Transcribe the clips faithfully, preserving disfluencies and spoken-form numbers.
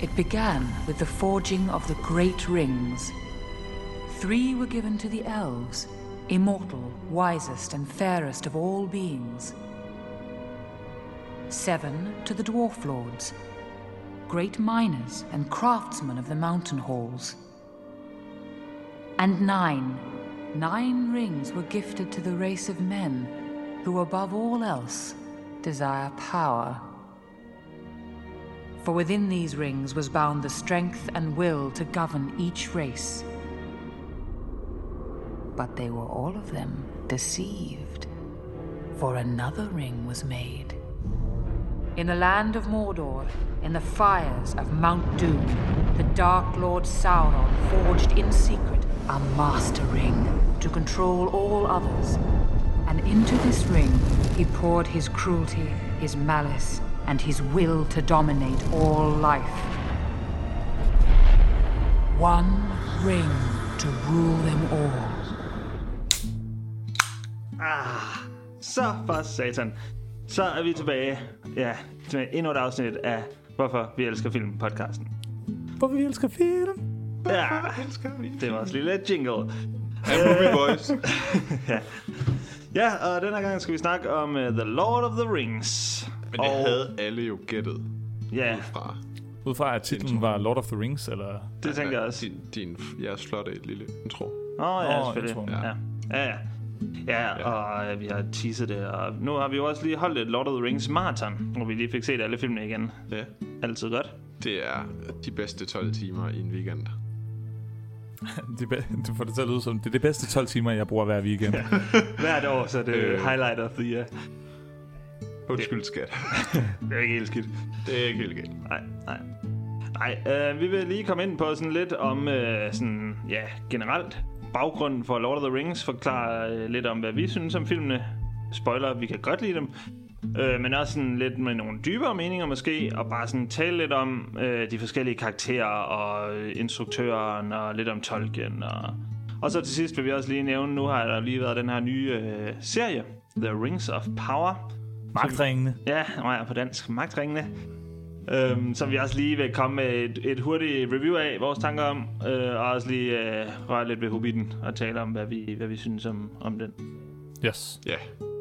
It began with the forging of the great rings. Three were given to the elves, immortal, wisest and fairest of all beings. Seven to the dwarf lords, great miners and craftsmen of the mountain halls. And nine, nine rings were gifted to the race of men who above all else desire power. For within these rings was bound the strength and will to govern each race. But they were all of them deceived, for another ring was made. In the land of Mordor, in the fires of Mount Doom, the Dark Lord Sauron forged in secret a master ring to control all others. And into this ring he poured his cruelty, his malice, and his will to dominate all life. One ring to rule them all. Ah, så for satan. Så er vi tilbage, ja, til endnu et afsnit af Hvorfor vi elsker film podcasten. Hvorfor vi elsker film? Ja, det var også lille jingle. And movie boys. ja. ja, og denne gang skal vi snakke om uh, The Lord of the Rings. Men det og... havde alle jo gættet. Ja. Udfra. Udfra at titlen var Lord of the Rings, eller? Det tænker jeg også. Din, din jeres flotte lille intro. Åh oh, ja, oh, selvfølgelig. Ja. Ja. Ja, ja. Ja, ja, og ja, vi har teaset det, og nu har vi jo også lige holdt et Lord of the Rings marathon, hvor vi lige fik set alle filmene igen. Ja. Altid godt. Det er de bedste tolv timer i en weekend. det be- du får det til at lyde som, det er de bedste tolv timer, jeg bruger hver weekend. Ja. Hvert år, så det er highlight of the year. Undskyld, skat. Det er ikke helt skidt. Det er ikke helt galt. Nej, nej. Nej, øh, vi vil lige komme ind på sådan lidt om, øh, sådan, ja, generelt baggrunden for Lord of the Rings, forklare øh, lidt om, hvad vi synes om filmene. Spoiler, vi kan godt lide dem. Øh, men også sådan lidt med nogle dybere meninger måske, og bare sådan tale lidt om øh, de forskellige karakterer og øh, instruktøren, og lidt om Tolkien. Og, og så til sidst vil vi også lige nævne, nu har der lige været den her nye øh, serie, The Rings of Power. Magtringene. Ja, nå ja, på dansk. Magtringene. Øhm, som vi også lige vil komme med et, et hurtigt review af, vores tanker om, øh, og også lige øh, røre lidt ved Hobbiten og tale om, hvad vi, hvad vi synes om, om den. Yes. Ja.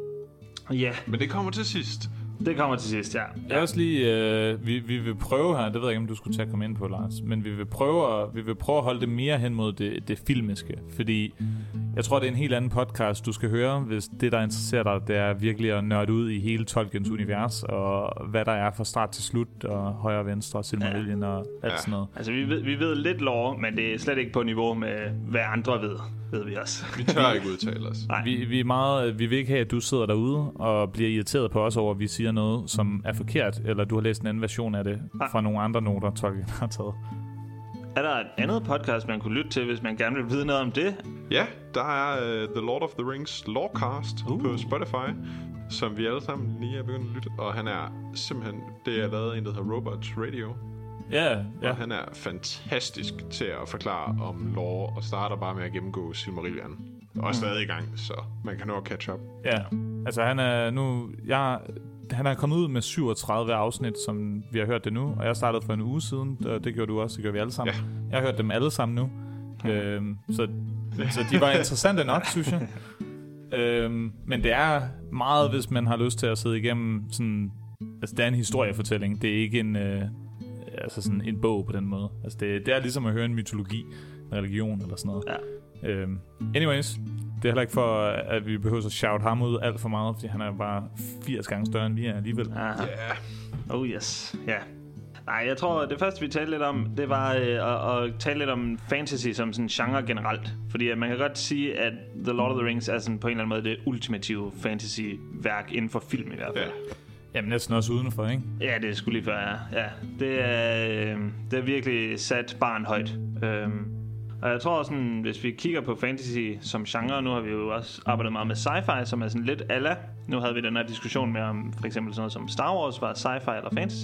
Ja. Yeah. Men det kommer til sidst. Det kommer til sidst, ja. Jeg er også lige, øh, vi, vi vil prøve her, det ved jeg ikke, om du skulle tage at komme ind på, Lars, men vi vil prøve at, vi vil prøve at holde det mere hen mod det, det filmiske, fordi jeg tror, det er en helt anden podcast, du skal høre, hvis det, der interesserer dig, det er virkelig at nørde ud i hele Tolkiens univers, og hvad der er fra start til slut, og højre og venstre, Silmarillion ja. og alt ja. sådan noget. Altså, vi ved, vi ved lidt lore, men det er slet ikke på niveau med, hvad andre ved, ved vi også. Vi tør ikke udtale os. Vi, vi, er meget, vi vil ikke have, at du sidder derude og bliver irriteret på os over, at vi siger noget, som er forkert, eller du har læst en anden version af det ja. fra nogle andre noter, Tolkien har taget. Er der et andet podcast, man kunne lytte til, hvis man gerne vil vide noget om det? Ja, der er uh, The Lord of the Rings Lorecast uh. på Spotify, som vi alle sammen lige er begyndt at lytte. Og han er simpelthen, det er lavet en, der hedder Robots Radio. Ja, ja. Og han er fantastisk til at forklare om lore, og starter bare med at gennemgå Silmarillion. Og er stadig i gang, så man kan nå at catch up. Ja, altså han er nu... Jeg, han er kommet ud med syvogtredive afsnit, som vi har hørt det nu, og jeg startede for en uge siden, og det gjorde du også, det gjorde vi alle sammen. Ja. Jeg har hørt dem alle sammen nu, øhm, så, så de var interessante nok, synes jeg. Øhm, men det er meget, hvis man har lyst til at sidde igennem sådan... Altså, det er en historiefortælling, det er ikke en... Øh, altså sådan en bog på den måde. Altså, det, det er ligesom at høre en mytologi, en religion eller sådan noget. Ja. Øhm, anyways... Det er heller ikke for, at vi behøver at shout ham ud alt for meget, fordi han er bare firs gange større, end vi er alligevel. Ja. Yeah. Oh yes. Ja. Yeah. Nej, jeg tror, det første, vi talte lidt om, det var øh, at, at tale lidt om fantasy som sådan genre generelt. Fordi at man kan godt sige, at The Lord of the Rings er sådan på en eller anden måde det ultimative fantasy-værk inden for film i hvert fald. Ja. Jamen næsten også udenfor, ikke? Ja, det er sgu lige før, ja. ja. Det, er, øh, det er virkelig sat barn højt. Øhm, Og jeg tror sådan, hvis vi kigger på fantasy som genre, nu har vi jo også arbejdet meget med sci-fi, som er sådan lidt ala. Nu havde vi den her diskussion med om for eksempel sådan noget som Star Wars var sci-fi eller fantasy.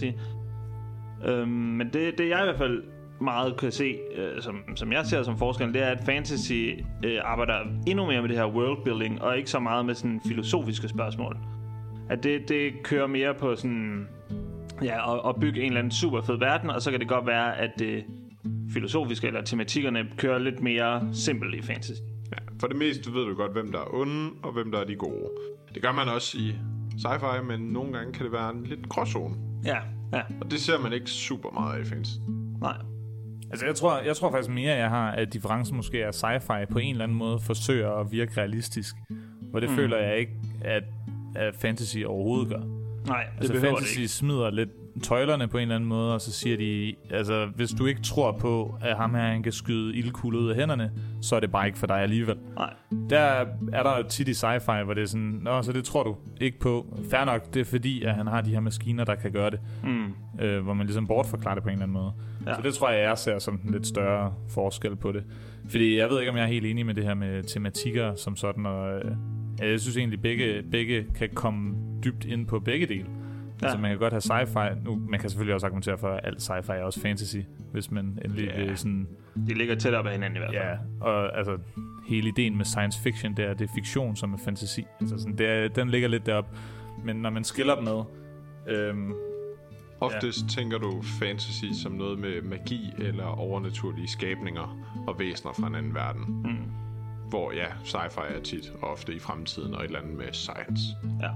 Øhm, men det, det jeg i hvert fald meget kan se, øh, som, som jeg ser som forskellen, det er, at fantasy øh, arbejder endnu mere med det her worldbuilding, og ikke så meget med sådan filosofiske spørgsmål. At det, det kører mere på sådan... Ja, og, og bygge en eller anden super fed verden, og så kan det godt være, at det filosofiske eller tematikkerne kører lidt mere simpelt i fantasy. Ja, for det meste ved du godt, hvem der er onde, og hvem der er de gode. Det gør man også i sci-fi, men nogle gange kan det være en lidt gråzone. Ja, ja. Og det ser man ikke super meget i fantasy. Nej. Altså, jeg tror, jeg tror faktisk mere, jeg har, at differencen måske er sci-fi på en eller anden måde forsøger at virke realistisk. Hvor det mm. føler jeg ikke, at, at fantasy overhovedet gør. Nej, det altså, behøver fantasy det ikke. smider lidt tøjlerne på en eller anden måde, og så siger de, altså, hvis du ikke tror på, at ham her, han kan skyde ildkugler ud af hænderne, så er det bare ikke for dig alligevel. Nej. Der er der tit i sci-fi, hvor det er sådan, nå, så det tror du ikke på. Fair nok, det er fordi, at han har de her maskiner, der kan gøre det. Mm. Øh, hvor man ligesom bortforklarer det på en eller anden måde. Ja. Så det tror jeg, jeg ser som en lidt større forskel på det. Fordi jeg ved ikke, om jeg er helt enig med det her med tematikker som sådan, og øh, jeg synes egentlig, begge, begge kan komme dybt ind på begge dele. Ja. Altså man kan godt have sci-fi. Nu, man kan selvfølgelig også argumentere for, at alt sci-fi er også fantasy, hvis man endelig ja. vil sådan... De ligger tæt op ad hinanden i hvert fald. Ja, og altså hele ideen med science fiction, det er, det er fiktion som er fantasi. Altså sådan, det er, den ligger lidt derop. Men når man skiller dem med... Øhm, Oftest ja. tænker du fantasy som noget med magi eller overnaturlige skabninger og væsener fra en anden verden. Mm. Hvor ja, sci-fi er tit og ofte i fremtiden og et eller andet med science. Ja.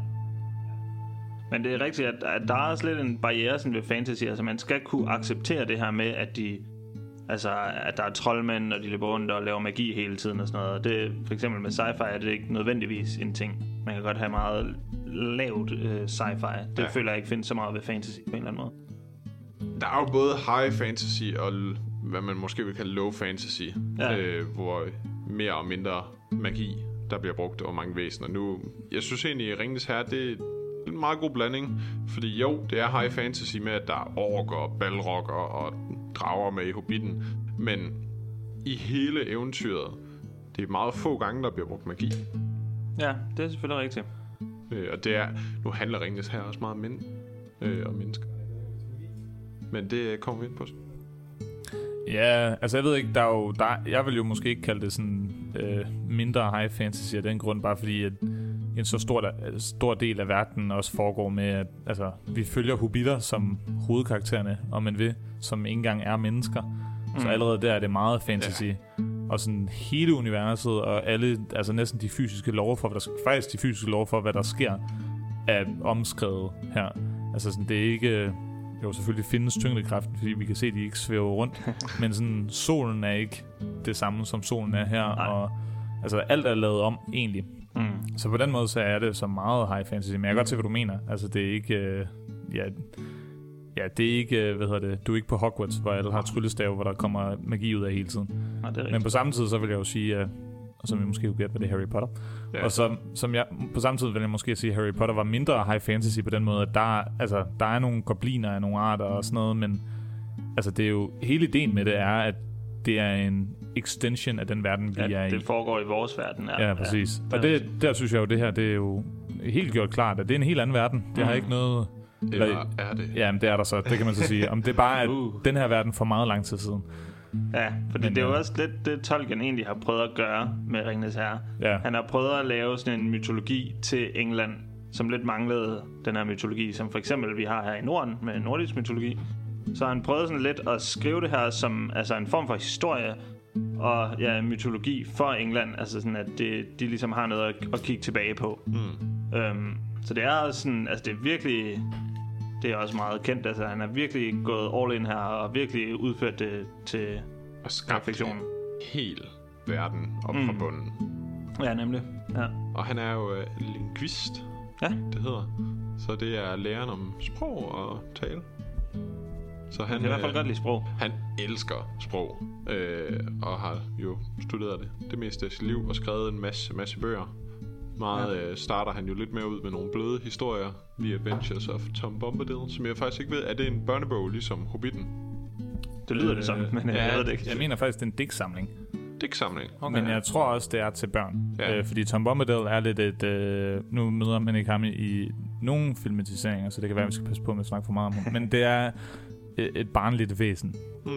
Men det er rigtigt, at, at der er også lidt en barriere sådan ved fantasy. Altså man skal kunne acceptere det her med, at de... Altså, at der er troldmænd, og de løber rundt og laver magi hele tiden og sådan noget. Det, for eksempel med sci-fi er det ikke nødvendigvis en ting. Man kan godt have meget lavt øh, sci-fi. Det ja. føler jeg ikke findes så meget ved fantasy på en eller anden måde. Der er jo både high fantasy og hvad man måske vil kalde low fantasy. Ja. Øh, hvor mere og mindre magi, der bliver brugt, og mange væsener. Nu, jeg synes egentlig, at Ringenes Herre, det er en meget god blanding. Fordi jo, det er high fantasy med, at der er orker, balrokker og drager med i Hobbiten. Men i hele eventyret, det er meget få gange, der bliver brugt magi. Ja, det er selvfølgelig rigtigt. Øh, og det er, nu handler Ringenes Herre også meget om mænd øh, og mennesker. Men det kommer vi ind på. Ja, altså jeg ved ikke, der er jo, der, jeg vil jo måske ikke kalde det sådan øh, mindre high fantasy af den grund, bare fordi at en så stor, stor del af verden også foregår med, at altså, vi følger hobbiter som hovedkaraktererne, om man vil, som ikke engang er mennesker. Mm. Så allerede der er det meget fantasy. Ja. Og sådan hele universet og alle, altså næsten de fysiske love for, hvad der, faktisk de fysiske love for, hvad der sker, er omskrevet her. Altså sådan, det er ikke... Jo, selvfølgelig findes tyngdekraften, fordi vi kan se, at de ikke svæver rundt. Men sådan, solen er ikke det samme, som solen er her. Nej. Og altså, alt er lavet om, egentlig. Mm. Så på den måde, så er det så meget high fantasy. Men jeg kan godt se, hvad du mener. Altså, det er ikke... Øh, ja, ja, det er ikke... Hvad hedder det? Du er ikke på Hogwarts, hvor alle har tryllestave, hvor der kommer magi ud af hele tiden. Ja, men på samme tid, så vil jeg jo sige... Øh, og som jeg måske kunne gætte, hvad det er Harry Potter. Yeah. Og så, som jeg, på samme tid vil jeg måske sige, at Harry Potter var mindre high fantasy på den måde, at der, altså, der er nogle gobliner af nogle arter og sådan noget, men altså, det er jo, hele ideen med det er, at det er en extension af den verden, vi ja, er i. det foregår i vores verden. Ja, ja præcis. Ja, og det, der synes jeg jo, det her, det er jo helt gjort klart, at det er en helt anden verden. Det mm. har ikke noget... Det eller, er det. Ja, men det er der så, det kan man så sige. Om det er bare, at uh. den her verden for meget lang tid siden. Ja, for det er jo også lidt det, Tolkien egentlig har prøvet at gøre med Ringenes Herre. Ja. Han har prøvet at lave sådan en mytologi til England, som lidt manglede den her mytologi, som for eksempel vi har her i Norden med nordisk mytologi. Så han prøvede sådan lidt at skrive det her som altså en form for historie og ja, mytologi for England, altså sådan at det, de ligesom har noget at, at kigge tilbage på. Mm. Øhm, så det er også sådan, altså det er virkelig... Det er også meget kendt, altså han har virkelig gået all in her og virkelig udført det til perfektion. Helt verden op mm. fra bunden. Ja, nemlig. Ja. Og han er jo uh, lingvist, ja. det hedder. Så det er læren om sprog og tale. Så han, det er i hvert fald godt lide sprog. Han elsker sprog, øh, og har jo studeret det det meste af sit liv og skrevet en masse, masse bøger. Meget ja. øh, starter han jo lidt mere ud med nogle bløde historier. The Adventures of Tom Bombadil, som jeg faktisk ikke ved, er det en børnebog ligesom Hobbiten? Det lyder øh, det som, men ja, jeg ved det ikke. Jeg mener faktisk, det er en digtsamling. Digtsamling? Okay. Men jeg tror også, det er til børn. Ja. Øh, fordi Tom Bombadil er lidt et... Øh, nu møder man ikke ham i nogle filmatiseringer, så det kan være, at vi skal passe på med at snakke for meget om ham. Men det er et, et barnligt væsen. Mm.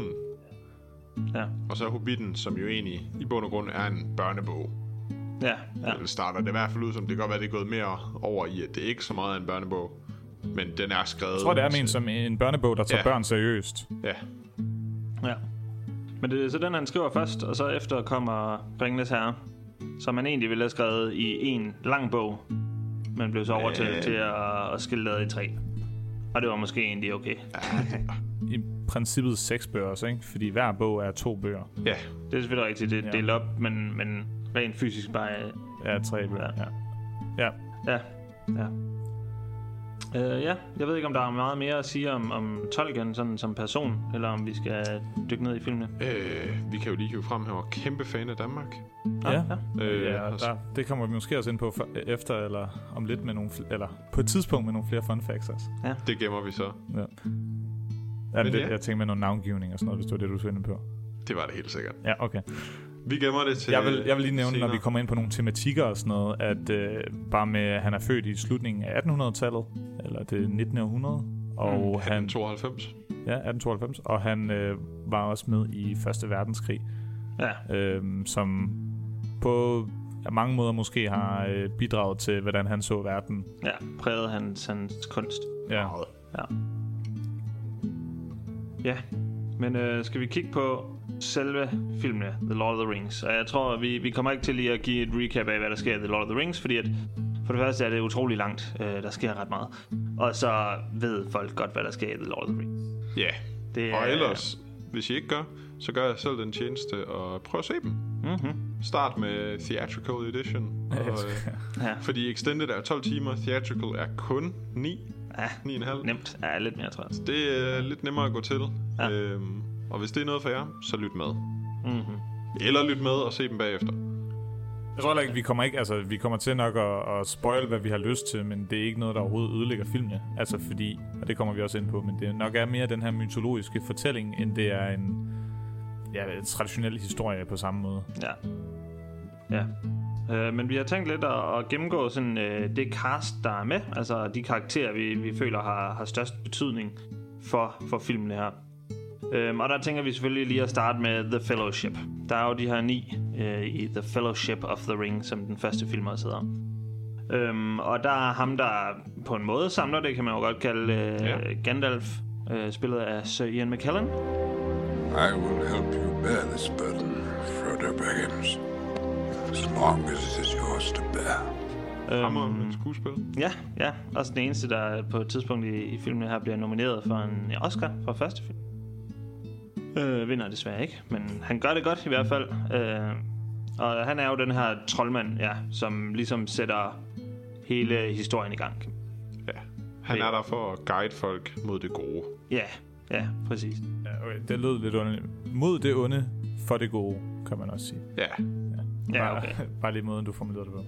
Ja. Og så Hobbiten, som jo egentlig i bund og grund er en børnebog. Ja, ja. Det starter det i hvert fald ud som, det kan godt være, det er gået mere over i, at det ikke så meget er en børnebog. Men den er skrevet... Jeg tror, det er ment som en børnebog, der tager ja. børn seriøst. Ja. Ja. Men det er så den, han skriver først, og så efter kommer Ringenes Herre, som man egentlig ville have skrevet i en lang bog, men blev så overtaget til at, at skille det i tre. Og det var måske egentlig okay. I princippet seks bøger også, ikke? Fordi hver bog er to bøger. Ja, det er selvfølgelig rigtigt. Det er delt op, men, men rent fysisk bare... Ja, tre bøger, ja. Ja. Ja, ja. Uh, ja, jeg ved ikke, om der er meget mere at sige om, om Tolkien sådan som person, eller om vi skal dykke ned i filmene. Øh, vi kan jo lige hive frem, at han var kæmpe fan af Danmark. Ja, ja. Øh, ja der, det kommer vi måske også ind på for, efter, eller om lidt med nogle, eller på et tidspunkt med nogle flere fun facts også. Ja. Det gemmer vi så. Ja. Ja, det, ja. Jeg tænker med nogle navngivning og sådan noget, hvis det var det, du skulle inde på. Det var det helt sikkert. Ja, okay. Vi gemmer det til jeg vil, jeg vil lige nævne, senere. når vi kommer ind på nogle tematikker og sådan noget, at øh, bare med, at han er født i slutningen af attenhundredetallet, eller det nittende århundrede. Og mm, han, atten tooghalvfems. Ja, atten tooghalvfems. Og han øh, var også med i Første Verdenskrig. Ja. Øh, som på mange måder måske har øh, bidraget til, hvordan han så verden. Ja, præget hans, hans kunst. Ja. Ja. Ja, men øh, skal vi kigge på selve filmene, The Lord of the Rings. Og jeg tror, vi, vi kommer ikke til lige at give et recap af, hvad der sker i The Lord of the Rings, fordi at for det første er det utrolig langt. Øh, der sker ret meget. Og så ved folk godt, hvad der sker i The Lord of the Rings. Ja, yeah. Det, og ellers, hvis I ikke gør, så gør jeg selv den tjeneste og prøv at se dem. Mm-hmm. Start med Theatrical Edition. Og, øh, ja. Fordi Extended er tolv timer, Theatrical er kun ni. Ja, ni komma fem. Nemt. Ja, lidt mere, tror jeg. Det er lidt nemmere at gå til. Ja. Øhm, og hvis det er noget for jer, så lyt med. Mm-hmm. Eller lyt med og se dem bagefter. Jeg tror ikke, vi kommer ikke, altså vi kommer til nok at, at spoil, hvad vi har lyst til, men det er ikke noget, der overhovedet ødelægger filmene. Altså fordi, og det kommer vi også ind på, men det nok er mere den her mytologiske fortælling, end det er en, ja, en traditionel historie på samme måde. Ja. Ja. Øh, men vi har tænkt lidt at, at gennemgå sådan, øh, det cast, der er med. Altså de karakterer, vi, vi føler har, har størst betydning for, for filmene her. Øhm, og der tænker vi selvfølgelig lige at starte med The Fellowship. Der er jo de her ni øh, i The Fellowship of the Ring, som den første film også hedder. Øhm, og der er ham, der på en måde samler det, kan man jo godt kalde øh, ja. Gandalf, øh, spillet af Sir Ian McKellen. I will help you bear this burden, Frodo Baggins, as long as it is yours to bear. Hammer um, et skuespil. Ja, ja. Også den eneste, der på et tidspunkt i, i filmen her bliver nomineret for en Oscar for første film. Øh, vinder desværre ikke, men han gør det godt i hvert fald. Øh, og han er jo den her troldmand, ja, som ligesom sætter hele historien i gang. Ja, han er der for at guide folk mod det gode. Ja, ja, præcis. Ja, okay. Det lød lidt ondt. Mod det onde, for det gode, kan man også sige. Ja. Ja, ja okay. Bare, bare lige måden, du formulerede det på.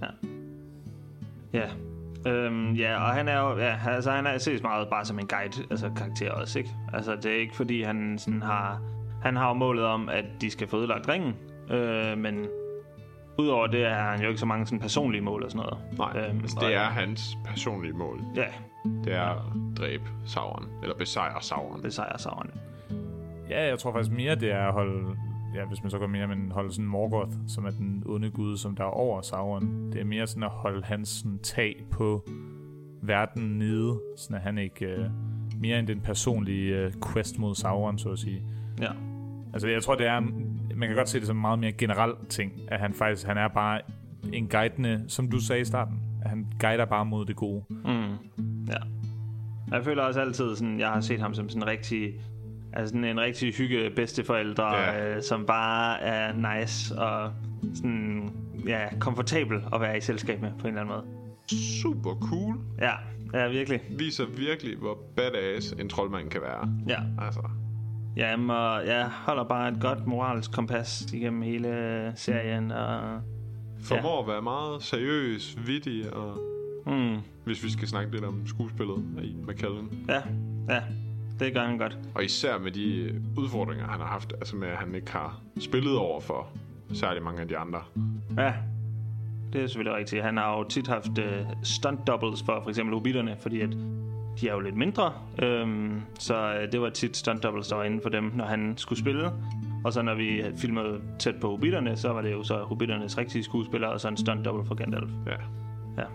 Ja. Ja. Øhm, ja, og han er jo, ja, altså han er ses meget bare som en guide, altså karakter også, ikke? Altså det er ikke fordi han sådan har, han har jo målet om, at de skal få ødelagt ringen, øh, men udover det er han jo ikke så mange sådan personlige mål og sådan noget. Nej, øhm, altså, det er hans personlige mål. Ja. Det er at dræbe Sauron, eller besejre Sauron. Besejre Sauron. Ja, jeg tror faktisk mere, det er at holde, ja, hvis man så går mere, men holde sådan Morgoth, som er den onde gud, som der er over Sauron. Det er mere sådan at holde hans sådan, tag på verden nede, sådan at han ikke øh, mere end den personlige øh, quest mod Sauron, så at sige. Ja. Altså, jeg tror, det er, man kan godt se det som en meget mere generel ting, at han faktisk, han er bare en guidende, som du sagde i starten, at han guider bare mod det gode. Mm. Ja. Jeg føler også altid sådan, jeg har set ham som sådan en rigtig, altså sådan en rigtig hygge bedsteforældre, yeah. øh, som bare er nice og sådan, ja, komfortabel at være i selskab med på en eller anden måde. Super cool. Ja, ja, virkelig. Viser virkelig, hvor badass en troldmand kan være. Ja. Altså. Ja, og jeg holder bare et godt moralsk kompas igennem hele serien. Og formår ja. at være meget seriøs, vittig, og mm. hvis vi skal snakke lidt om skuespillet i McKellen. Ja, ja, det gør han godt. Og især med de udfordringer, han har haft, altså med, at han ikke har spillet over for særlig mange af de andre. Ja, det er selvfølgelig rigtigt. Han har jo tit haft uh, stunt doubles for for eksempel hobitterne, fordi at de er jo lidt mindre, øhm, så det var tit stunt doubles, der var inde for dem, når han skulle spille. Og så når vi filmede tæt på hobitterne, så var det jo så hobitternes rigtige skuespillere, og så en stunt double for Gandalf. Ja. Ja.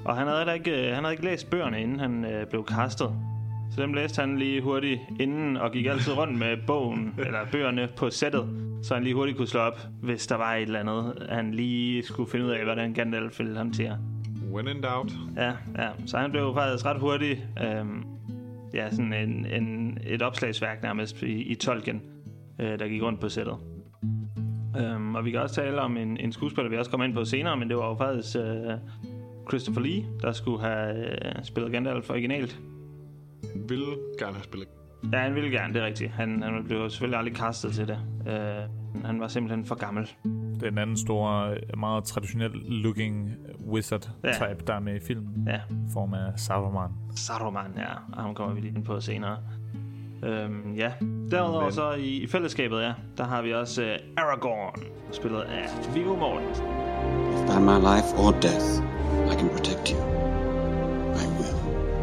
Og han havde ikke, han havde ikke læst bøgerne, inden han øh, blev castet. Så dem læste han lige hurtigt inden, og gik altid rundt med bogen, eller bøgerne på sættet, så han lige hurtigt kunne slå op, hvis der var et eller andet, han lige skulle finde ud af, hvordan Gandalf ville håndtere. When in doubt. Ja, ja. Så han blev faktisk ret hurtigt, øhm, ja, sådan en, en, et opslagsværk nærmest i, i Tolkien, øh, der gik rundt på sættet. Øhm, og vi kan også tale om en, en skuespiller, vi også kommer ind på senere, men det var jo faktisk øh, Christopher Lee, der skulle have øh, spillet Gandalf originalt. Han ville gerne have spillet. Ja, han ville gerne, det er rigtigt. Han, han blev selvfølgelig aldrig castet til det. Uh, han var simpelthen for gammel. Det er en anden stor, meget traditionel looking wizard-type, ja. Der er med i filmen. Ja. I form af Saruman. Saruman, ja. Og ham kommer vi lige ind på senere. Øhm, ja. Derudover Men. så i, i fællesskabet, ja, der har vi også uh, Aragorn, spillet af Viggo Mortensen. If by my life or death, I can protect you, I will.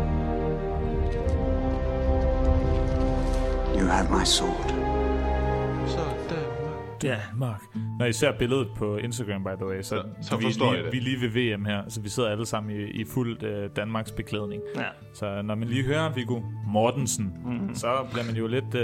You have my sword. Så Ja, Mark. Når I ser billedet på Instagram, by the way, så, så, så vi, forstår vi, jeg det. vi er lige ved V M her, så vi sidder alle sammen i, i fuld uh, Danmarks beklædning. ja. Så når man lige hører Viggo Mortensen, mm-hmm. så bliver man jo lidt uh,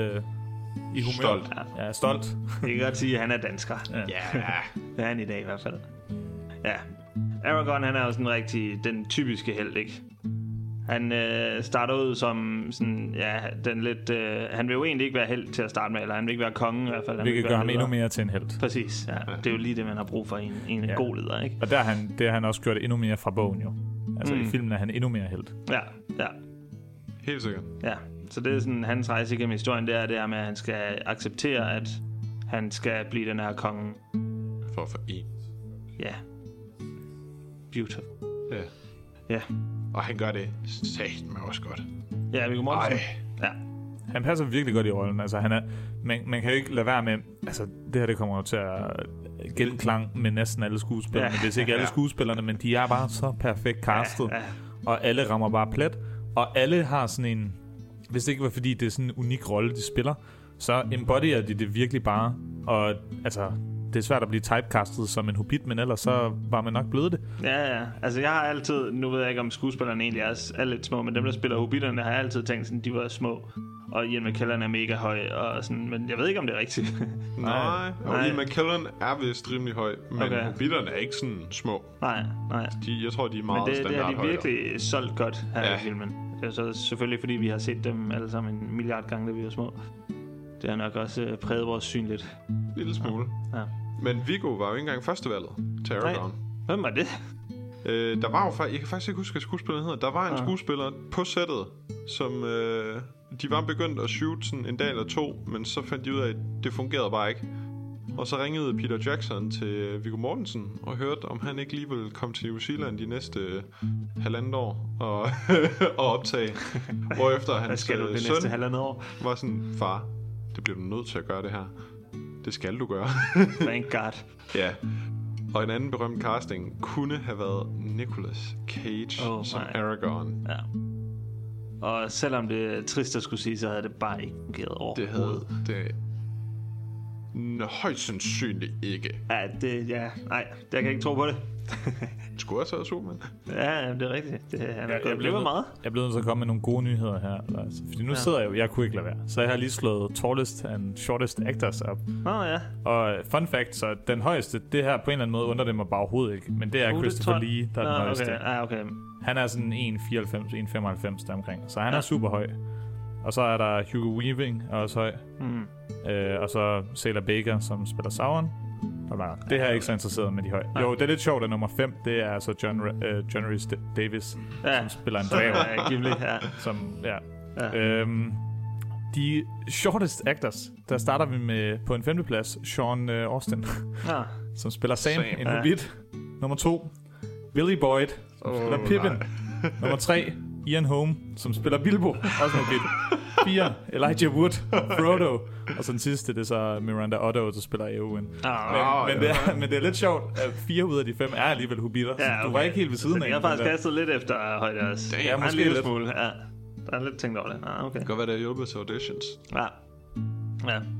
i humør. Stolt. Ja, ja stolt. Jeg kan godt sige, at han er dansker. Ja. Ja, det er han i dag i hvert fald. Ja, Aragorn, han er jo sådan rigtig den typiske helt, ikke? Han øh, starter ud som sådan, ja, den lidt, øh, han vil jo egentlig ikke være held til at starte med, eller han vil ikke være konge i hvert fald. Vi kan gøre ham endnu mere til en held. Præcis, ja. Det er jo lige det, man har brug for i en, en ja. god leder, ikke? Og der har han, det har han også gjort endnu mere fra bogen jo. Altså mm. i filmen er han endnu mere held. Ja, ja. Helt sikkert. Ja, så det er sådan, hans rejse igennem historien, det er det her med, at han skal acceptere, at han skal blive den her konge. For at få en. Ja. Beautiful. Ja. Ja. Og han gør det satme også godt. Ja, Viggo Mortensen. Ja. Han passer virkelig godt i rollen. Altså, han er, man, man kan jo ikke lade være med... Altså, det her det kommer jo til at genklang med næsten alle skuespillerne. Ja. Hvis ikke alle skuespillerne, men de er bare så perfekt castet. Ja, ja. Og alle rammer bare plet. Og alle har sådan en... Hvis det ikke var fordi, det er sådan en unik rolle, de spiller, så embodyer de det virkelig bare. Og altså... Det er svært at blive typecastet som en hobbit, men ellers så var man nok blevet det. Ja, ja. Altså, jeg har altid... Nu ved jeg ikke, om skuespillerne egentlig er, er lidt små, men dem, der spiller hobbitterne, har jeg altid tænkt, sådan, de var små. Og Ian McKellen er mega høj, og sådan, men jeg ved ikke, om det er rigtigt. Nej, og nej. Ian McKellen er vist rimelig høj, men okay. Hobbitterne er ikke sådan små. Nej, nej. De, jeg tror, de er meget men det, standardhøjder. Men det har de virkelig solgt godt her ja. i filmen. Det er så selvfølgelig, fordi vi har set dem alle sammen en milliard gange, da vi var små. Det har nok også præget vores syn lidt. Lille smule. Ja. Men Viggo var jo ikke engang førstevalget til Aragorn. Hvem var det? Øh, der var jo faktisk... Jeg kan faktisk ikke huske, hvad skuespilleren hedder. Der var en ja. skuespiller på sættet, som... Øh, de var begyndt at shoot sådan en dag eller to, men så fandt de ud af, at det fungerede bare ikke. Og så ringede Peter Jackson til Viggo Mortensen og hørte, om han ikke lige ville komme til New Zealand de næste halvandet år og, og optage. Hvorefter hans skal du det søn næste halvandet år? Var sådan, far, det bliver du nødt til at gøre det her. Det skal du gøre. Thank God. Ja. Og en anden berømt casting kunne have været Nicolas Cage oh, som my. Aragorn. Ja. Og selvom det er trist at skulle sige, så havde det bare ikke fungeret overhovedet. Det havde det... Nå, højst sandsynligt ikke. Ja, det... Ja, nej. Jeg kan ikke tro på det. Det skulle også have Superman. Ja, det er rigtigt. Det, han er ja, gået blevet meget. Jeg er blevet nødt til at komme med nogle gode nyheder her. Altså, fordi nu ja. sidder jeg jo... Jeg kunne ikke lade være. Så jeg har lige slået Tallest and Shortest Actors op. Åh, oh, ja. Og fun fact, så den højeste, det her på en eller anden måde undrer det mig bare overhovedet ikke. Men det er oh, Christopher det Lee, der er Nå, den højeste. Okay. Ah, okay. Han er sådan en fireoghalvfems, en femoghalvfems der omkring. Så han ja. er super høj. Og så er der Hugo Weaving, også høj. Mm. Øh, og så Sailor Baker, som spiller Sauron. Det her er ikke så interesseret med de høje. Jo, det er lidt sjovt, at nummer fem, det er altså John, uh, John Rhys Davis, ja. som spiller en dræber. Ja, Gimli, ja. Som, ja. ja. Øhm, de shortest actors, der starter vi med på en femteplads, Sean uh, Austin, ja. som spiller Sam, Sam. en hobbit. Ja. Nummer to, Billy Boyd, som oh, spiller Pippin. Nummer tre, Ian Holm, som spiller Bilbo, også en hobbit. fire, Elijah Wood, Frodo. Og så den sidste, det er så Miranda Otto, der spiller Eowyn. Oh, men, oh, men, det er, men det er lidt sjovt, at fire ud af de fem er alligevel hobbiter. Ja, okay. Du var ikke helt ved siden af. Jeg har faktisk kastet lidt efter højde også. Ja, måske en lille lidt. smule. Ja, der er lidt tænkt over det. Ah, okay. Det kan godt være, det er hjulpet til auditions. Ja. Ja.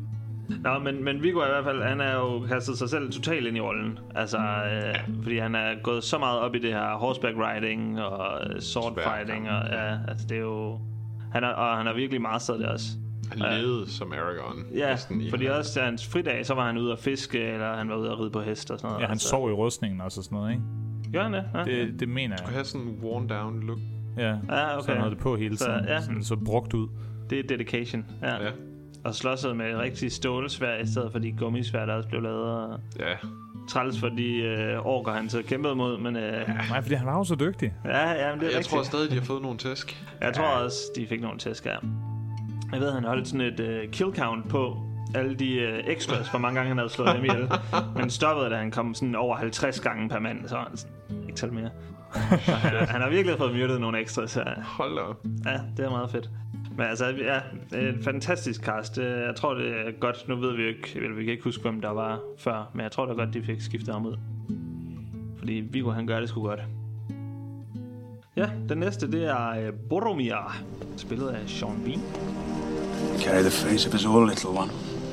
Nå, men, men Viggo er i hvert fald, han er jo kastet sig selv totalt ind i rollen. Altså, øh, fordi han er gået så meget op i det her horseback riding og sword fighting. Og, ja, altså det er jo... Han er, og han har virkelig masteret det også. Han levede uh, som Aragorn. Ja, fordi han. Også til hans fridag, så var han ude at fiske, eller han var ude at ride på hest og sådan noget. Ja, han altså. sov i rustningen også og sådan noget, ikke? Gør han det? Ja. Det, det mener jeg. Du kan have sådan en worn down look. Ja, ja okay. Så han havde det på hele tiden. Så, ja. Sådan så brugt ud. Det er dedication, ja. ja. Og slåsset med et rigtig stålsværd, i stedet for de gummisværd, der også blev lavet. Og ja. Træls for de øh, orker, han så kæmpede mod, men... Øh, ja. Nej, fordi han var jo så dygtig. Ja, ja, men det er Jeg rigtigt. tror stadig, de har fået nogle tæsk. Jeg tror også, de fik nogle tæsk, ja. Jeg ved, han holdt sådan et uh, kill count på alle de uh, extras, hvor mange gange han havde slået dem ihjel. Men stoppede, da han kom sådan over halvtreds gange per mand, så han sådan, ikke tal mere. han, han har virkelig fået myrdet nogle extras. Så, hold da. Ja, det er meget fedt. Men altså, ja, et fantastisk cast. Jeg tror, det er godt. Nu ved vi jo ikke, vi kan ikke huske, hvem der var før, men jeg tror da godt, de fik skiftet ham ud. Fordi Viggo, han gør det sgu godt. Ja, den næste, det er uh, Boromir, spillet af Sean Bean. Carry the face of us all, little one.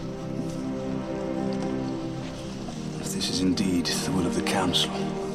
If this is indeed the will of the council,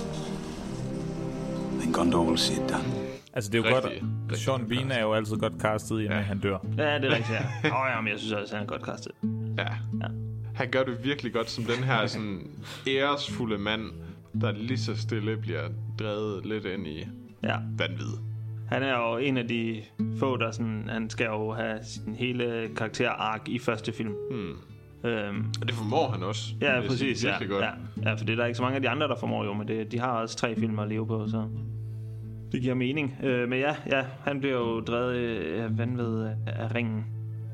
then Gondor will see it done. Altså, det er jo rigtig, godt. Rigtig Sean Bean cast. Er jo altid godt castet, inden ja. han dør. Ja, det er rigtigt, ja. Åh, oh, ja, men jeg synes også, han er godt castet. Ja. ja. Han gør det virkelig godt som den her sådan æresfulde mand, der lige så stille bliver drevet lidt ind i ja. vanvid. Han er jo en af de få, der sådan, han skal jo have sin hele karakterark i første film. Hmm. Øhm, og det formår han også. Ja, præcis. Ja, godt. Ja, ja, for det er der ikke så mange af de andre, der formår jo, men det, de har også tre film at leve på, så det giver mening. Øh, men ja, ja, han bliver jo drevet af vanvid af ringen.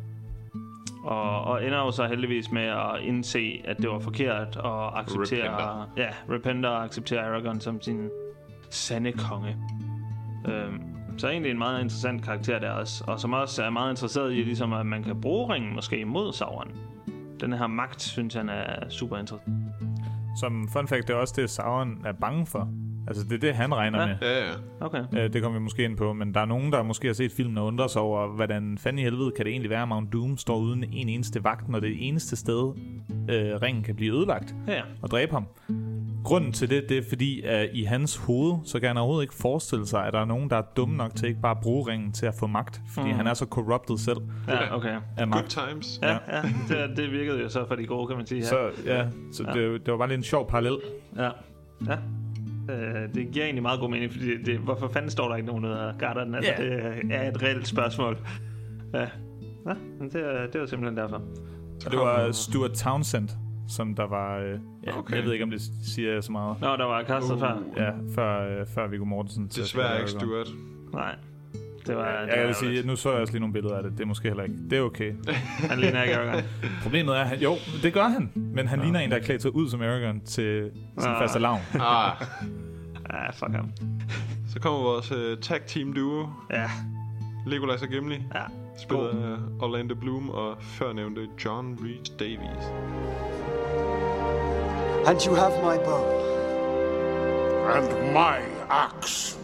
Og, og ender jo så heldigvis med at indse, at det var forkert, og acceptere, repenter. Ja, repenter og acceptere Aragorn som sin sande konge. Øhm, så egentlig en meget interessant karakter der også, og som også er meget interesseret i, ligesom at man kan bruge ringen måske mod Sauron. Den her magt, synes han er super interessant. Som fun fact, det er også det, Sauron er bange for. Altså, det er det, han regner ja. med. Ja, ja. Okay. Øh, det kommer vi måske ind på, men der er nogen, der måske har set filmen og undrer sig over, hvordan fanden i helvede kan det egentlig være, at Mount Doom står uden en eneste vagt, når det er det eneste sted, øh, ringen kan blive ødelagt ja. og dræbe ham. Grunden til det, det er fordi, at i hans hoved, så kan han overhovedet ikke forestille sig, at der er nogen, der er dumme nok til ikke bare at bruge ringen til at få magt, fordi mm. han er så corrupted selv. Ja, okay. Af magt. Good times. Ja, ja. Det, det virkede jo så for de gode, kan man sige. Ja. Så ja, så ja. Det, det var bare lidt en sjov parallel. Ja, ja. Uh, det giver egentlig meget god mening, fordi det, det, hvorfor fanden står der ikke nogen, der garder den? Altså, yeah. Det er et reelt spørgsmål. Ja, ja men det, det var simpelthen derfor. Og det var Stuart Townsend, som der var... Øh, ja, okay. Jeg ved ikke, om det siger så meget. Nå, der var kastet uh. før. Ja, før, øh, før Viggo Mortensen. Desværre ikke Stuart. Nej. Det var, ja, det jeg var vil sige, nu så jeg også lige nogle billeder af det. Det er måske heller ikke. Det er okay. Han ligner ikke Aragorn. Problemet er, han, jo, det gør han. Men han ja. ligner en, der er klædt sig ud som Aragorn til sin ah. faste lavn. Ah. Ah, fuck ham. Så kommer vores uh, tag team duo. Ja. Legolas og Gimli. Ja. Spiller uh, Orlando Bloom og førnævnte John Rhys Davies. And you have my bow. And my axe.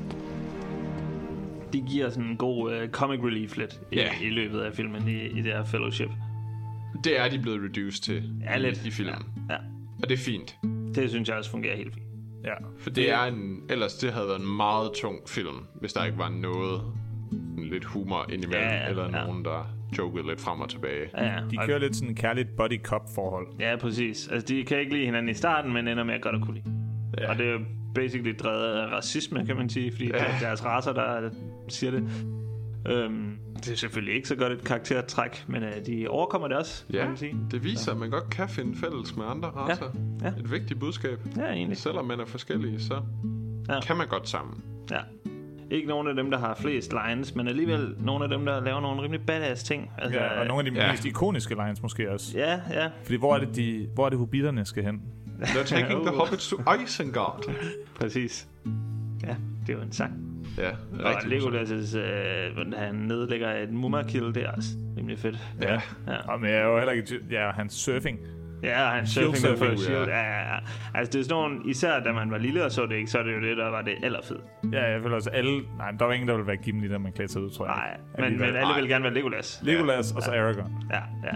De giver sådan en god uh, comic relief lidt i, yeah. i løbet af filmen i, i det her Fellowship. Det er de blevet reduced til ja, lidt. i, i filmen. Ja. Ja. Og det er fint. Det synes jeg også fungerer helt fint. Ja. For det er en... Ellers det havde været en meget tung film, hvis der ikke var noget lidt humor indimellem, ja, ja, eller ja. nogen, der jokede lidt frem og tilbage. Ja, ja. De kører lidt sådan en kærligt buddy-cop-forhold. Ja, præcis. Altså, de kan ikke lide hinanden i starten, men ender med at godt at kunne lide. Ja. Og det er jo basically drevet af racisme, kan man sige, fordi ja. det er deres racer, der siger det. Øhm, det er selvfølgelig ikke så godt et karaktertræk, men øh, de overkommer det også, ja, kan man sige. Det viser, så. at man godt kan finde fælles med andre racer. Ja. Ja. Et vigtigt budskab. Ja, egentlig. Selvom man er forskellige, så ja. kan man godt sammen. Ja. Ikke nogen af dem, der har flest lines, men alligevel nogle af dem, der laver nogle rimelig badass ting. Altså, ja, og nogle af de ja. mest ikoniske lines måske også. Ja, ja. Fordi hvor er det, de, hvor er det hobbiterne skal hen? They're taking the hobbits to Isengard. Præcis. Ja, det er jo en sang. Ja, og Legolas' øh, han nedlægger et mumma-kill, det er også rimelig fedt. Ja, ja. Og men jeg er jo heller ikke... Ja, hans surfing. Ja, hans surfing, surfing med shield. Ja, ja, ja. Altså, det er sådan nogle... Især da man var lille og så det ikke, så er det jo det, der var det allerfed. Ja, jeg føler også alle... Nej, der var ingen, der ville være Gimli, da man klædte sig ud, tror jeg. Nej, men, men alle ville gerne være Legolas. Legolas ja, og så ja. Aragorn. Ja, ja.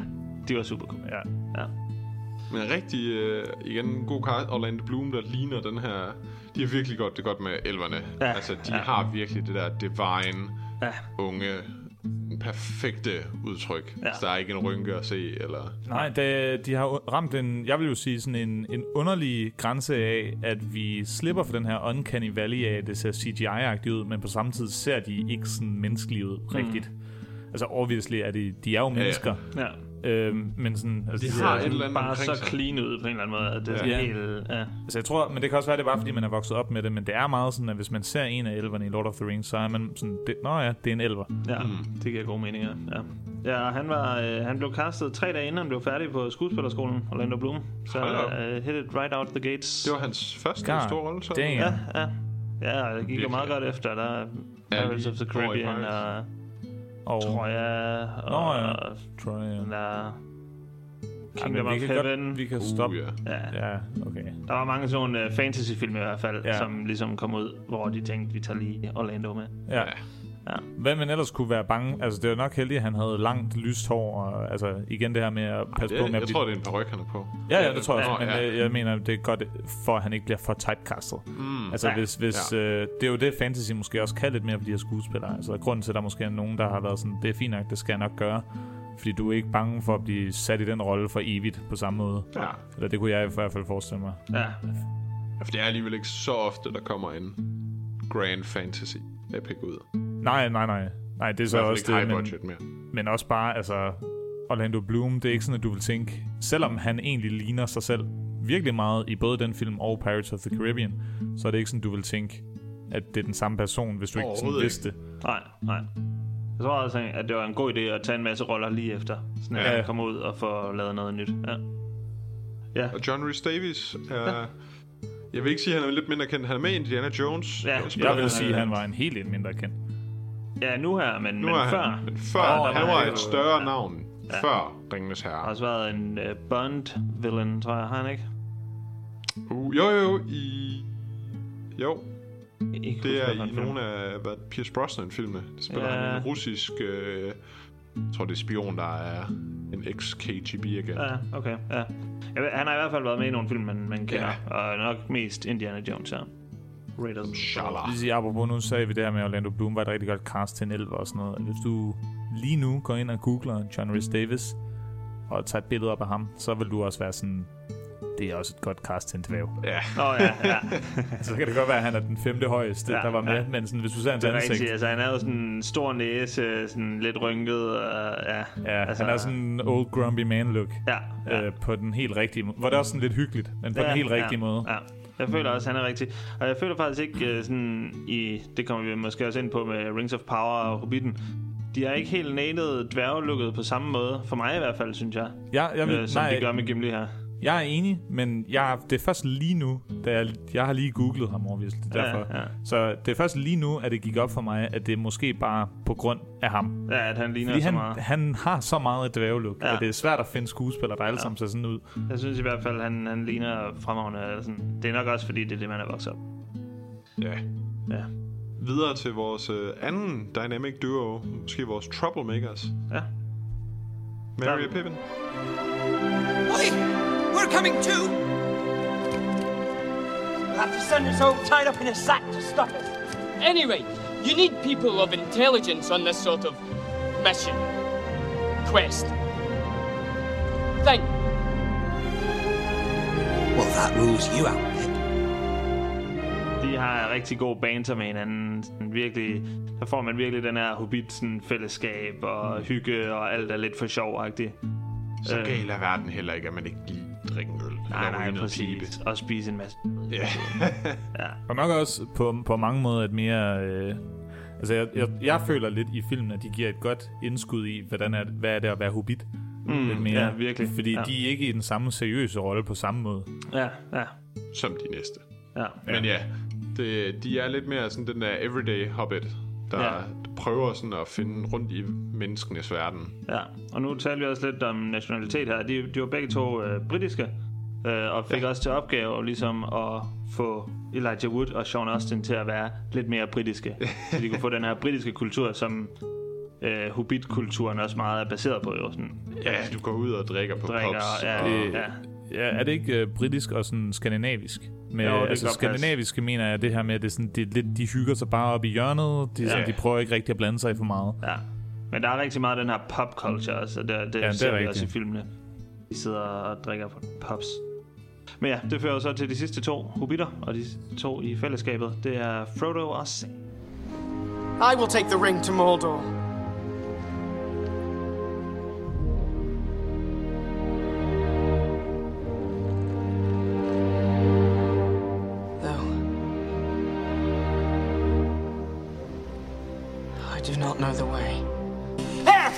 de var super cool. Ja. Ja. Men rigtig, øh, igen, en god cast. Orlando Bloom, der ligner den her... De har virkelig godt det godt med elverne. Ja, altså, de ja. har virkelig det der divine, Ja. unge, perfekte udtryk. Ja. Så der er ikke en rynke at se, eller... Nej, det, de har ramt en, jeg vil jo sige, sådan en, en underlig grænse af, at vi slipper for den her uncanny valley af, at det ser C G I-agtigt ud, men på samme tid ser de ikke sådan menneskelige ud rigtigt. Mm. Altså, obviously er de, de er jo mennesker. Ja. Øhm, men sådan, altså, De ser har et sådan- eller andet Bare omkring så sig. clean ud på en eller anden måde. At det er Ja. sådan helt... Ja. Altså jeg tror, men det kan også være, det er bare fordi, man er vokset op med det, men det er meget sådan, at hvis man ser en af elverne i Lord of the Rings, så er man sådan, det, nå ja, det er en elver. Ja, mm. det giver gode meninger. Ja, ja han, var, øh, han blev castet tre dage inden han blev færdig på skuespillerskolen, Orlando Bloom. Så Hold op. uh, hit it right out the gates. Det var hans første God store rolle, så. damn. Ja, ja. Ja, det gik jo Virkelig. meget godt efter. Der er Pirates of the lige over i Caribbean Pirates. og Og, Troja Nå og ja, tror jeg. den der Ja, Kingdom men of vi kan Heaven. godt, vi kan Uh, stoppe. ja. Ja. Ja, okay. Der var mange sådan uh, fantasyfilm i hvert fald, Ja. som ligesom kom ud, hvor de tænkte, vi tager lige Orlando med. Ja. Ja. Hvad man ellers kunne være bange? Altså, det er nok heldigt, at han havde langt, lyst hår, og altså, igen det her med at passe Det, på med at jeg blive... tror, det er en paryk, han er på. Ja, ja, det tror jeg Nå, også, men ja. jeg, jeg mener, det er godt, for at han ikke bliver for typecastet. Mm. Altså, Ja. hvis, hvis, Ja. øh, det er jo det, fantasy måske også kan lidt mere for de her skuespillere. Altså, grunden til, at der måske er nogen, der har været sådan, det er fint nok, det skal jeg nok gøre. Fordi du er ikke bange for at blive sat i den rolle for evigt på samme måde. Ja. Eller det kunne jeg i hvert fald forestille mig. Ja. Ja, for det er alligevel ikke så ofte, der kommer en grand fantasy epic ud. Nej, nej, nej. Nej, det er I så hvert fald også ikke det, high men, budget mere. men også bare, altså, Orlando Bloom, det er ikke sådan, at du vil tænke, selvom han egentlig ligner sig selv virkelig meget i både den film og Pirates of the Caribbean, så er det ikke sådan, du vil tænke, at det er den samme person, hvis du ikke sådan Overhovedet vidste. Nej, nej. Jeg tror også, at det var en god idé at tage en masse roller lige efter. Sådan at Ja. han kommer ud og får lavet noget nyt. Ja. Ja. Og John Rhys Davies er... Jeg vil ikke sige, at han er lidt mindre kendt. Han er med i Indiana Jones. Ja. Han spiller- Jeg vil han- sige, at han var en helt lidt mindre kendt. Ja, nu her, men, Nu men er han, før. Men før, Åh, han der var jo- et større navn. Ja. Før Ringenes Der har Herre. også været en uh, Bond-villain, tror jeg. Har han ikke? Uh, jo, jo, jo. I... Jo, Jeg ikke det er husker, i hvad for en nogle af hvad, Pierce Brosnan-filmene. Der spiller Ja. han en russisk... Øh, jeg tror, det er spion, der er en eks-K G B-agent. Ja, okay, ja. Jeg ved, han har i hvert fald været med i nogle film, man, man kender. Ja. Og nok mest Indiana Jones, ja. Raiders. Shala. Jeg vil sige, apropos, nu sagde vi det her med Orlando Bloom, var et rigtig godt cast til en elver og sådan noget. Hvis du lige nu går ind og googler John Rhys Davies, og tager et billede op af ham, så vil du også være sådan, det er også et godt cast til en dværg. Ja. Nå ja, ja. Så kan det godt være, at han er den femte højeste, Ja, der var med, ja. men sådan, hvis du ser hans Det er ansigt, rigtigt. Altså, han er jo sådan en stor næse, sådan lidt rynket. Og, ja, ja, altså, han er sådan en old grumpy man look, Ja, ja. øh, på den helt rigtige måde. Hvor det er også sådan lidt hyggeligt, men på Ja, den helt rigtige ja, måde. Ja. Jeg føler også, han er rigtig. Og jeg føler faktisk ikke uh, sådan i... Det kommer vi måske også ind på med Rings of Power og Hobbiten. De er ikke helt nailet dværgelukket på samme måde. For mig i hvert fald, synes jeg. Jeg, jeg, vil, Øh, som nej, de gør med Gimli her. jeg er enig, men jeg, det er først lige nu, da jeg, jeg har lige googlet ham overvist, derfor. Ja, ja. Så det er først lige nu, at det gik op for mig, at det er måske bare på grund af ham. Ja, at han ligner Fordi så han, meget. han har så meget et dværgelook, Ja. og det er svært at finde skuespillere, der alle Ja. sammen ser sådan ud. Jeg synes i hvert fald, han, han ligner fremragende. Eller sådan. Det er nok også, fordi det er det, man er vokset op. Ja. Ja. Videre til vores øh, anden dynamic duo. Måske vores troublemakers. Ja. Merry Ja. og Pippin. Oi! We're coming too! We'll have to send us all tied up in a sack to stop us. Anyway, you need people of intelligence on this sort of mission. Quest. Thing. Well, that rules you out, Pip. De har rigtig god banter med hinanden. Sådan virkelig, der får man virkelig den her hobbit sådan, fællesskab og hygge, og alt er lidt for sjov-agtigt. Så Øh. gal er verden heller ikke, at man ikke lige drikker en øl. Nej, eller nej, ryger noget pibe. præcis. Og spise en masse. Ja. Ja. Og nok også på, på mange måder et mere... Øh, altså, jeg, jeg, jeg føler lidt i filmen, at de giver et godt indskud i, hvordan er, hvad er det at være hobbit. Mm, Lidt mere. ja, virkelig. Fordi Ja. de er ikke i den samme seriøse rolle på samme måde. Ja, ja, Som de næste. ja. Men ja, det, de er lidt mere sådan den der everyday hobbit, der Ja. prøver sådan at finde rundt i menneskenes verden. Ja, og nu taler vi også lidt om nationalitet her. De, de var begge to øh, britiske, øh, og fik ja. også til opgave ligesom at få Elijah Wood og Sean Astin til at være lidt mere britiske. Så de kunne få den her britiske kultur, som øh, Hobbit-kulturen også meget er baseret på. Jo, sådan, ja, du går ud og drikker på drikker, pubs. Ja, og... ja. Ja, er det ikke uh, britisk og sådan skandinavisk? Med, jo, altså skandinaviske mener jeg det her med, at det er sådan, det, de hygger sig bare op i hjørnet. De, ja. sådan, de prøver ikke rigtig at blande sig i for meget. Ja, men der er rigtig meget af den her pop-culture, så det, det, ja, det ser er vi rigtigt. også i filmene. De sidder og drikker på pubs. Men ja, det fører så til de sidste to hobitter, og de to i fællesskabet. Det er Frodo og Sam. I will take the ring to Mordor. I do not know the way. Here!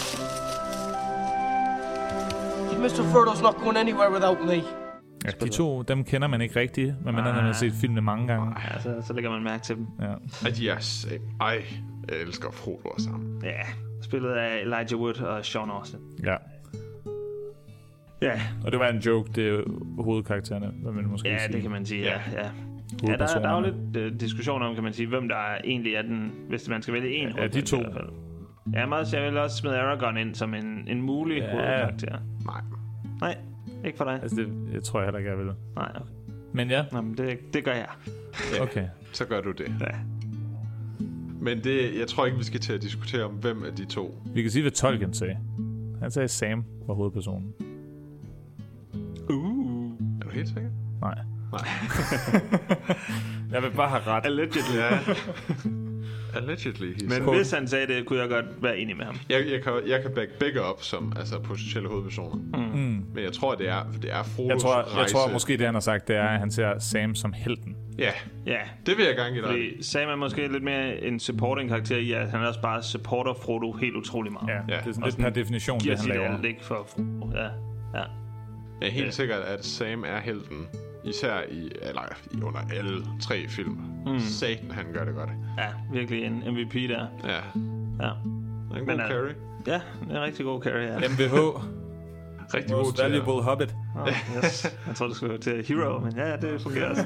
Mister Frodo's not going anywhere without me. Ja, de to, dem kender man ikke rigtigt, men man har set filmene mange gange. Ja, så, så lægger man mærke til dem. Ja. At de er same. Ej, jeg elsker Frodo og Sam. Ja, spillet af Elijah Wood og Sean Austin. Ja. Ja. Og det var en joke, det er hovedkaraktererne, hvad man måske ja, sige. Ja, det kan man sige, ja. ja. Ja, der, der er jo lidt uh, diskussion om, kan man sige, hvem der er, egentlig er den, hvis man skal vælge en ja, de to. Ja, men også, jeg vil også smide Aragorn ind som en, en mulig ja. hovedkarakter. Nej. Nej, ikke for dig. Altså, det jeg tror jeg heller ikke, jeg vil. Nej, okay. Men ja. Nå, men det, det gør jeg. Okay. Så gør du det. Ja. Men det, jeg tror ikke, vi skal til at diskutere om, hvem af de to. Vi kan sige, hvad Tolkien sagde. Han sagde, Sam var hovedpersonen. Uh. Er du helt sikker? Nej. Nej. Jeg vil bare have ret. Allegedly. Ja. Allegedly. Men cool. Hvis han sagde det, kunne jeg godt være enig med ham. Jeg, jeg, kan, jeg kan back begge op som altså, potentielle hovedpersoner. Mm. Mm. Men jeg tror, det er, det er Frodos jeg tror, rejse. Jeg tror måske, det han har sagt, det er, at han ser Sam som helten. Ja, ja. Det vil jeg gerne give dig. Fordi Sam er måske lidt mere en supporting karakter i, at han også bare supporter Frodo helt utrolig meget. Ja, ja. Det er sådan lidt per definition, det han laver. Giver sit for Frodo, ja. ja. Jeg er helt ja. sikker, at Sam er helten. Især i, eller i under alle tre film. Mm. Satan, han gør det godt. Ja, virkelig en M V P der. Ja. Ja. En god carry. Ja, en rigtig god carry, ja. M V H. Rigtig god til valuable at... Hobbit. Oh, yes. Jeg tror, det skulle til Hero, men ja, det fungerer også.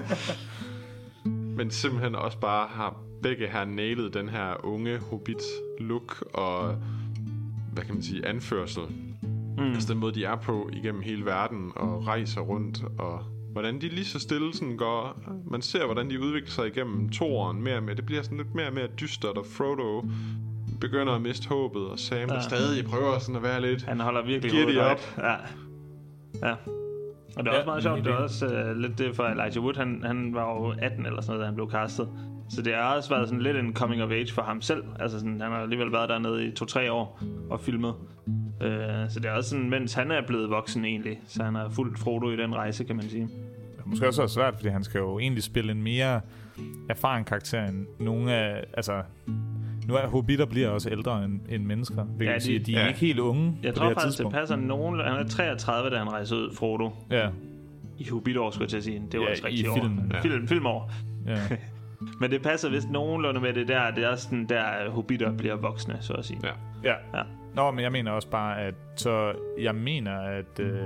Men simpelthen også bare har begge her nailet den her unge hobbit-look og, hvad kan man sige, anførsel. Mm. Altså den måde, de er på igennem hele verden og rejser rundt og... Hvordan de lige så stille sådan går... Man ser, hvordan de udvikler sig igennem toeren mere og mere. Det bliver sådan lidt mere og mere dystert, og Frodo begynder at miste håbet, og Sam ja. stadig prøver sådan at være lidt... Han holder virkelig hovedet op. Ja. Ja. Og det er ja, også meget sjovt. Det er også uh, lidt det for Elijah Wood. Han, han var jo atten eller sådan noget, da han blev castet. Så det har også været sådan lidt en coming of age for ham selv. Altså sådan, han har alligevel været dernede i to-tre år og filmet. Uh, så det er også sådan, mens han er blevet voksen egentlig. Så han har fulgt Frodo i den rejse, kan man sige. Det er måske også være svært, fordi han skal jo egentlig spille en mere erfaren karakter end nogle af... Altså, nu er hobbiter bliver også ældre end, end mennesker. Det ja, de, sige, de er ja. ikke helt unge Jeg på tror det her faktisk, tidspunkt. det passer nogen... Han er treogtredive, da han rejser ud, Frodo. Ja. I hobbitår, skulle jeg til at sige. Det var ja, også rigtig i filmen. Ja. Film, filmår. Ja. Men det passer vist nogenlunde med det der. Det er også den der, hobbiter bliver voksne, så at sige. Ja. Ja. ja. Nå, men jeg mener også bare, at... Så jeg mener, at... Øh,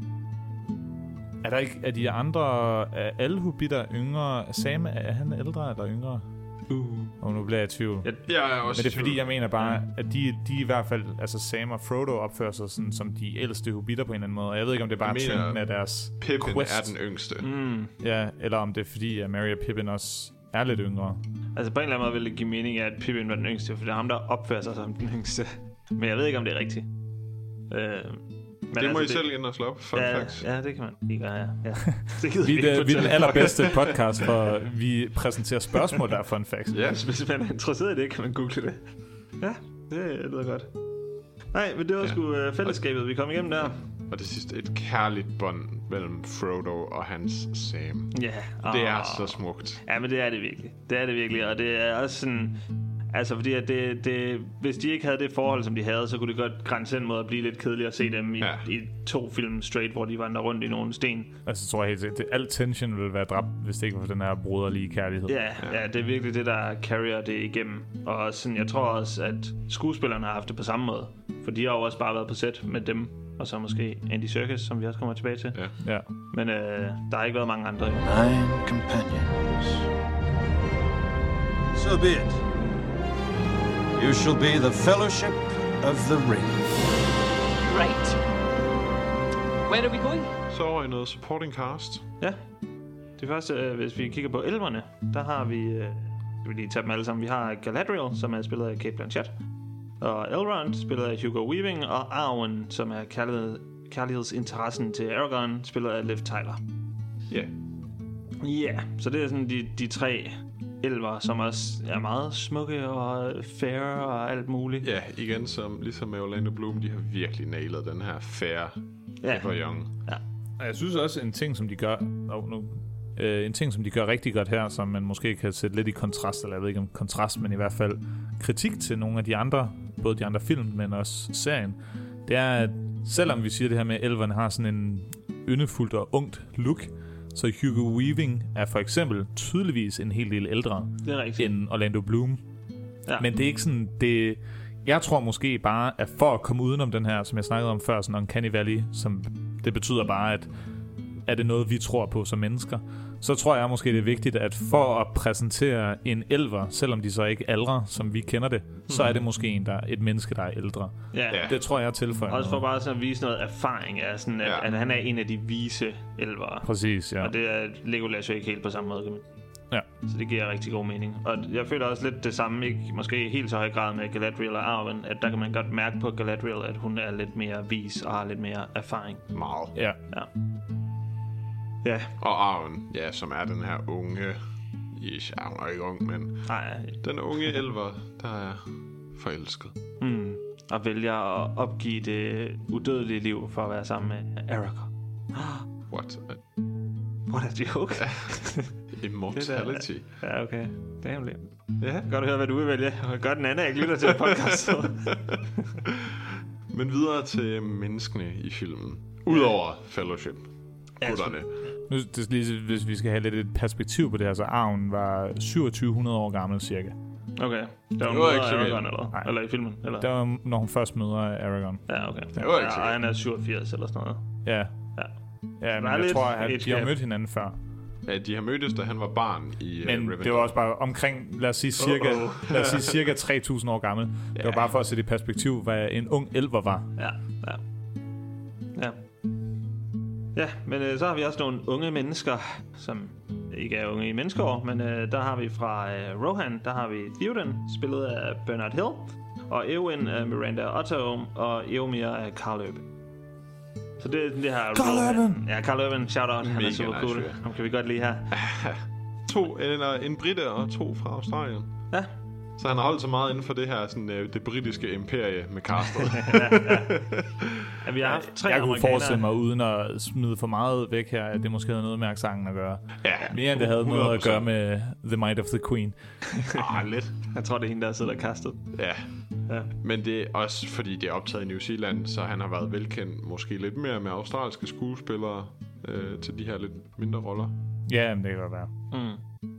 er der ikke... Er de andre... Er alle hobbiter yngre? Sam, er han ældre eller yngre? Uh. Og nu bliver jeg i tvivl. Jeg, jeg er også Men det er fordi, jeg mener bare, at de, de i hvert fald... Altså Sam og Frodo opfører sig sådan, som de ældste hobbiter på en eller anden måde. Og jeg ved ikke, om det er bare trenden af deres Pippin quest. er den yngste. Mm. Ja, eller om det er fordi, at Merry og Pippin også er lidt yngre. Altså på en eller anden måde vil det give mening, at Pippin var den yngste, for det er ham, der opfører sig som den yngste. Men jeg ved ikke, om det er rigtigt. Øh, men det må altså, I det, selv ind og slå op. Fun ja, facts. Ja, det kan man lige gøre, ja. ja. Det vi, det, vi er den allerbedste podcast, for vi præsenterer spørgsmål, der er fun facts. Ja, hvis man er interesseret i det, kan man google det. Ja, det lyder godt. Nej, men det var ja. sgu uh, fællesskabet, vi kom igennem der. Og det sidste, et kærligt bånd mellem Frodo og hans Sam. Ja. Yeah. Det er så smukt. Ja, men det er det virkelig. Det er det virkelig, og det er også sådan... Altså, fordi at det, det, hvis de ikke havde det forhold, som de havde, så kunne det godt grænse ind mod at blive lidt kedeligt at se dem i, ja. i to film straight, hvor de vandrer rundt i nogle sten. Altså, tror jeg helt sikkert, alt tension ville være dræbt, hvis det ikke var for den her broderlige kærlighed. Ja, ja. ja, det er virkelig det, der carrier det igennem. Og sådan, jeg tror også, at skuespillerne har haft det på samme måde. For de har jo også bare været på set med dem, og så måske Andy Serkis, som vi også kommer tilbage til. Ja. ja. Men øh, der har ikke været mange andre. Nine companions. So be it. You shall be the Fellowship of the Ring. Right. Where are we going? Så er noget supporting cast. Ja. Det første, øh, hvis vi kigger på elverne, der har vi... Øh, skal vi lige tage dem alle sammen. Vi har Galadriel, som er spillet af Cate Blanchett. Og Elrond, spillet af Hugo Weaving. Og Arwen, som er kærlighed, kærlighedsinteressen til Aragorn, spillet af Liv Tyler. Ja. Yeah. Ja, yeah, så det er sådan de, de tre elver, som også er meget smukke og fair og alt muligt. Ja, igen, som, ligesom med Orlando Bloom, de har virkelig nailet den her fair ja. for young. Ja. Og jeg synes også, en ting, som de gør... Oh, nu, øh, en ting, som de gør rigtig godt her, som man måske kan sætte lidt i kontrast, eller jeg ved ikke om kontrast, men i hvert fald kritik til nogle af de andre, både de andre film, men også serien, det er, at selvom vi siger det her med, at elverne har sådan en yndefuldt og ungt look, så Hugo Weaving er for eksempel tydeligvis en helt del ældre end Orlando Bloom. Ja. Men det er ikke sådan... Det, jeg tror måske bare, at for at komme udenom den her, som jeg snakkede om før, sådan Uncanny Valley, som det betyder bare, at er det noget, vi tror på som mennesker, så tror jeg måske, det er vigtigt, at for at præsentere en elver, selvom de så ikke er ældre, som vi kender det, mm. så er det måske en, der et menneske, der er ældre. Ja. Det tror jeg tilføjer. Også for bare sådan at vise noget erfaring, er sådan, at, ja. at han er en af de vise elvere. Præcis, ja. Og det er Legolas jo ikke helt på samme måde, kan man. Ja. Så det giver rigtig god mening. Og jeg føler også lidt det samme, ikke måske helt så høj grad med Galadriel og Arwen, at der kan man godt mærke på Galadriel, at hun er lidt mere vis og har lidt mere erfaring. Meget. Ja. Ja. Ja. Og Arwen, ja, som er den her unge... Ish, ja, hun er ikke ung, men... Nej. Den unge elver, der er forelsket. Mm. Og vælger at opgive det udødelige liv for at være sammen med Aragorn. What? What a joke. Immortality. Ja, okay. Damn lidt. Ja, godt at høre, hvad du vil vælge. Godt den anden, jeg ikke lytter til podcast. Men videre til menneskene i filmen. Udover Fellowship. Gutterne. Nu, det lige, hvis vi skal have lidt et perspektiv på det her, så Arwen var syvogtyve hundrede år gammel cirka. Okay. Der var møder Aragorn, eller? Nej. Eller i filmen? Eller? Der var, når hun først møder Aragorn. Ja, okay. Det var ikke ja, og han er syvogfirs eller sådan noget. Ja. Ja. Ja, men jeg tror, at de har mødt hinanden før. Ja, de har mødtes, da han var barn i Men Rivendell. det var også bare omkring, lad os sige cirka, Uh-oh. lad os sige cirka tre tusind år gammel. Ja. Det var bare for at sætte i perspektiv, hvad en ung elver var. Ja, ja. Ja. Ja, men øh, så har vi også nogle unge mennesker, som ikke er unge i menneskeår, men øh, der har vi fra øh, Rohan, der har vi Theoden, spillet af Bernard Hill, og Eowyn af Miranda Otto, og Eomer af Carl Urban. Så det er det her... Carl Urban! Ja, Carl Urban, shout-out, han er super cool. Nice, Ham kan vi godt lide her. to, eller en brite og to fra Australien. Ja. Så han har holdt så meget inden for det her, sådan, det britiske imperie med castet. ja, ja. Ja, vi har haft tre Jeg kunne amerikanere. forestille mig, uden at smide for meget væk her, at det måske havde noget med accenten at gøre. Ja, mere end det havde hundrede procent. noget at gøre med The Might of the Queen. Ah, lidt. Jeg tror, det er hende, der sidder og kastet. Ja. Ja. Men det er også, fordi det er optaget i New Zealand, så han har været velkendt måske lidt mere med australske skuespillere øh, til de her lidt mindre roller. Ja, men det kan godt være. Mm.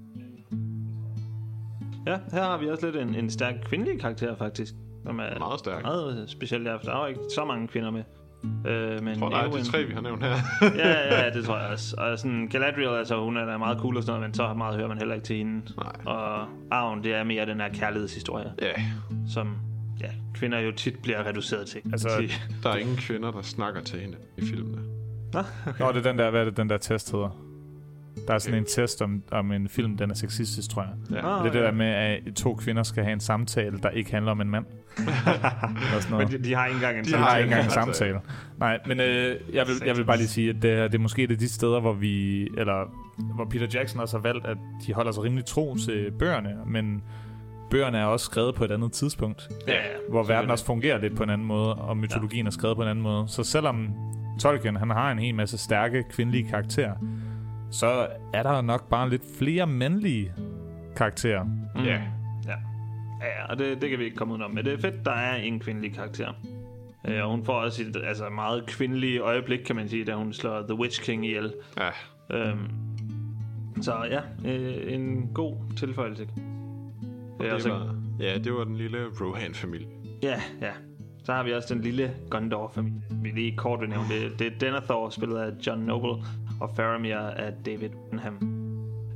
Ja, her har vi også lidt en, en stærk kvindelig karakter, faktisk. Som er meget stærk. Meget specielt. Der er jo ikke så mange kvinder med. Øh, men jeg tror, der er de tre, vi har nævnt her. ja, ja, det tror jeg også. Og sådan, Galadriel, altså, hun er da meget cool og sådan noget, men så meget hører man heller ikke til hende. Nej. Og Arwen, det er mere den her kærlighedshistorie. Ja. Som ja, kvinder jo tit bliver reduceret til. Altså, der er ingen kvinder, der snakker til hende i filmene. Nå, okay. Nå, det er den der, hvad er det, den der test hedder? Der er sådan en test om, om en film, den er sexistisk, tror jeg. Ja. Det er det der med, at to kvinder skal have en samtale, der ikke handler om en mand. Men de, de har ikke engang en de samtale. har ikke engang en samtale. Nej, men øh, jeg, vil, jeg vil bare lige sige, at det, det er måske et af de steder, hvor vi, eller hvor Peter Jackson også har valgt, at de holder sig rimelig tro til bøgerne, men bøgerne er også skrevet på et andet tidspunkt, ja, ja, hvor verden også fungerer lidt på en anden måde, og mytologien ja. er skrevet på en anden måde. Så selvom Tolkien, han har en hel masse stærke kvindelige karakterer, så er der nok bare lidt flere mandlige karakterer. Mm. Ja. Ja. Ja, og det, det kan vi ikke komme ud om. Men det er fedt, der er en kvindelig karakter. Øh, og hun får også et altså, meget kvindelige øjeblik, kan man sige, da hun slår The Witch King ihjel. Ja. Øhm, så ja, øh, en god tilføjelse. Det det var, ja, det var den lille Rohan-familie. Ja, ja. Så har vi også den lille Gondor-familie. Vi lige kort vil nævne det. Det er Denethor, spillet af John Noble, og Faramir af David Wenham.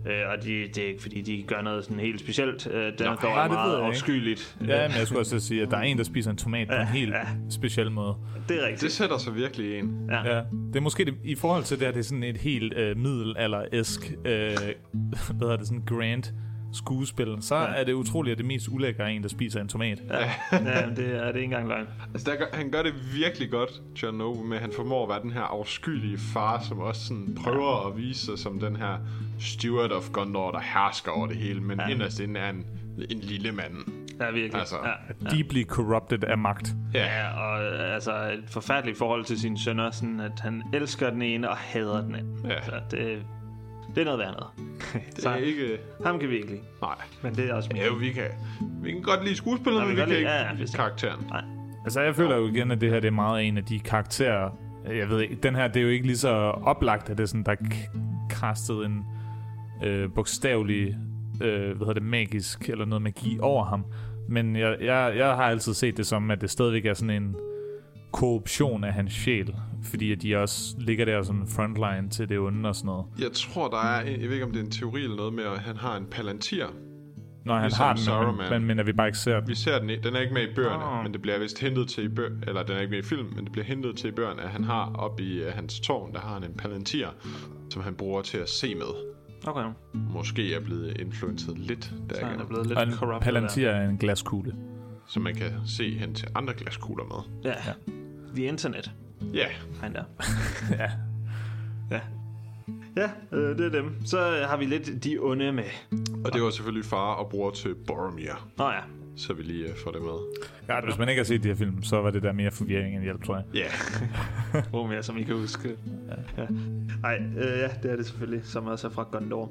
Øh, og de, det er ikke, fordi de gør noget sådan helt specielt. Øh, den Nå, er nej, meget afskyeligt. Ja, men jeg skulle også sige, at der er en, der spiser en tomat på ja, en helt ja. speciel måde. Det er rigtigt. Det sætter sig virkelig i en. Ja. Ja. Det er måske det, i forhold til det her, det er sådan et helt øh, middelalder-esk, øh, hvad hedder det, sådan grand skuespil, så ja. er det utroligt, at det mest ulækre er en, der spiser en tomat. Ja, ja det er det ikke engang løgn. Altså, der gør, han gør det virkelig godt, Jon Snow, med han formår at være den her afskyelige far, som også sådan prøver ja. at vise sig som den her steward of Gondor, der hersker over det hele, men ja. inderst inde er en, en lille mand. Ja, virkelig. Altså, ja, ja. Deeply corrupted af magt. Ja, ja og altså et forfærdeligt forhold til sine sønner, sådan at han elsker den ene og hader den anden. Ja. Så det, det er noget værd noget. Det er ikke... Ham kan vi ikke lide. Nej. Men det er også... Ja, jo, vi kan, vi kan godt lide skuespillerne, men vi kan ikke ja, ja, karakteren. Nej. Altså, jeg føler jo igen, at det her det er meget en af de karakterer... Jeg ved ikke, den her, det er jo ikke lige så oplagt, at det er sådan, der kastede en øh, bogstavelig, øh, hvad hedder det, magisk, eller noget magi over ham. Men jeg, jeg, jeg har altid set det som, at det stadigvæk er sådan en korruption af hans sjæl, fordi at de også ligger der som en frontline til det onde og sådan noget. Jeg tror, der er, jeg ved ikke, om det er en teori eller noget med, at han har en palantir. Nå, han ligesom har den, Saruman. men, men at vi bare ikke ser den. Vi ser den, den er ikke med i bøgerne, oh. men det bliver vist hentet til i bøger, eller den er ikke med i film, men det bliver hentet til i bøgerne, at han har oppe i uh, hans tårn, der har han en palantir, som han bruger til at se med. Okay. Måske er blevet influenceret lidt der. Så han er blevet lidt og en palantir er en glaskugle. Så man kan se hen til andre glaskugler med. Ja, ja. The internet. Ja. Han der. ja. Ja. Ja, øh, det er dem. Så har vi lidt de onde med. Og det var selvfølgelig far og bror til Boromir. Nå ja. Så vi lige uh, får det med. Ja, hvis man ikke har set de her film, så var det der mere forvirring end hjælp, tror jeg. Ja. Yeah. Boromir, som I kan huske. Ja. Ja. Ej, øh, ja, det er det selvfølgelig, som også er fra Gondor.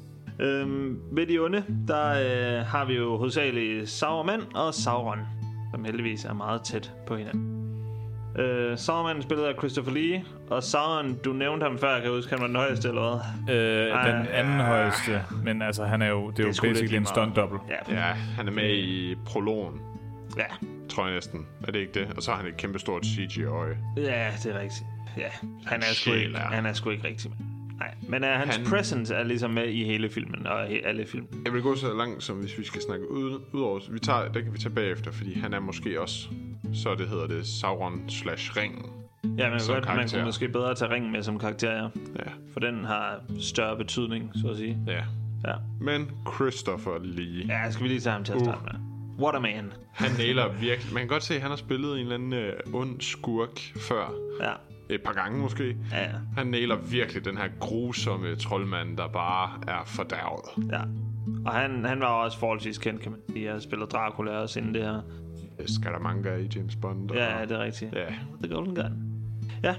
Øhm, ved de onde, der øh, har vi jo hovedsageligt Sauron og Sauron, som heldigvis er meget tæt på hinanden. Uh, Sauron spillet af Christopher Lee, og Sauron, du nævnte ham før, jeg kan huske, han var den højeste eller hvad? Øh, Ej, den anden ja. højeste, men altså han er jo, det er det jo basically en stunt double. Ja, ja, han er med i prologen. Ja. Tror jeg næsten. Er det ikke det? Og så har han et kæmpestort C G I-øje. Ja, det er rigtigt. Ja, han er, sgu ikke, han er sgu ikke rigtig med. Nej, men uh, hans han... presence er ligesom med i hele filmen og i alle film. Jeg vil gå så langt, som hvis vi skal snakke ud, ud over... Vi tager, det kan vi tage bagefter, fordi han er måske også... Så det hedder det Sauron slash ringen. Ja, men godt, man kunne måske bedre tage ringen med som karakter, ja. Ja. For den har større betydning, så at sige. Ja. Ja. Men Christopher Lee... Ja, skal vi lige tage ham til at starte uh. med. What a man. Han nailer virkelig... Man kan godt se, at han har spillet en eller anden øh, ond skurk før. Ja. Et par gange måske. Ja, ja. Han nailer virkelig den her grusomme troldmand, der bare er fordærvet. Ja. Og han, han var også forholdsvis kendt, kan man sige. Jeg har spillet Dracula også inden det her. Scaramanga i James Bond. Og... Ja, det er rigtigt. Ja. The Golden Gun. Ja.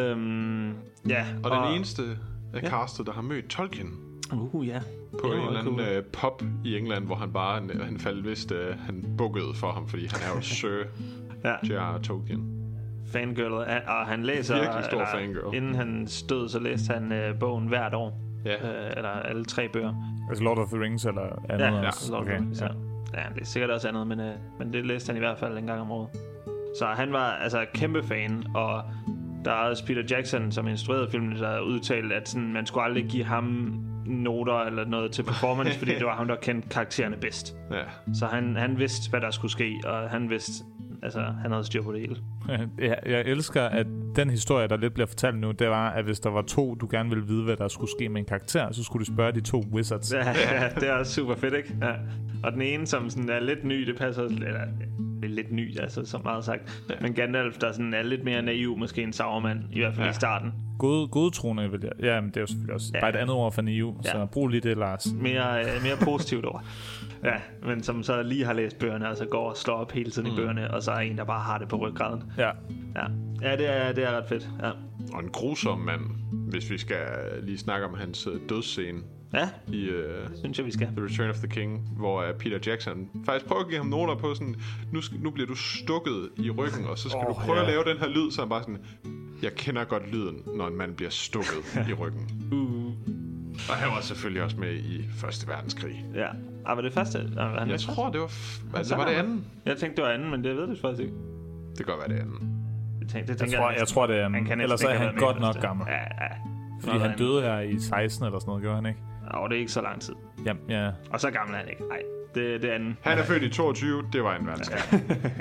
Øhm, ja. Og, og den eneste af ja. castet, der har mødt Tolkien. Uh, ja. På en eller anden cool. uh, pub i England, hvor han bare han, han faldt vist, uh, han bukkede for ham, fordi han er jo Sir ja. J R Tolkien. Fangirl, og han læser... Virkelig stor eller, fangirl. Inden han stod, så læste han uh, bogen hvert år. Ja. Uh, eller alle tre bøger. Altså Lord of the Rings, eller andet? Ja, ja. Okay. Okay. Ja. Ja, det er sikkert også andet, men, uh, men det læste han i hvert fald en gang om året. Så han var altså kæmpe fan, og der er også Peter Jackson, som instruerede filmen, der udtalte, at sådan, man skulle aldrig give ham noter eller noget til performance, fordi det var ham, der kendte karaktererne bedst. Ja. Så han, han vidste, hvad der skulle ske, og han vidste, altså, han havde styr på det hele. Ja, jeg elsker, at den historie, der lidt bliver fortalt nu, det var, at hvis der var to, du gerne ville vide, hvad der skulle ske med en karakter, så skulle du spørge de to wizards. Ja, ja, det er også super fedt, ikke? Ja. Og den ene, som sådan er lidt ny, det passer, eller det er lidt ny, altså så meget sagt. Ja. Men Gandalf, der sådan er lidt mere naiv, måske en Sauron, i hvert fald ja. i starten. God, godtroende, vil jeg. Ja, men det er jo selvfølgelig også ja. bare et andet ord for naiv, ja. så brug lige det, Lars. Mere, øh, mere positivt ord. Ja, men som så lige har læst bøgerne, og så går og slår op hele tiden mm. i bøgerne, og så er en, der bare har det på ryggraden. Ja. Ja, ja det, er, det er ret fedt. Ja. Og en grusom mand, hvis vi skal lige snakke om hans dødsscene. Ja, i, uh, synes jeg, vi skal. The Return of the King, hvor uh, Peter Jackson faktisk prøver at give ham noter på sådan, nu, skal, nu bliver du stukket i ryggen, og så skal oh, du prøve ja. at lave den her lyd, så han bare sådan, jeg kender godt lyden, når en mand bliver stukket i ryggen. Uh. Og han var selvfølgelig også med i Første Verdenskrig. Ja, ah, var det første? Ah, var han jeg tror, det var, f- altså, var det anden. Jeg tænkte, det var anden, men det ved det faktisk ikke. Det kan godt være det anden. Det tænkte, det tænker jeg, tror, jeg, jeg tror, det er anden. Ellers er han godt nok gammel. Ja, ja. Fordi han døde her i seksten eller sådan noget, gjorde han ikke? Og det er ikke så lang tid. Jamen, ja. Og så gammel er han ikke. Nej, det, det er anden. Han er født i toogtyve, det var en verdenskrig.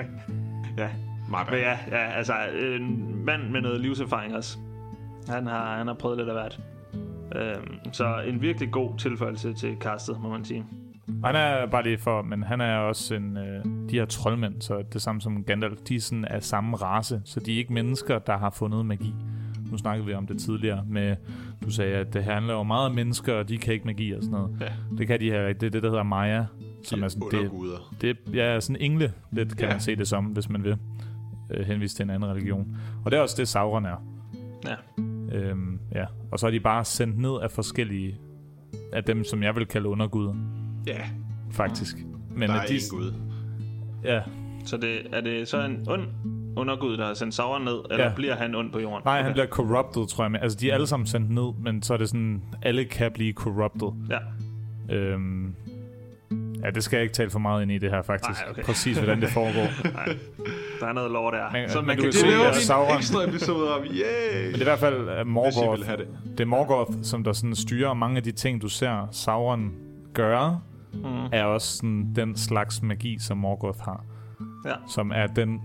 Ja. Men ja, ja, altså en mand med noget livserfaring også. Han har, han har prøvet lidt af hvert. Øhm, så en virkelig god tilføjelse til castet, må man sige. Han er bare lige for, men han er også en, øh, de her troldmænd, så det samme som Gandalf, de er sådan af samme race, så de er ikke mennesker, der har fundet magi. Nu snakkede vi om det tidligere med, du sagde, at det handler jo meget om mennesker, og de kan ikke magi og sådan noget. Ja. Det kan de her, det er det, der hedder Maya, som de er sådan, det, det ja, sådan engle, lidt kan ja. man se det som, hvis man vil øh, henvise til en anden religion. Og det er også det, Sauron er. Ja. Øhm, ja. Og så er de bare sendt ned af forskellige, af dem, som jeg vil kalde underguder. Ja. Faktisk. Men der er de, en gud. Ja. Så det, er det så en ond undergud, der har sendt Sauron ned, eller ja. bliver han ond på jorden? Nej, okay. Han bliver corrupted, tror jeg. Men, altså, de er alle sammen sendt ned, men så er det sådan, alle kan blive corrupted. Ja. Øhm, ja, det skal jeg ikke tale for meget ind i det her, faktisk. Nej, okay. Præcis, hvordan det foregår. Nej, der er noget lore der. Men, så men man kan kan se, det er at Sauron... ekstra episode om, yeah! Men det er i hvert fald uh, Morgoth. Det. det er Morgoth, som der sådan styrer mange af de ting, du ser Sauron gøre, mm. er også sådan den slags magi, som Morgoth har. Ja. Som er den,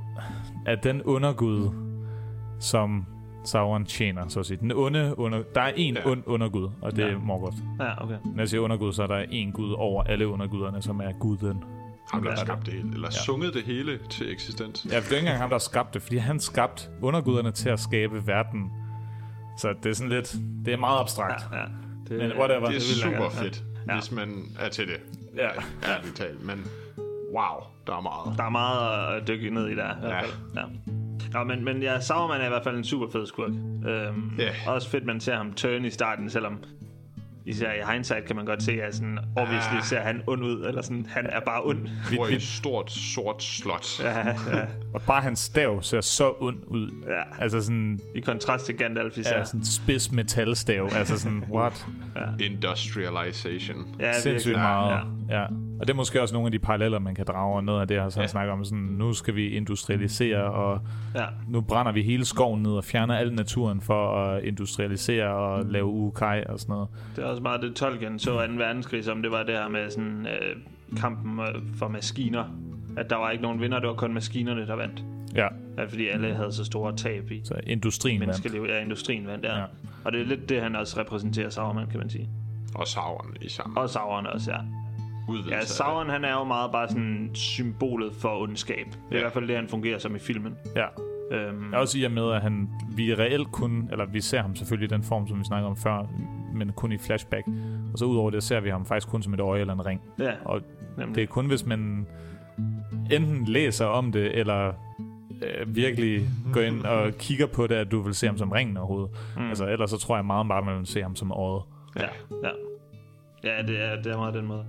er den undergud, som Sauron tjener, så at sige. Den onde under, der er en ja. ond undergud, og det ja. er Morgoth. Ja, okay. Når jeg siger undergud, så er der en gud over alle underguderne, som er guden. Ham, der har skabt det hele, eller ja. sunget det hele til eksistens. Ja, for det er ikke engang ham, der har skabt det, fordi han skabte underguderne til at skabe verden. Så det er sådan lidt, det er meget abstrakt. Ja, ja. Det, Men whatever. Det er det super fedt, ja. hvis man er til det. Ja. Ja, ja. Talt. Men wow, der er meget. Der er meget at dykke ned i der. I hvert fald. Ja. Ja, men, men ja, Sauron er i hvert fald en super fed skurk. Øhm, yeah. Også fedt, man ser ham turn i starten, selvom især i hindsight kan man godt se, at sådan, obviously ah. ser han ond ud, eller sådan, han er bare ond. Vi bor i et stort, sort slot. Ja, ja. Og bare hans stav ser så ond ud. Ja. Altså sådan... I kontrast til Gandalf især. Ja, sådan spids metalstav. Altså sådan, what? Ja. Industrialization. Ja, sindssygt meget. Ja. Ja. Og det er måske også nogle af de paralleller, man kan drage, og noget af det her, så han ja. snakker om sådan, nu skal vi industrialisere, og ja. nu brænder vi hele skoven ned og fjerner al naturen for at industrialisere og lave ukai og sådan noget. Det er også meget det, Tolkien så anden verdenskrig, som det var det her med sådan, øh, kampen for maskiner. At der var ikke nogen vinder, det var kun maskinerne, der vandt. Ja. At fordi alle havde så store tab i. Så industrien vandt. Ja, industrien vandt, ja. ja. Og det er lidt det, han også repræsenterer Sauron, kan man sige. Og Sauron i sammen. Og Sauron også, ja. Ja, Sauron, han er jo meget bare sådan symbolet for ondskab. Det er ja. i hvert fald det, han fungerer som i filmen. Ja. Øhm. Jeg også siger med, at han, vi reelt kun, eller vi ser ham selvfølgelig i den form, som vi snakker om før, men kun i flashback. Og så udover det, ser vi ham faktisk kun som et øje eller en ring. Ja, og nemlig. Det er kun, hvis man enten læser om det, eller øh, virkelig går ind og kigger på det, at du vil se ham som ringen overhovedet. Mm. Altså, ellers så tror jeg meget bare, at man vil se ham som øjet. Ja, ja. Ja, det er, det er meget den måde.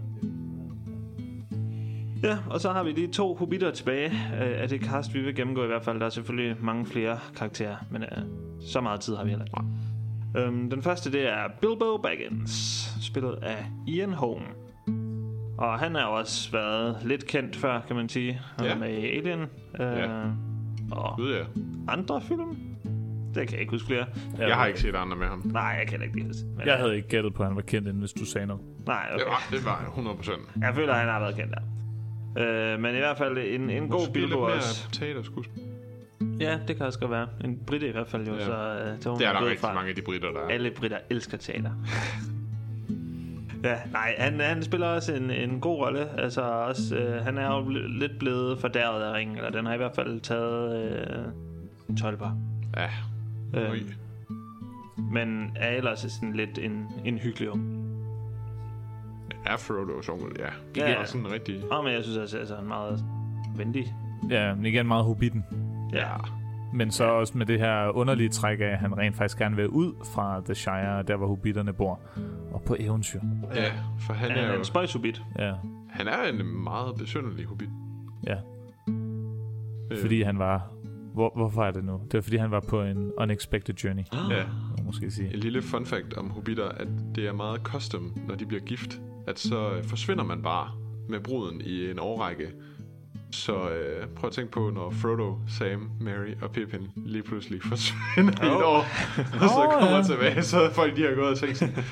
Ja, og så har vi lige to hobitter tilbage af det cast, vi vil gennemgå i hvert fald. Der er selvfølgelig mange flere karakterer, men uh, så meget tid har vi heller ikke. Um, den første, det er Bilbo Baggins, spillet af Ian Holm. Og han har jo også været lidt kendt før, kan man sige. Han ja. med Alien. Uh, ja. Og Gud, ja. andre film. Det kan jeg ikke huske flere. Jeg, jeg har ikke set andre med ham. Nej, jeg kan ikke det. Men jeg havde ikke gættet på, at han var kendt, inden hvis du sagde noget. Nej, okay. Det var, det var hundrede procent. Jeg føler, at han har været kendt der. Uh, men i hvert fald en, en god Bilbo også. Potato-skuespil. Ja, det kan også godt være. En britte i hvert fald jo. Ja. Så, uh, så det er der rigtig fra. mange af de britter, der er. Alle britter elsker teater. Ja, nej, han, han spiller også en, en god rolle. Altså også, uh, han er jo lidt blevet fordærvet af ringen. Eller den har i hvert fald taget uh, tolper. Ja. Uh, men er ellers sådan lidt en, en hyggelig ung. Er Frodo's onkel, ja. Det ja, er sådan rigtig... Ja, men jeg synes også, at han er meget venlig. Ja, men igen meget hobbiten. Ja. Men så ja. også med det her underlige træk af, at han rent faktisk gerne vil ud fra The Shire, der hvor hobbiterne bor, og på eventyr. Ja, for han ja, er, er jo... en spøjshobbit. Ja. Han er en meget besynderlig hobbit. Ja. Øh. Fordi han var... Hvor, hvorfor er det nu? Det er fordi han var på en unexpected journey. Ah. Ja. Måske sige. En lille fun fact om hobbiter, at det er meget custom, når de bliver gift, at så forsvinder man bare med bruden i en årrække. Så øh, prøv at tænke på, når Frodo, Sam, Merry og Pippin lige pludselig forsvinder oh. i et år, og så kommer oh, ja. tilbage, så folk de har gået og tænkt sådan,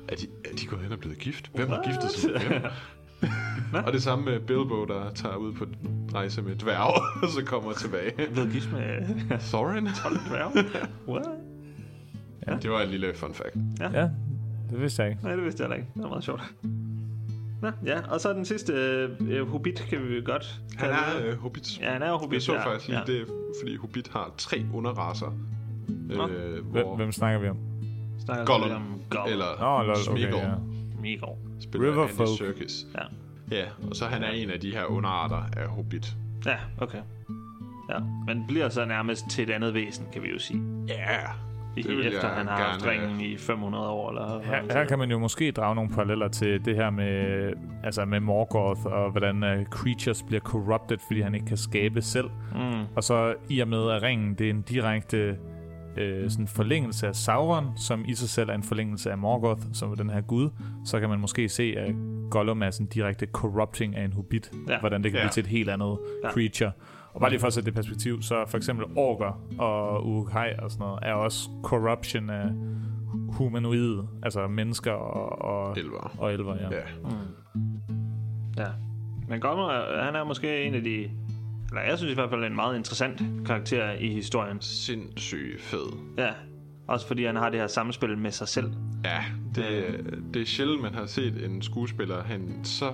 er de, er de gået hen og blevet gift? Hvem har giftet sig med hvem? Og det samme med Bilbo, der tager ud på rejse med dværg, og så kommer tilbage. Blevet gift med Thorin? tolv dværg? What? Ja. Det var en lille fun fact. Ja, ja det vidste jeg ikke. Nej, det vidste jeg ikke. Det var meget sjovt. Nå, ja, og så den sidste uh, Hobbit kan vi godt. Han er uh, Hobbit. Ja, han er Hobbit. Jeg så ja. faktisk lige ja. det, fordi Hobbit har tre underracer. Øh, hvem, hvor hvem snakker vi om? Snakker Gollum, vi om Gollum. eller oh, lol, Smeagol. Okay, ja. Smeagol. Spiller Riverfolk. Andy Serkis. Ja. Ja, og så han er en af de her underarter af Hobbit. Ja, okay. Ja, men bliver så nærmest til et andet væsen, kan vi jo sige. Ja, det vil efter han har haft ringen i fem hundrede år. Eller her, her kan man jo måske drage nogle paralleller til det her med, altså med Morgoth, og hvordan uh, creatures bliver corrupted, fordi han ikke kan skabe selv. Mm. Og så i og med, at ringen det er en direkte øh, sådan forlængelse af Sauron, som i sig selv er en forlængelse af Morgoth, som er den her gud, så kan man måske se, at Gollum er sådan direkte corrupting af en hobbit. Ja. Hvordan det kan ja. blive til et helt andet ja. creature. Og bare lige for at sætte det perspektiv, så for eksempel orker og Uruk-hai og sådan noget, er også corruption af humanoide, altså mennesker og, og elver. Og elver, ja. Ja. Mm. Ja. Men Gollum, han er måske en af de, eller jeg synes i hvert fald en meget interessant karakter i historien. Sindssygt fed. Ja. Også fordi han har det her samspil med sig selv. Ja, det, øh. det er sjældent, man har set en skuespiller have en så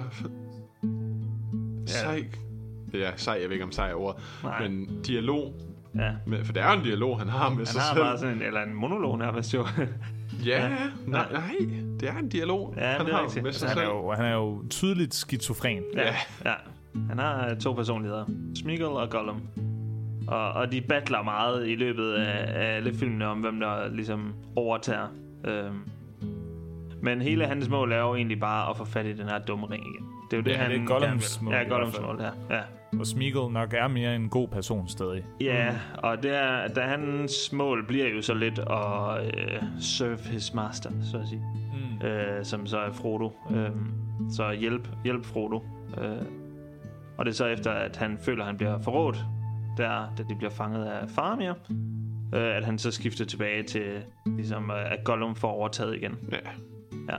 sej. Ja. Ja, sej, jeg ved ikke om sej er ordet. Nej. Men dialog. Ja. Med, for det er en dialog, han har med han sig har selv. Bare sådan en, eller en monolog nærmest jo. ja, ja. Nej, nej, det er en dialog, ja, han har rigtigt. Med sig han selv. Er jo, han er jo tydeligt skizofren. Ja, ja. ja. Han har to personligheder. Smeagol og Gollum. Og, og de battler meget i løbet af, af alle filmene om, hvem der ligesom overtager. Øhm. Men hele hans mål er jo egentlig bare at få fat i den her dumme ring igen. Det er jo det, ja, han det er Gollums mål. Ja, Gollums mål, ja. ja. Og Smeagol nok er mere en god person stadig. Ja, og det er, da hans mål bliver jo så lidt at øh, serve his master, så at sige. Mm. Øh, som så er Frodo. Øh, så hjælp, hjælp Frodo. Øh, og det er så efter, at han føler, at han bliver forrådt, der, da de bliver fanget af Faramir, øh, at han så skifter tilbage til, ligesom, at Gollum får overtaget igen. Ja. Ja.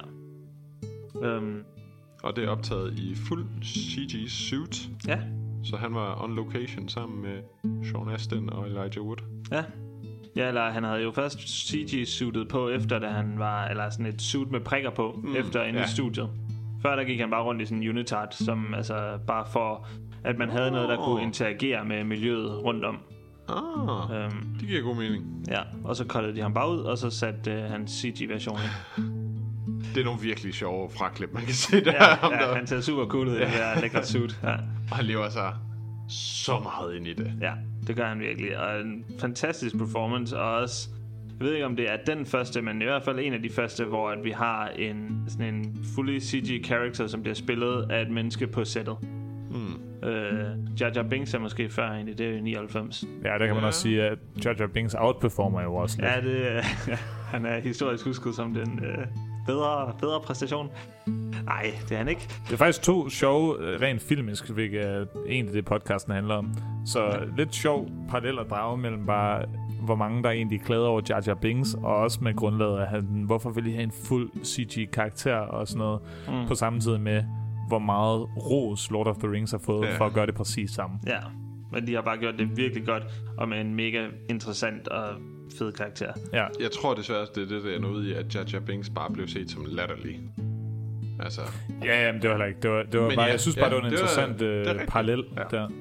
Øhm, og det er optaget i fuld C G suit. Ja. Så han var on location sammen med Sean Astin og Elijah Wood. Ja. Ja, eller han havde jo først C G-suitet på, efter da han var, eller sådan et suit med prikker på, mm, efter inde ja. i studiet. Før der gik han bare rundt i sådan en unitard, som altså bare for, at man havde oh. noget, der kunne interagere med miljøet rundt om. Ah, øhm, det giver god mening. Ja, og så cuttede de ham bare ud, og så satte uh, han C G-version ind. Det er nogle virkelig sjove fraklip, man kan se der. Ja, ham ja der. Han ser super cool ud i det her lækre suit. Ja. Og han lever sig så meget ind i det. Ja, det gør han virkelig. Og en fantastisk performance, og også, jeg ved ikke om det er den første, men i hvert fald en af de første, hvor at vi har en, sådan en fully C G-character, som bliver spillet af et menneske på settet. Mm. Øh, Jar Jar Binks er måske før egentlig, det er jo nioghalvfems. Ja, der kan man ja. også sige, at Jar Jar Binks outperformer jo også lidt. Ja, det, han er historisk husket som den øh, bedre, bedre præstation. Nej, det er han ikke. Det er faktisk to sjove, rent filmisk, hvilket er egentlig det podcasten handler om. Så ja. lidt sjov parallel at drage mellem bare, hvor mange der egentlig klagede over Jar Jar Binks, og også med grundlaget af, han, hvorfor vil I have en fuld C G-karakter og sådan noget, mm. på samme tid med, hvor meget ros Lord of the Rings har fået ja. for at gøre det præcis samme. Ja, men de har bare gjort det virkelig godt, og med en mega interessant og fed karakter. Ja. Jeg tror desværre, det er det, der er noget i, at Jar Jar Binks bare blev set som latterlig. Altså. Ja, jamen, det var heller ikke. Det var, det var bare, ja, jeg synes bare, ja, det var en det interessant var, det parallel ja. der.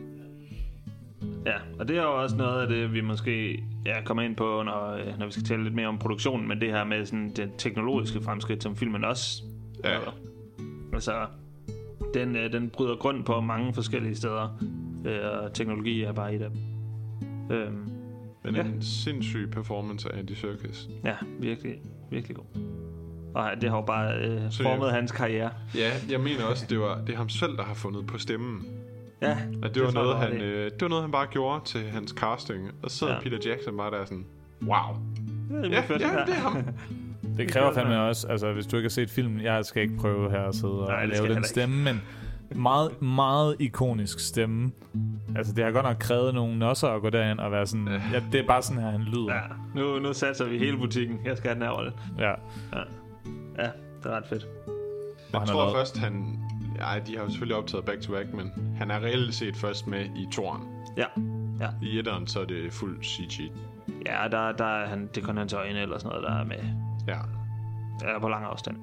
Ja, og det er jo også noget af det, vi måske ja, kommer ind på, når, når vi skal tale lidt mere om produktionen, men det her med sådan den teknologiske fremskridt, som filmen også ja. Altså, den, den bryder grund på mange forskellige steder, og teknologi er bare i det. Øhm, men ja. en sindssyg performance af Andy Serkis. Ja, virkelig, virkelig god. Og det har jo bare øh, formet jeg, hans karriere. Ja, jeg mener også, det var det er ham selv, der har fundet på stemmen. Ja, at det, det, var noget, han, øh, det var noget, han bare gjorde til hans casting. Og så ja. Peter Jackson bare der sådan, wow. Det er ja, fedt, ja, det er ham. Det kræver fandme også, altså hvis du ikke har set filmen, jeg skal ikke prøve her at sidde og Nej, lave den stemme, men meget, meget ikonisk stemme. Altså det har godt nok krævet nogle nosser at gå derind og være sådan, ja, det er bare sådan her, han lyder. Ja, nu, nu satser vi hele butikken. Jeg skal have den her rolle. Ja. Ja. Ja, det er ret fedt. Jeg tror været... først, han... Ej, de har jo selvfølgelig optaget back-to-back, men han er reelt set først med i toren. Ja, ja. I etteren, så er det fuld C G. Ja, der, der er han, det er kun hans øjne eller sådan noget, der er med. Ja. Ja, på lang afstand.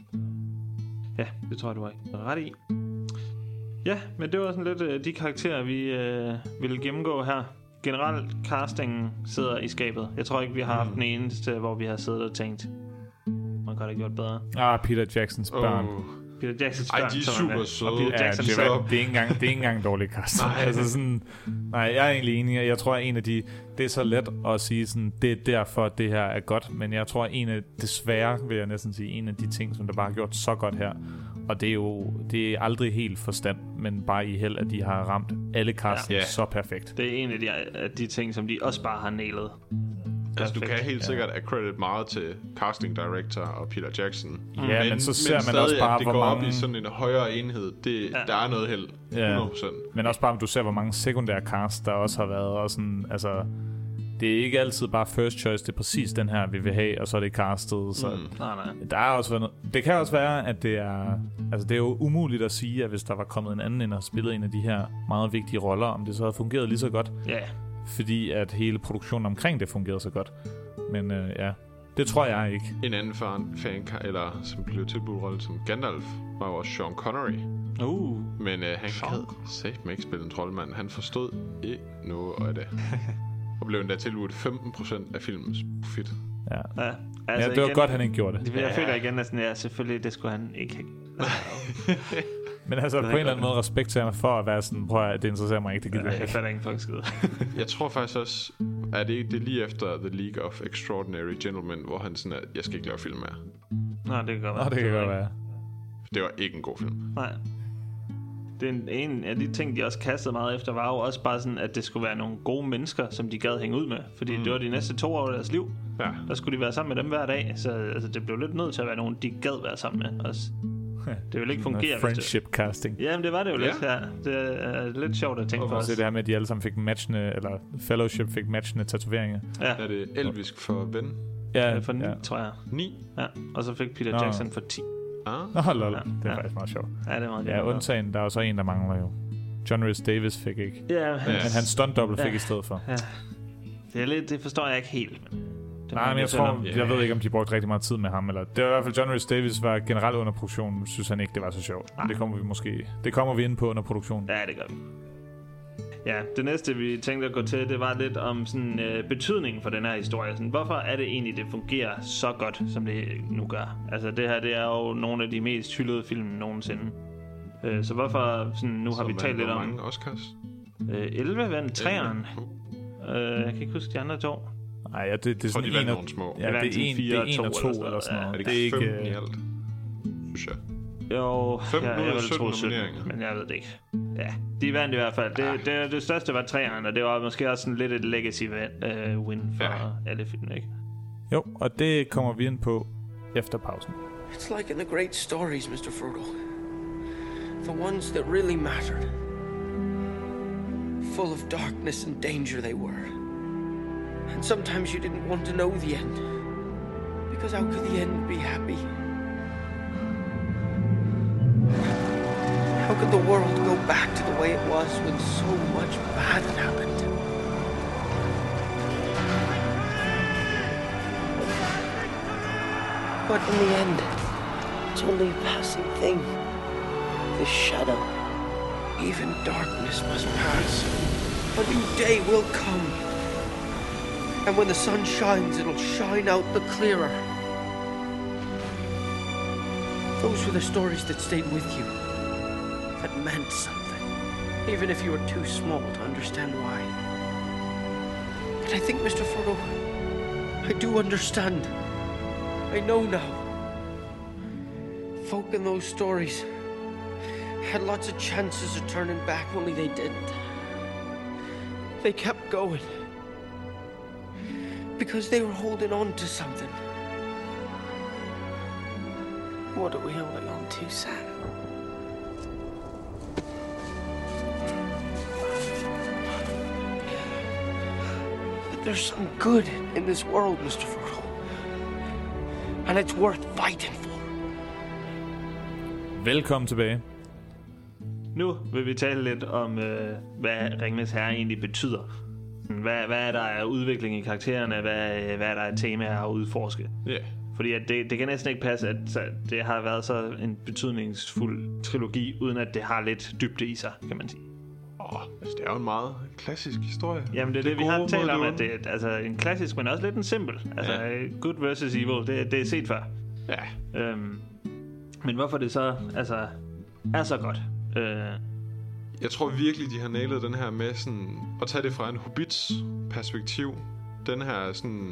Ja, det tror jeg, du har ret i. Ja, men det var sådan lidt uh, de karakterer, vi øh, ville gennemgå her. Generelt, castingen sidder i skabet. Jeg tror ikke, vi har haft den eneste, hvor vi har siddet og tænkt, man kan have gjort bedre. Ah, Peter Jacksons børn. Oh. Peter Jacksons børn. Ej, de er super søde. Ja, det, det, er, det, er ikke engang, det er ikke engang dårlig cast. Nej. Altså sådan, nej, jeg er egentlig enig. Jeg tror, at en af de... Det er så let at sige sådan, det er derfor, at det her er godt. Men jeg tror, at en af... Desværre vil jeg næsten sige, en af de ting, som der bare har gjort så godt her. Og det er jo... Det er aldrig helt forstand, men bare i held, at de har ramt alle casten ja. så perfekt. Det er en af de, af de ting, som de også bare har nailet. Altså, du kan helt sikkert ja. accredit meget til casting director og Peter Jackson. Mm. Ja, men, men så ser men man stadig, også bare, at det hvor går mange... op i sådan en højere enhed. Det, ja. Der er noget held. hundrede procent. Ja. Men også bare, om du ser, hvor mange sekundære cast, der også har været. Og sådan, altså, det er ikke altid bare first choice. Det er præcis den her, vi vil have, og så er det castet. Så mm. nej, nej. Der er også noget, det kan også være, at det er... Altså, det er jo umuligt at sige, at hvis der var kommet en anden ind og spillet en af de her meget vigtige roller, om det så havde fungeret lige så godt. Ja. Yeah. Fordi at hele produktionen omkring det fungerede så godt. Men øh, ja, det tror jeg ikke. En anden fan, fan eller som blev tilbudt rolle som Gandalf, var jo også Sean Connery. Uh, Men øh, han kan satme ikke spille en troldmand. Han forstod ikke noget af det. Og blev endda tilbudt femten procent af filmens profit. Ja, ja, altså ja det var igen, godt, han ikke gjorde det. Jeg ja. føler igen, at ja, selvfølgelig, det skulle han ikke have. Men altså på en eller anden måde respekt til ham for at være sådan, prøv at det interesserer mig ikke, det gider jeg ikke. Jeg fatter ikke folk skide. Jeg tror faktisk også, at det, det er lige efter The League of Extraordinary Gentlemen, hvor han sådan, at jeg skal ikke lave film mere. Nej, det kan godt være. Nå, det kan godt være. Det var ikke en god film. Nej. Det er en, en af de ting, de også kastede meget efter, var jo også bare sådan, at det skulle være nogle gode mennesker, som de gad hænge ud med. Fordi mm. det var de næste to år af deres liv. Ja. Der skulle de være sammen med dem hver dag. Så altså, det blev lidt nødt til at være nogen, de gad være sammen med også. Det ville ikke fungere. Friendship det... casting. Jamen, det var det jo ja. lidt her. Det er lidt sjovt at tænke og på os. Det her med, at de alle sammen fik matchende, eller Fellowship fik matchende tatoveringer. Ja. Er det elvisk for ven? Ja, for ni, ja. tror jeg. ni? Ja, og så fik Peter Nå. Jackson for ti. Ah. Nå, lol. Ja. Det er ja. faktisk meget sjovt. Ja, det er meget ja, undtagen, der er jo så en, der mangler jo. John Rhys Davis fik ikke. Ja, men yes. hans stunt-double fik ja. i stedet for. Ja. Det, er lidt, det forstår jeg ikke helt, men... Nej, men jeg tror, yeah. jeg ved ikke, om de brugte rigtig meget tid med ham. Eller det var i hvert fald, John Rhys Davis var generelt under produktionen. Synes han ikke, det var så sjovt. Det kommer vi måske... Det kommer vi ind på under produktionen. Ja, det gør vi. Ja, det næste, vi tænkte at gå til, det var lidt om sådan øh, betydningen for den her historie. Sådan, hvorfor er det egentlig, det fungerer så godt, som det nu gør? Altså, det her, det er jo nogle af de mest hyldede film nogensinde. Øh, så hvorfor... Sådan, nu så har vi talt lidt om... mange Oscars? Øh, elleve vandt træeren. Uh. Øh, jeg kan ikke huske de andre to. Nej, ja, det, det er sådan de en og små. Ja, det er en, det er en og to eller, eller sådan noget. Er det ikke fem i alt? Synes jeg. Jo, fem ja, jeg vil tro sytten, men jeg ved det ikke. Ja, de vandt i hvert fald. Det, det, det største var træeren, og det var måske også sådan lidt et legacy uh, win for ja. alle filmene, ikke? Jo, og det kommer vi ind på efter pausen. It's like in the great stories, mister Frodo. The ones that really mattered. Full of darkness and danger they were. And sometimes you didn't want to know the end. Because how could the end be happy? How could the world go back to the way it was when so much bad had happened? But in the end, it's only a passing thing. This shadow. Even darkness must pass. A new day will come. And when the sun shines, it'll shine out the clearer. Those were the stories that stayed with you. That meant something. Even if you were too small to understand why. But I think, Mister Frodo, I do understand. I know now. Folk in those stories had lots of chances of turning back, only they didn't. They kept going. Because they were holding on to something. What are we holding on to, Sam? But there's some good in this world, Mister Frodo. And it's worth fighting for. Velkommen tilbage. Nu vil vi tale lidt om, øh, hvad Ringenes Herre egentlig betyder. Hvad, hvad er der af udvikling i karaktererne? Hvad, hvad er der af temaer at udforske? Ja. Yeah. Fordi at det, det kan næsten ikke passe, at det har været så en betydningsfuld trilogi, uden at det har lidt dybde i sig, kan man sige. Åh, oh, altså det er jo en meget klassisk historie. Jamen det er det, det vi har talt om, at det er altså, en klassisk, men også lidt en simpel. Altså ja. Good versus evil, det, det er set før. Ja. Øhm, men hvorfor det så altså, er så godt? Øh, Jeg tror virkelig, de har nailet den her med sådan, at tage det fra en hobbits perspektiv. Den her sådan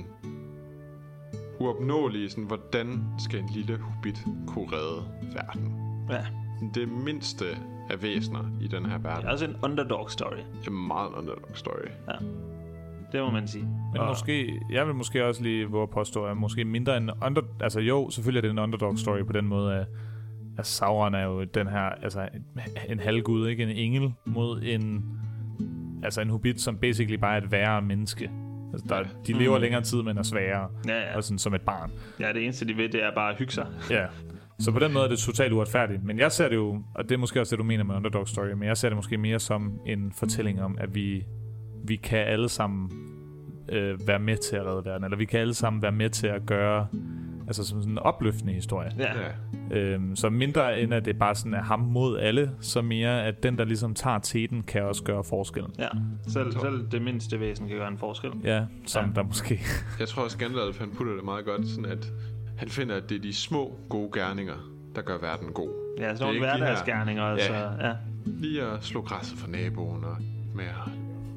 uopnåelige, sådan, hvordan skal en lille hobbit kunne redde verden? Ja. Det mindste af væsener i den her verden. Det er også en underdog story. Det er meget en underdog story. Ja. Det må man sige. Men og måske, jeg vil måske også lige våge påstå, at måske mindre en under, altså jo, selvfølgelig er det en underdog story på den måde, at, at Sauron er jo den her, altså en halvgud, ikke en engel mod en, altså en hobbit, som basically bare er et værre menneske. Altså, der, de lever mm. længere tid, men er sværere, ja, ja. og sådan som et barn. Ja, det eneste de ved, det er bare at hygge sig. Ja. Så på den måde er det totalt uretfærdigt. Men jeg ser det jo, og det er måske også det, du mener med underdog story, men jeg ser det måske mere som en fortælling om, at vi, vi kan alle sammen øh, være med til at redde verden, eller vi kan alle sammen være med til at gøre, altså som sådan en opløftende historie. Ja. Øhm, så mindre end at det bare sådan er ham mod alle, så mere at den, der ligesom tager teten, kan også gøre forskellen. Ja, selv, selv det mindste væsen kan gøre en forskel. Ja, som ja. der måske... Jeg tror også, Gandalf han putter det meget godt, sådan at han finder, at det er de små gode gerninger, der gør verden god. Ja, sådan nogle hverdagsgerninger. Ja, altså, ja. Lige at slå græsset for naboen og med at...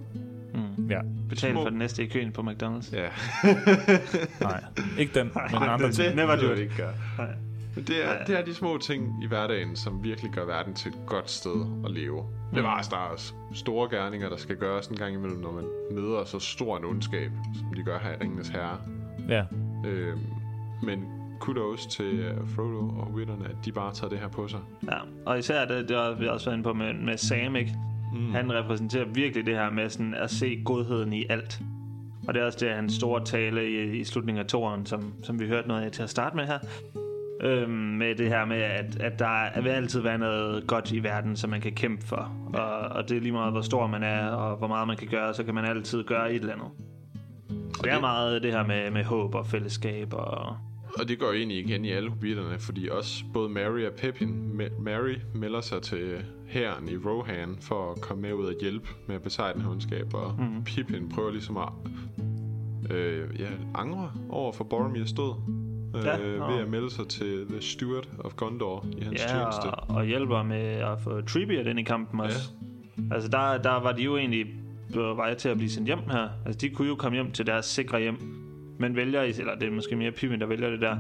Mm. Ja. Betale små... for den næste i køen på McDonald's. Ja. Nej, ikke den, men Nej, andre det, ting. Det, never do it. Ikke gør. Nej. Men det er, det er de små ting i hverdagen, som virkelig gør verden til et godt sted at leve. Mm. Det var altså, der også store gerninger, der skal gøres en gang imellem, når man møder så stor en ondskab, som de gør her i Ringenes Herre. Ja. Øhm, men kudos til uh, Frodo og hobitterne, at de bare tager det her på sig. Ja, og især det, det har vi også været inde på med, med Sam, ikke? Mm. Han repræsenterer virkelig det her med sådan at se godheden i alt. Og det er også det, hans store tale i, i slutningen af toeren, som, som vi hørte noget af til at starte med her. Øhm, med det her med, at, at der vil altid være noget godt i verden, som man kan kæmpe for. Ja. Og, og det er lige meget, hvor stor man er, og hvor meget man kan gøre, så kan man altid gøre et eller andet. Og det er meget det her med, med håb og fællesskab og... Og det går egentlig igen i alle hobitterne, fordi også både Merry og Pippin, Merry melder sig til hæren i Rohan for at komme med ud og hjælpe med at besejre den her ondskab, og mm. Pippin prøver ligesom at øh, ja, angre over for Boromirs død, øh, ja, ved at melde sig til The Steward of Gondor i hans ja, tjeneste. Og, og hjælper med at få Treebeard ind i kampen også. Ja. Altså der, der var de jo egentlig på vej til at blive sendt hjem her. Altså de kunne jo komme hjem til deres sikre hjem, men vælger, eller det er måske mere Pippin, der vælger det der,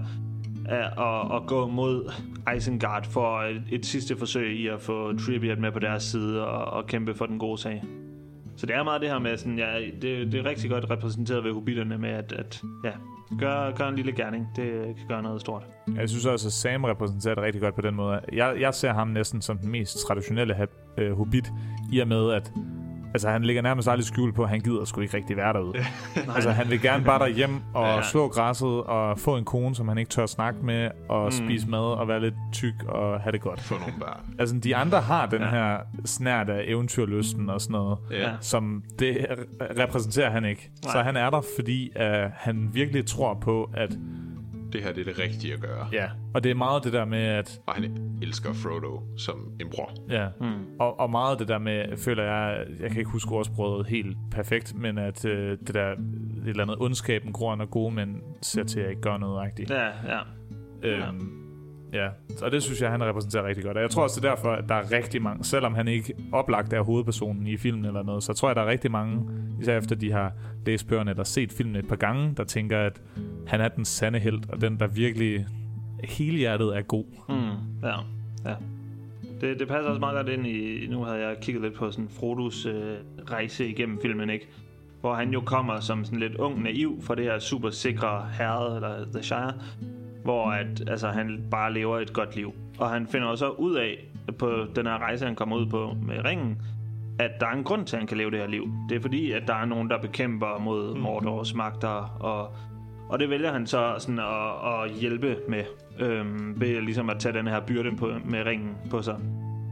at, at gå mod Isengard for et, et sidste forsøg i at få Treebeard med på deres side og, og kæmpe for den gode sag. Så det er meget det her med, sådan, ja, det, det er rigtig godt repræsenteret ved hobitterne med, at, at ja, gør, gør en lille gerning. Det kan gøre noget stort. Jeg synes også, at Sam repræsenterer det rigtig godt på den måde. Jeg, jeg ser ham næsten som den mest traditionelle uh, hobbit, i og med, at altså, han ligger nærmest aldrig skjult på, at han gider sgu ikke rigtig være derude. Altså, han vil gerne bare derhjem og ja, ja. slå græsset og få en kone, som han ikke tør snakke med, og mm. spise mad og være lidt tyk og have det godt. For nogle børn. Altså, de andre har den ja. her snært af eventyrlysten og sådan noget, ja. som det repræsenterer han ikke. Nej. Så han er der, fordi uh, han virkelig tror på, at det her det er det rigtige at gøre. Ja, og det er meget det der med, at... Og han elsker Frodo som en bror. Ja, mm. og, og meget det der med, føler jeg, jeg kan ikke huske ordsproget helt perfekt, men at øh, det der, et eller andet ondskaben gror, når gode mænd ser til at ikke gøre noget rigtigt. Ja, ja. Øhm, ja. ja, og det synes jeg, han repræsenterer rigtig godt. Og jeg tror også, det er derfor, at der er rigtig mange, selvom han ikke oplagt er hovedpersonen i filmen eller noget, så tror jeg, der er rigtig mange, især efter de har læst bøgerne eller set filmen et par gange, der tænker, at han er den sande helt, og den, der virkelig helhjertet er god. Mm, ja, ja. Det, det passer også meget godt ind i, nu havde jeg kigget lidt på sådan Frodos øh, rejse igennem filmen, ikke? Hvor han jo kommer som sådan lidt ung naiv for det her super sikre herred, eller The Shire, hvor at, altså, han bare lever et godt liv. Og han finder også ud af, på den her rejse, han kommer ud på med ringen, at der er en grund til, at han kan leve det her liv. Det er fordi, at der er nogen, der bekæmper mod Mordors magter, og Og det vælger han så sådan at, at hjælpe med, øhm, ved ligesom at tage den her byrde på, med ringen på sig.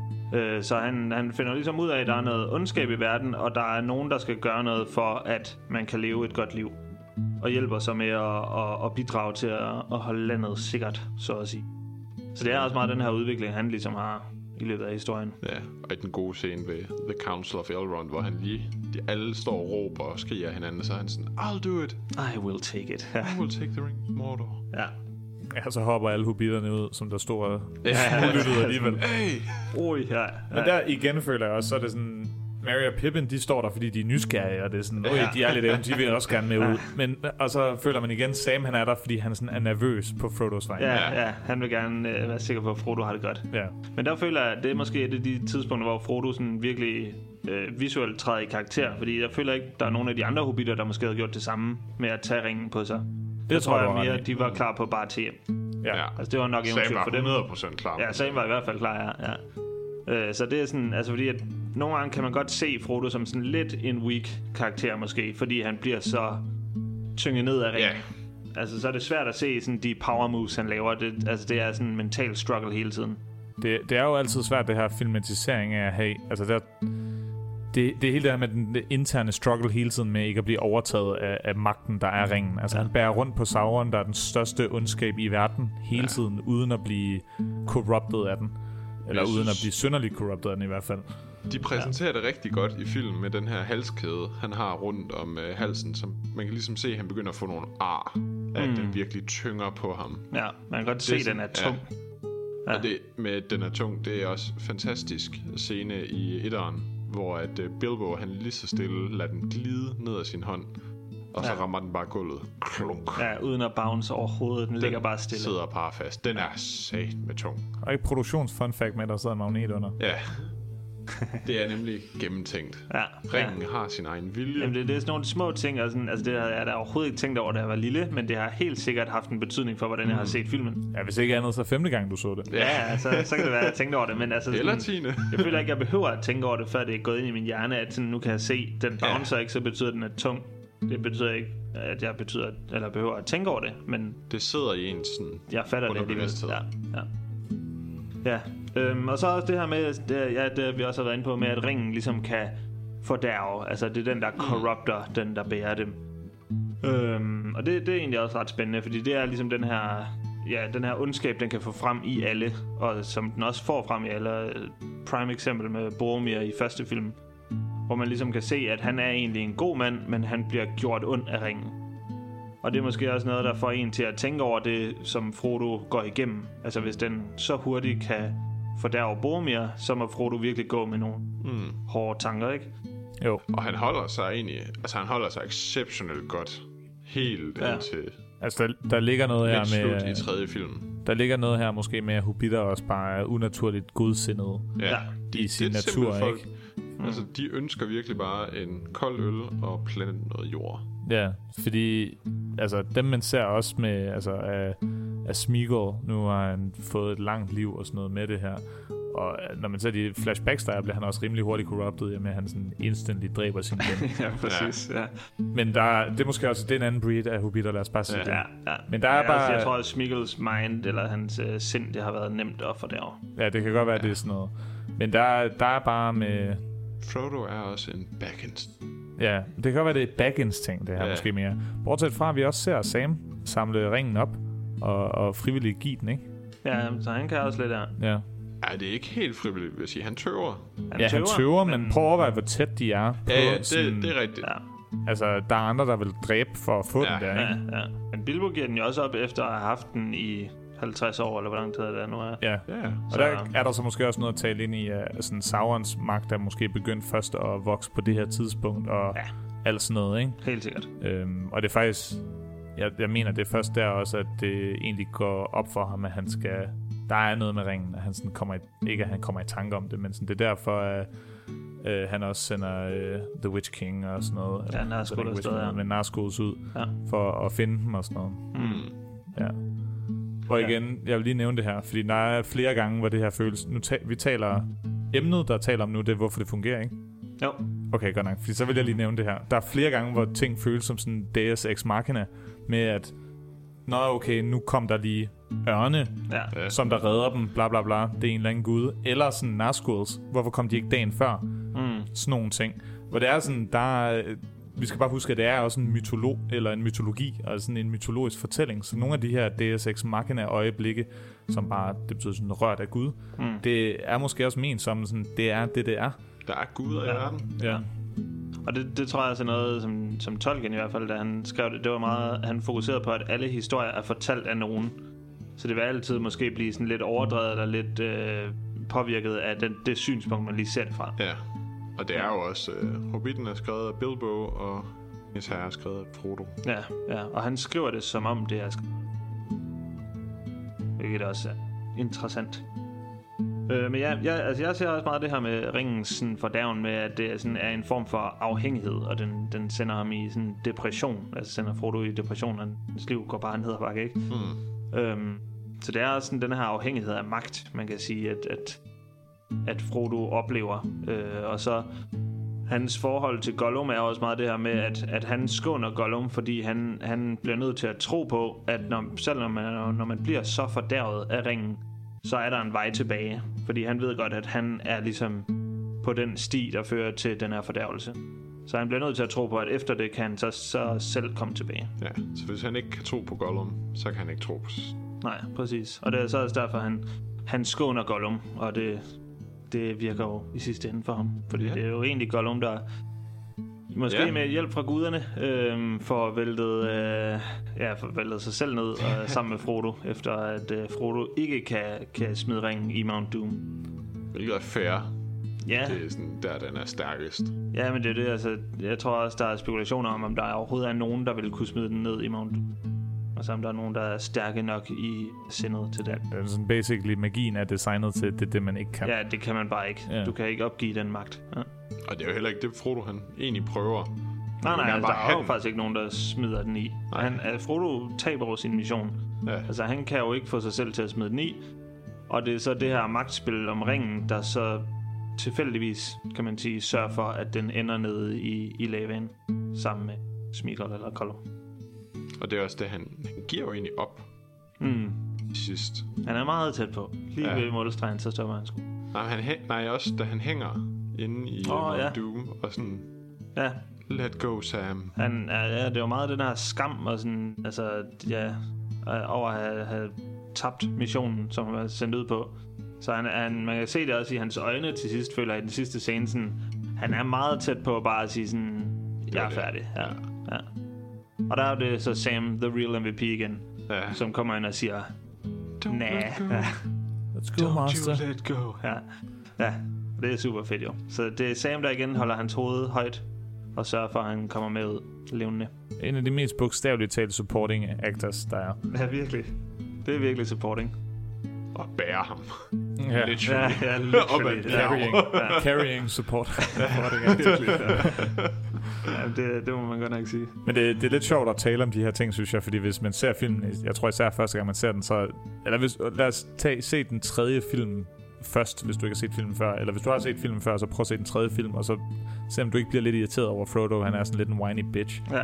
Øh, så han, han finder ligesom ud af, at der er noget ondskab i verden, og der er nogen, der skal gøre noget for, at man kan leve et godt liv. Og hjælper så med at, at, at bidrage til at, at holde landet sikkert, så at sige. Så det er også meget den her udvikling, han ligesom har i løbet af historien. Ja, og i den gode scene ved The Council of Elrond, hvor han lige, de alle står og råber og skriger hinanden, så er han sådan, I'll do it. I will take it. I will take the ring, Mordor. Ja. Ja, så hopper alle hobitterne ud, som der står og ja, lyttede alligevel. Hey! Ui, ja, ja. Men der igen føler jeg også, så er det sådan, Merry og Pippin, de står der, fordi de er nysgerrige, og det er sådan, oj, de er lidt evne, de vil også gerne med ud. Men, og så føler man igen, Sam han er der, fordi han sådan er nervøs på Frodos vej. Ja, ja, han vil gerne øh, være sikker på, at Frodo har det godt. Ja. Men der føler jeg, at det er måske et af de tidspunkter, hvor Frodo sådan virkelig øh, visuelt træder i karakter, fordi jeg føler ikke, der er nogen af de andre hobitter, der måske havde gjort det samme med at tage ringen på sig. Det jeg tror jeg mere, at de var klar på bare til hjem. Ja. Altså det var nok eventyr for dem. Sam var hundrede procent klar. Ja, Sam var i hvert fald klar, ja. ja. Øh, så det er sådan, altså fordi at nogle gange kan man godt se Frodo som sådan lidt en weak karakter måske, fordi han bliver så tynget ned af ringen. Yeah. Altså så er det svært at se sådan de power moves han laver. Det, altså det er sådan en mental struggle hele tiden. Det, det er jo altid svært det her filmatisering af at have, altså der, det, det er hele det her med den det interne struggle hele tiden med ikke at blive overtaget af, af magten, der er ringen. Altså ja. Han bærer rundt på Sauron, der er den største ondskab i verden hele ja. tiden, uden at blive corrupted af den. Eller uden synes, at blive synderligt corrupted af den i hvert fald. De præsenterer ja. det rigtig godt i filmen med den her halskæde, han har rundt om øh, halsen. Som man kan ligesom se, at han begynder at få nogle ar, at mm. den virkelig tynger på ham. Ja, man kan godt se, at den er tung. Ja. Ja. Og det med, den er tung, det er også fantastisk scene i etteren, hvor at øh, Bilbo, han lige så stille lader den glide ned af sin hånd. Og så ja. rammer den bare gulvet. Klunk. Ja, uden at bounce overhovedet. Den, den ligger bare stille. Den sidder bare fast. Den er sat med tung. Og ikke produktionsfun fact med, at der sidder en magnet under. Ja. Det er nemlig gennemtænkt. Ja. Ringen ja. har sin egen vilje. Jamen, det, det er sådan nogle små ting. Og sådan, altså det har jeg da overhovedet ikke tænkt over, da jeg var lille. Men det har helt sikkert haft en betydning for, hvordan mm. jeg har set filmen. Ja, hvis ikke andet, så femte gang, du så det. Ja, altså, så kan det være, at jeg tænkte over det. Men altså, sådan, eller tiende. Jeg føler ikke, jeg behøver at tænke over det, før det er gået ind i min hjerne. At sådan, nu kan jeg se, den bouncer ja. ikke, så betyder den er tung. Det betyder ikke, at jeg betyder, eller behøver at tænke over det, men det sidder i ens sådan. Jeg fatter det alligevel. Ja, ja. Ja. Øhm, og så også det her med, det, ja, det vi også har været inde på med, at ringen ligesom kan fordærve. Altså det er den der corrupter, mm. den der bærer dem. Øhm, og det, det er egentlig også ret spændende, fordi det er ligesom den her, ja, den her ondskab, den kan få frem i alle, og som den også får frem i alle. Prime eksempel med Boromir i første film, hvor man ligesom kan se, at han er egentlig en god mand, men han bliver gjort ond af ringen. Og det er måske også noget, der får en til at tænke over det, som Frodo går igennem. Altså hvis den så hurtigt kan fordærve Boromir, så må Frodo virkelig gå med nogle mm. hårde tanker, ikke? Jo. Og han holder sig egentlig, altså han holder sig exceptionelt godt helt ja. indtil. Altså der, der ligger noget her med slut i tredje film. Der ligger noget her måske med at hobitter også bare er unaturligt godsindede. Ja, de, i sin natur, ikke? Mm. Altså, de ønsker virkelig bare en kold øl og plante noget jord. Ja, fordi altså, dem man ser også med altså, af, af Smeagol, nu har han fået et langt liv og sådan noget med det her. Og når man ser de flashbacks, der bliver han også rimelig hurtigt corrupted, jamen han sådan instantly dræber sin ven. Ja, præcis, ja. Men der, det er måske også, det er en anden breed af hobitter, lad os bare sige ja, det. Ja, ja. Men der er ja, bare... Altså, jeg tror, at Smeagols mind, eller hans uh, sind, det har været nemt at fordærve. Ja, det kan godt være, ja. det er sådan noget. Men der, der er bare med... Frodo er også en Baggins. Ja, det kan godt være, det er Baggins ting, det her ja. måske mere. Bortset fra, at vi også ser Sam samle ringen op og, og frivilligt give den, ikke? Ja, så han kan også lidt der. Ja. Er det ikke helt frivilligt, vil jeg sige. Han tøver. Han ja, tøver, han tøver, men, men prøv at overveje, hvor tæt de er. Ja, ja det, sådan, det er rigtigt. Ja. Altså, der er andre, der vil dræbe for at få ja. den der, ikke? Ja, ja. Men Bilbo giver den jo også op efter at have haft den i halvtreds år, eller hvor lang tid det nu er. Ja, ja. Og så, der er der så måske også noget at tale ind i, at sådan Saurons magt er måske begyndt først at vokse på det her tidspunkt, og ja. alt sådan noget, ikke? Helt sikkert. Øhm, og det er faktisk, jeg, jeg mener, det er først der også, at det egentlig går op for ham, at han skal, der er noget med ringen, at han sådan kommer i, ikke at han kommer i tanke om det, men sådan, det er derfor, at øh, han også sender øh, The Witch King og sådan noget. Ja, Nazgul og sådan noget, med Nazguls ud, ja. for at finde dem og sådan noget. Mm. Ja. Og igen, jeg vil lige nævne det her, fordi der er flere gange, hvor det her føles... Nu ta- vi taler... Emnet, der taler om nu, det er, hvorfor det fungerer, ikke? Jo. Okay, godt nok. Fordi så vil jeg lige nævne det her. Der er flere gange, hvor ting føles som sådan Deus Ex Machina, med at nå okay, nu kom der lige ørne, ja. som der redder dem, bla bla bla, det er en eller anden gud. Eller sådan Nazguls, hvorfor kom de ikke dagen før? Mm. Sådan nogle ting. Hvor det er sådan, der er, vi skal bare huske, at det er også en mytolog, eller en mytologi, og sådan en mytologisk fortælling. Så nogle af de her Deus Ex Machina øjeblikke, som bare, det betyder sådan rørt af Gud, mm. det er måske også ment som sådan, det er det, det er. Der er guder i verden. Ja. Og det, det tror jeg også er noget, som, som Tolkien i hvert fald, da han skrev det, det var meget, han fokuserede på, at alle historier er fortalt af nogen. Så det vil altid måske blive sådan lidt overdrevet, eller lidt øh, påvirket af den, det synspunkt, man lige ser det fra. Ja, og det er jo også, øh, Hobbiten er skrevet af Bilbo, og Ringenes Herre er skrevet af Frodo. Ja, ja, og han skriver det, som om det er skrevet. Hvilket også er interessant. Øh, men ja, jeg, altså jeg ser også meget det her med ringens sådan fordærven med, at det sådan er en form for afhængighed, og den, den sender ham i sådan depression. Altså sender Frodo i depression, og hans liv går bare ned ad bakke, ikke? Mm. Øhm, så det er også sådan den her afhængighed af magt, man kan sige, at, at, at Frodo oplever. Øh, og så hans forhold til Gollum er også meget det her med, at, at han skåner Gollum, fordi han, han bliver nødt til at tro på, at når, selv når man, når man bliver så fordærvet af ringen, så er der en vej tilbage. Fordi han ved godt, at han er ligesom på den sti, der fører til den her fordærvelse. Så han bliver nødt til at tro på, at efter det kan han så, så selv komme tilbage. Ja, så hvis han ikke kan tro på Gollum, så kan han ikke tro på... Nej, præcis. Og det er så også derfor, han, han skåner Gollum, og det, det virker jo i sidste ende for ham. Fordi ja. Det er jo egentlig Gollum, der måske ja. med hjælp fra guderne øh, får væltet, øh, ja, får væltet sig selv ned øh, sammen med Frodo, efter at øh, Frodo ikke kan, kan smide ringen i Mount Doom. Hvilket er fair. Ja. Det er sådan, der den er stærkest. Ja, men det er det, altså, jeg tror også, der er spekulationer om, om der overhovedet er nogen, der vil kunne smide den ned i Mount Doom. Og så om der er nogen, der er stærke nok i sindet til det. Ja, det er sådan basically, magien er designet til det, det man ikke kan. Ja, det kan man bare ikke. Ja. Du kan ikke opgive den magt. Ja. Og det er jo heller ikke det, Frodo han egentlig prøver. Nej, nej, altså, der er jo faktisk ikke nogen, der smider den i. Han, Frodo taber over sin mission. Ja. Altså, han kan jo ikke få sig selv til at smide den i. Og det er så det her magtspil om ringen, der så tilfældigvis, kan man sige, sørger for, at den ender nede i, i lavaen sammen med Smeagol eller Gollum. Og det er også det, han, han giver jo egentlig op. Mm. Sidst. Han er meget tæt på. Lige ja. ved målstregen, så stopper han sgu. Nej, han hæ- nej, også da han hænger inde i oh, Mount ja. Doom og sådan... Ja. Let go, Sam. Han, ja, ja, det var meget den her skam og sådan, altså, ja, over at have, have tabt missionen, som han var sendt ud på. Så han, han, man kan se det også i hans øjne til sidst, føler jeg, i den sidste scene, sådan, han er meget tæt på bare at sige sådan, jeg er færdig. Ja, ja. Og der er jo det så Sam, the real M V P igen, ja. som kommer ind og siger, nah. Ja. Let's go, Don't master. you let go. Ja. Ja, det er super fedt jo. Så det er Sam, der igen holder hans hoved højt og sørger for, at han kommer med ud levende. En af de mest bogstaveligt talt supporting actors, der er. Ja, virkelig. Det er virkelig supporting. Og bære ham. Ja, literally. Ja, ja, literally. Carrying, ja. Carrying support. supporting actors. Ja, det, det må man godt nok sige. Men det, det er lidt sjovt at tale om de her ting, synes jeg, fordi hvis man ser filmen, jeg tror især første gang man ser den, så... Eller hvis, lad os tage, se den tredje film først, hvis du ikke har set filmen før. Eller hvis du har set filmen før, så prøv at se den tredje film, og så se om du ikke bliver lidt irriteret over Frodo. Han er sådan lidt en whiny bitch. Ja.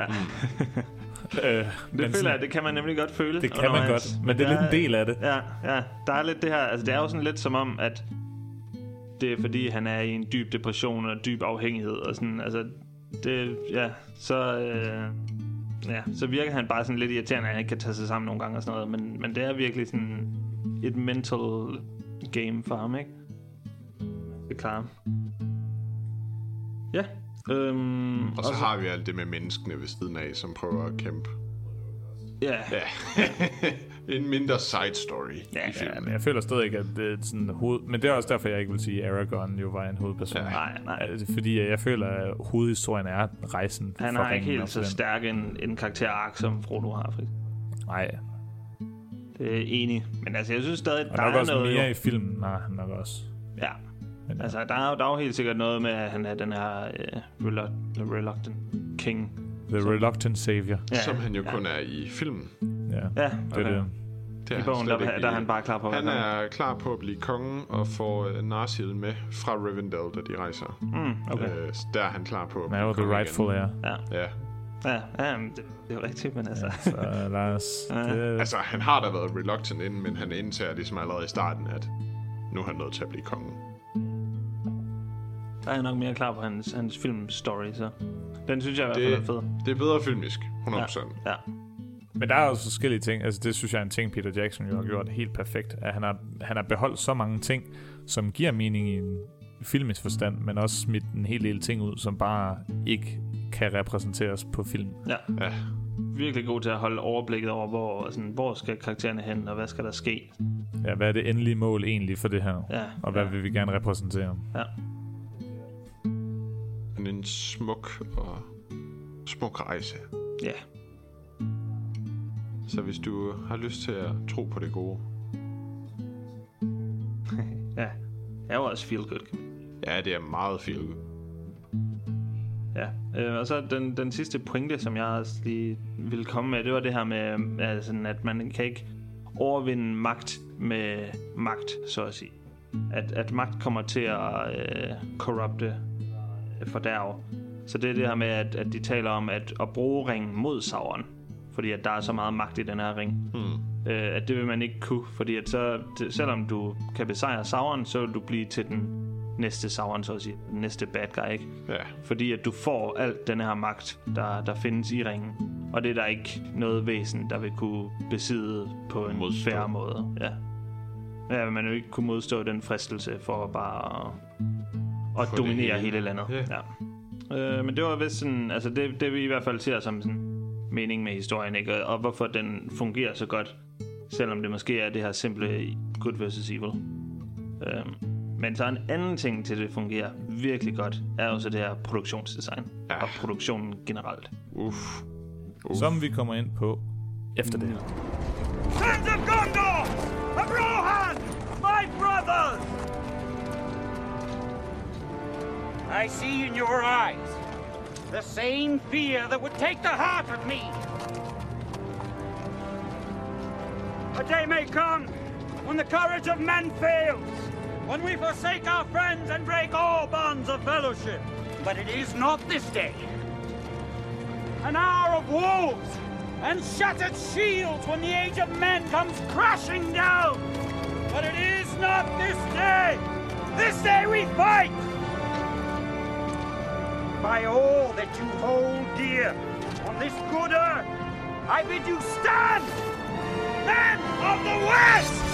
øh, det føler jeg, det kan man nemlig godt føle. Det kan man godt, men det er lidt en del af det. Ja, ja, der er lidt det her, altså det er jo sådan lidt som om, at det er fordi, han er i en dyb depression og dyb afhængighed, og sådan, altså, det, ja, så, øh, ja, så virker han bare sådan lidt irriterende, at han ikke kan tage sig sammen nogle gange og sådan noget, men, men det er virkelig sådan et mental game for ham, ikke? Det er klart. Ja. Øhm, og så også har vi alt det med menneskene ved siden af, som prøver at kæmpe. Ja. Ja. En mindre side story ja, i filmen. Ja, men jeg føler stadig ikke, at det er sådan hoved... Men det er også derfor, jeg ikke vil sige, at Aragorn jo var en hovedperson. Ja. Nej, nej. Altså, fordi jeg føler, at hovedhistorien er rejsen. Han har ikke helt så stærk en, en karakterark, som Frodo har, Fri. Nej. Det er enig. Men altså, jeg synes stadig, og der nok er også noget... mere i filmen, nej, nok også. Ja. Men, ja. Altså, der er, der er jo helt sikkert noget med, at han er den her uh, reluctant, reluctant king. The som, Reluctant Savior. Ja, som han jo ja. kun er i filmen. Ja, ja okay. det er det. Det er I bogen, der, der, der er han bare klar på. Han er klar på at blive kongen og få uh, Narsil med fra Rivendell, da de rejser. Mm, okay. Uh, der er han klar på at blive kongen. The rightful heir. Ja. Ja. Ja, ja det, det er jo rigtigt, men altså... Ja, så Lars... ja. Det... Altså, han har da været reluctant inden, men han indtager ligesom allerede i starten, at nu er han nødt til at blive kongen. Der er jeg nok mere klar på hans, hans filmstory, så... Den synes jeg i hvert fald er fed. Det er bedre filmisk, hundrede procent. Ja, ja. Men der er også forskellige ting. Altså, det synes jeg er en ting, Peter Jackson jo har gjort helt perfekt. At han har, han har beholdt så mange ting, som giver mening i en filmisk forstand, men også smidt en hel del ting ud, som bare ikke kan repræsenteres på film. Ja. ja. Virkelig god til at holde overblikket over, hvor, sådan, hvor skal karaktererne hen, og hvad skal der ske. Ja, hvad er det endelige mål egentlig for det her? Ja. Og hvad ja. vil vi gerne repræsentere? Ja. En smuk og smuk rejse. Ja. Så hvis du har lyst til at tro på det gode. Ja, det er jo også feel good. Ja, det er meget feel good. Ja, øh, og så den, den sidste pointe, som jeg også lige ville komme med, det var det her med, altså, at man kan ikke overvinde magt med magt, så at sige. At, at magt kommer til at øh, corrupte fordærve. Så det er det her med, at, at de taler om at, at bruge ringen mod Sauron. Fordi at der er så meget magt i den her ring. Hmm. Øh, at det vil man ikke kunne. Fordi at så, det, selvom du kan besejre Sauron, så vil du blive til den næste Sauron, så at sige. Den næste bad guy, ikke? Ja. Fordi at du får alt den her magt, der, der findes i ringen. Og det er der ikke noget væsen, der vil kunne besidde på en modstå. fair måde. Ja. Ja, man vil ikke kunne modstå den fristelse for bare at, at dominere hele. hele landet. Yeah. Ja. Øh, men det var vist sådan, altså det, det vi i hvert fald ser som sådan mening med historien, ikke? Og hvorfor den fungerer så godt, selvom det måske er det her simple good versus evil. Øhm, men så en anden ting til det fungerer virkelig godt, er jo så det her produktionsdesign. Ja. Og produktionen generelt. Uff. Uff. Som vi kommer ind på efter det her. Sons of Gondor! Of Rohan! My brothers! I see in your eyes the same fear that would take the heart of me. A day may come when the courage of men fails, when we forsake our friends and break all bonds of fellowship. But it is not this day. An hour of wolves and shattered shields when the age of men comes crashing down. But it is not this day. This day we fight. By all that you hold dear on this good earth, I bid you stand, men of the West!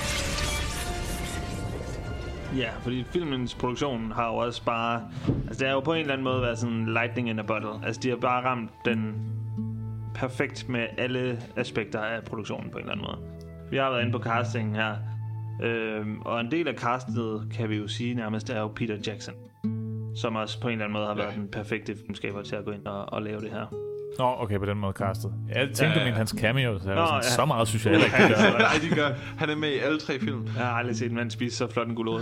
Ja, fordi filmens produktion har jo også bare... Altså, det er jo på en eller anden måde været sådan lightning in a bottle. Altså, de har bare ramt den perfekt med alle aspekter af produktionen på en eller anden måde. Vi har været inde på castingen her, øhm, og en del af castet, kan vi jo sige nærmest, er jo Peter Jackson, som også på en eller anden måde har været ja. den perfekte filmskaber til at gå ind og, og lave det her. Nå, okay, på den måde castet. Jeg tænkte, ja, du ja. mente hans cameo, så, Nå, sådan, ja. så meget synes jeg heller ikke, de gør. Nej, de gør. Han er med i alle tre film. Jeg har aldrig set en mand spise så flot en gulerod.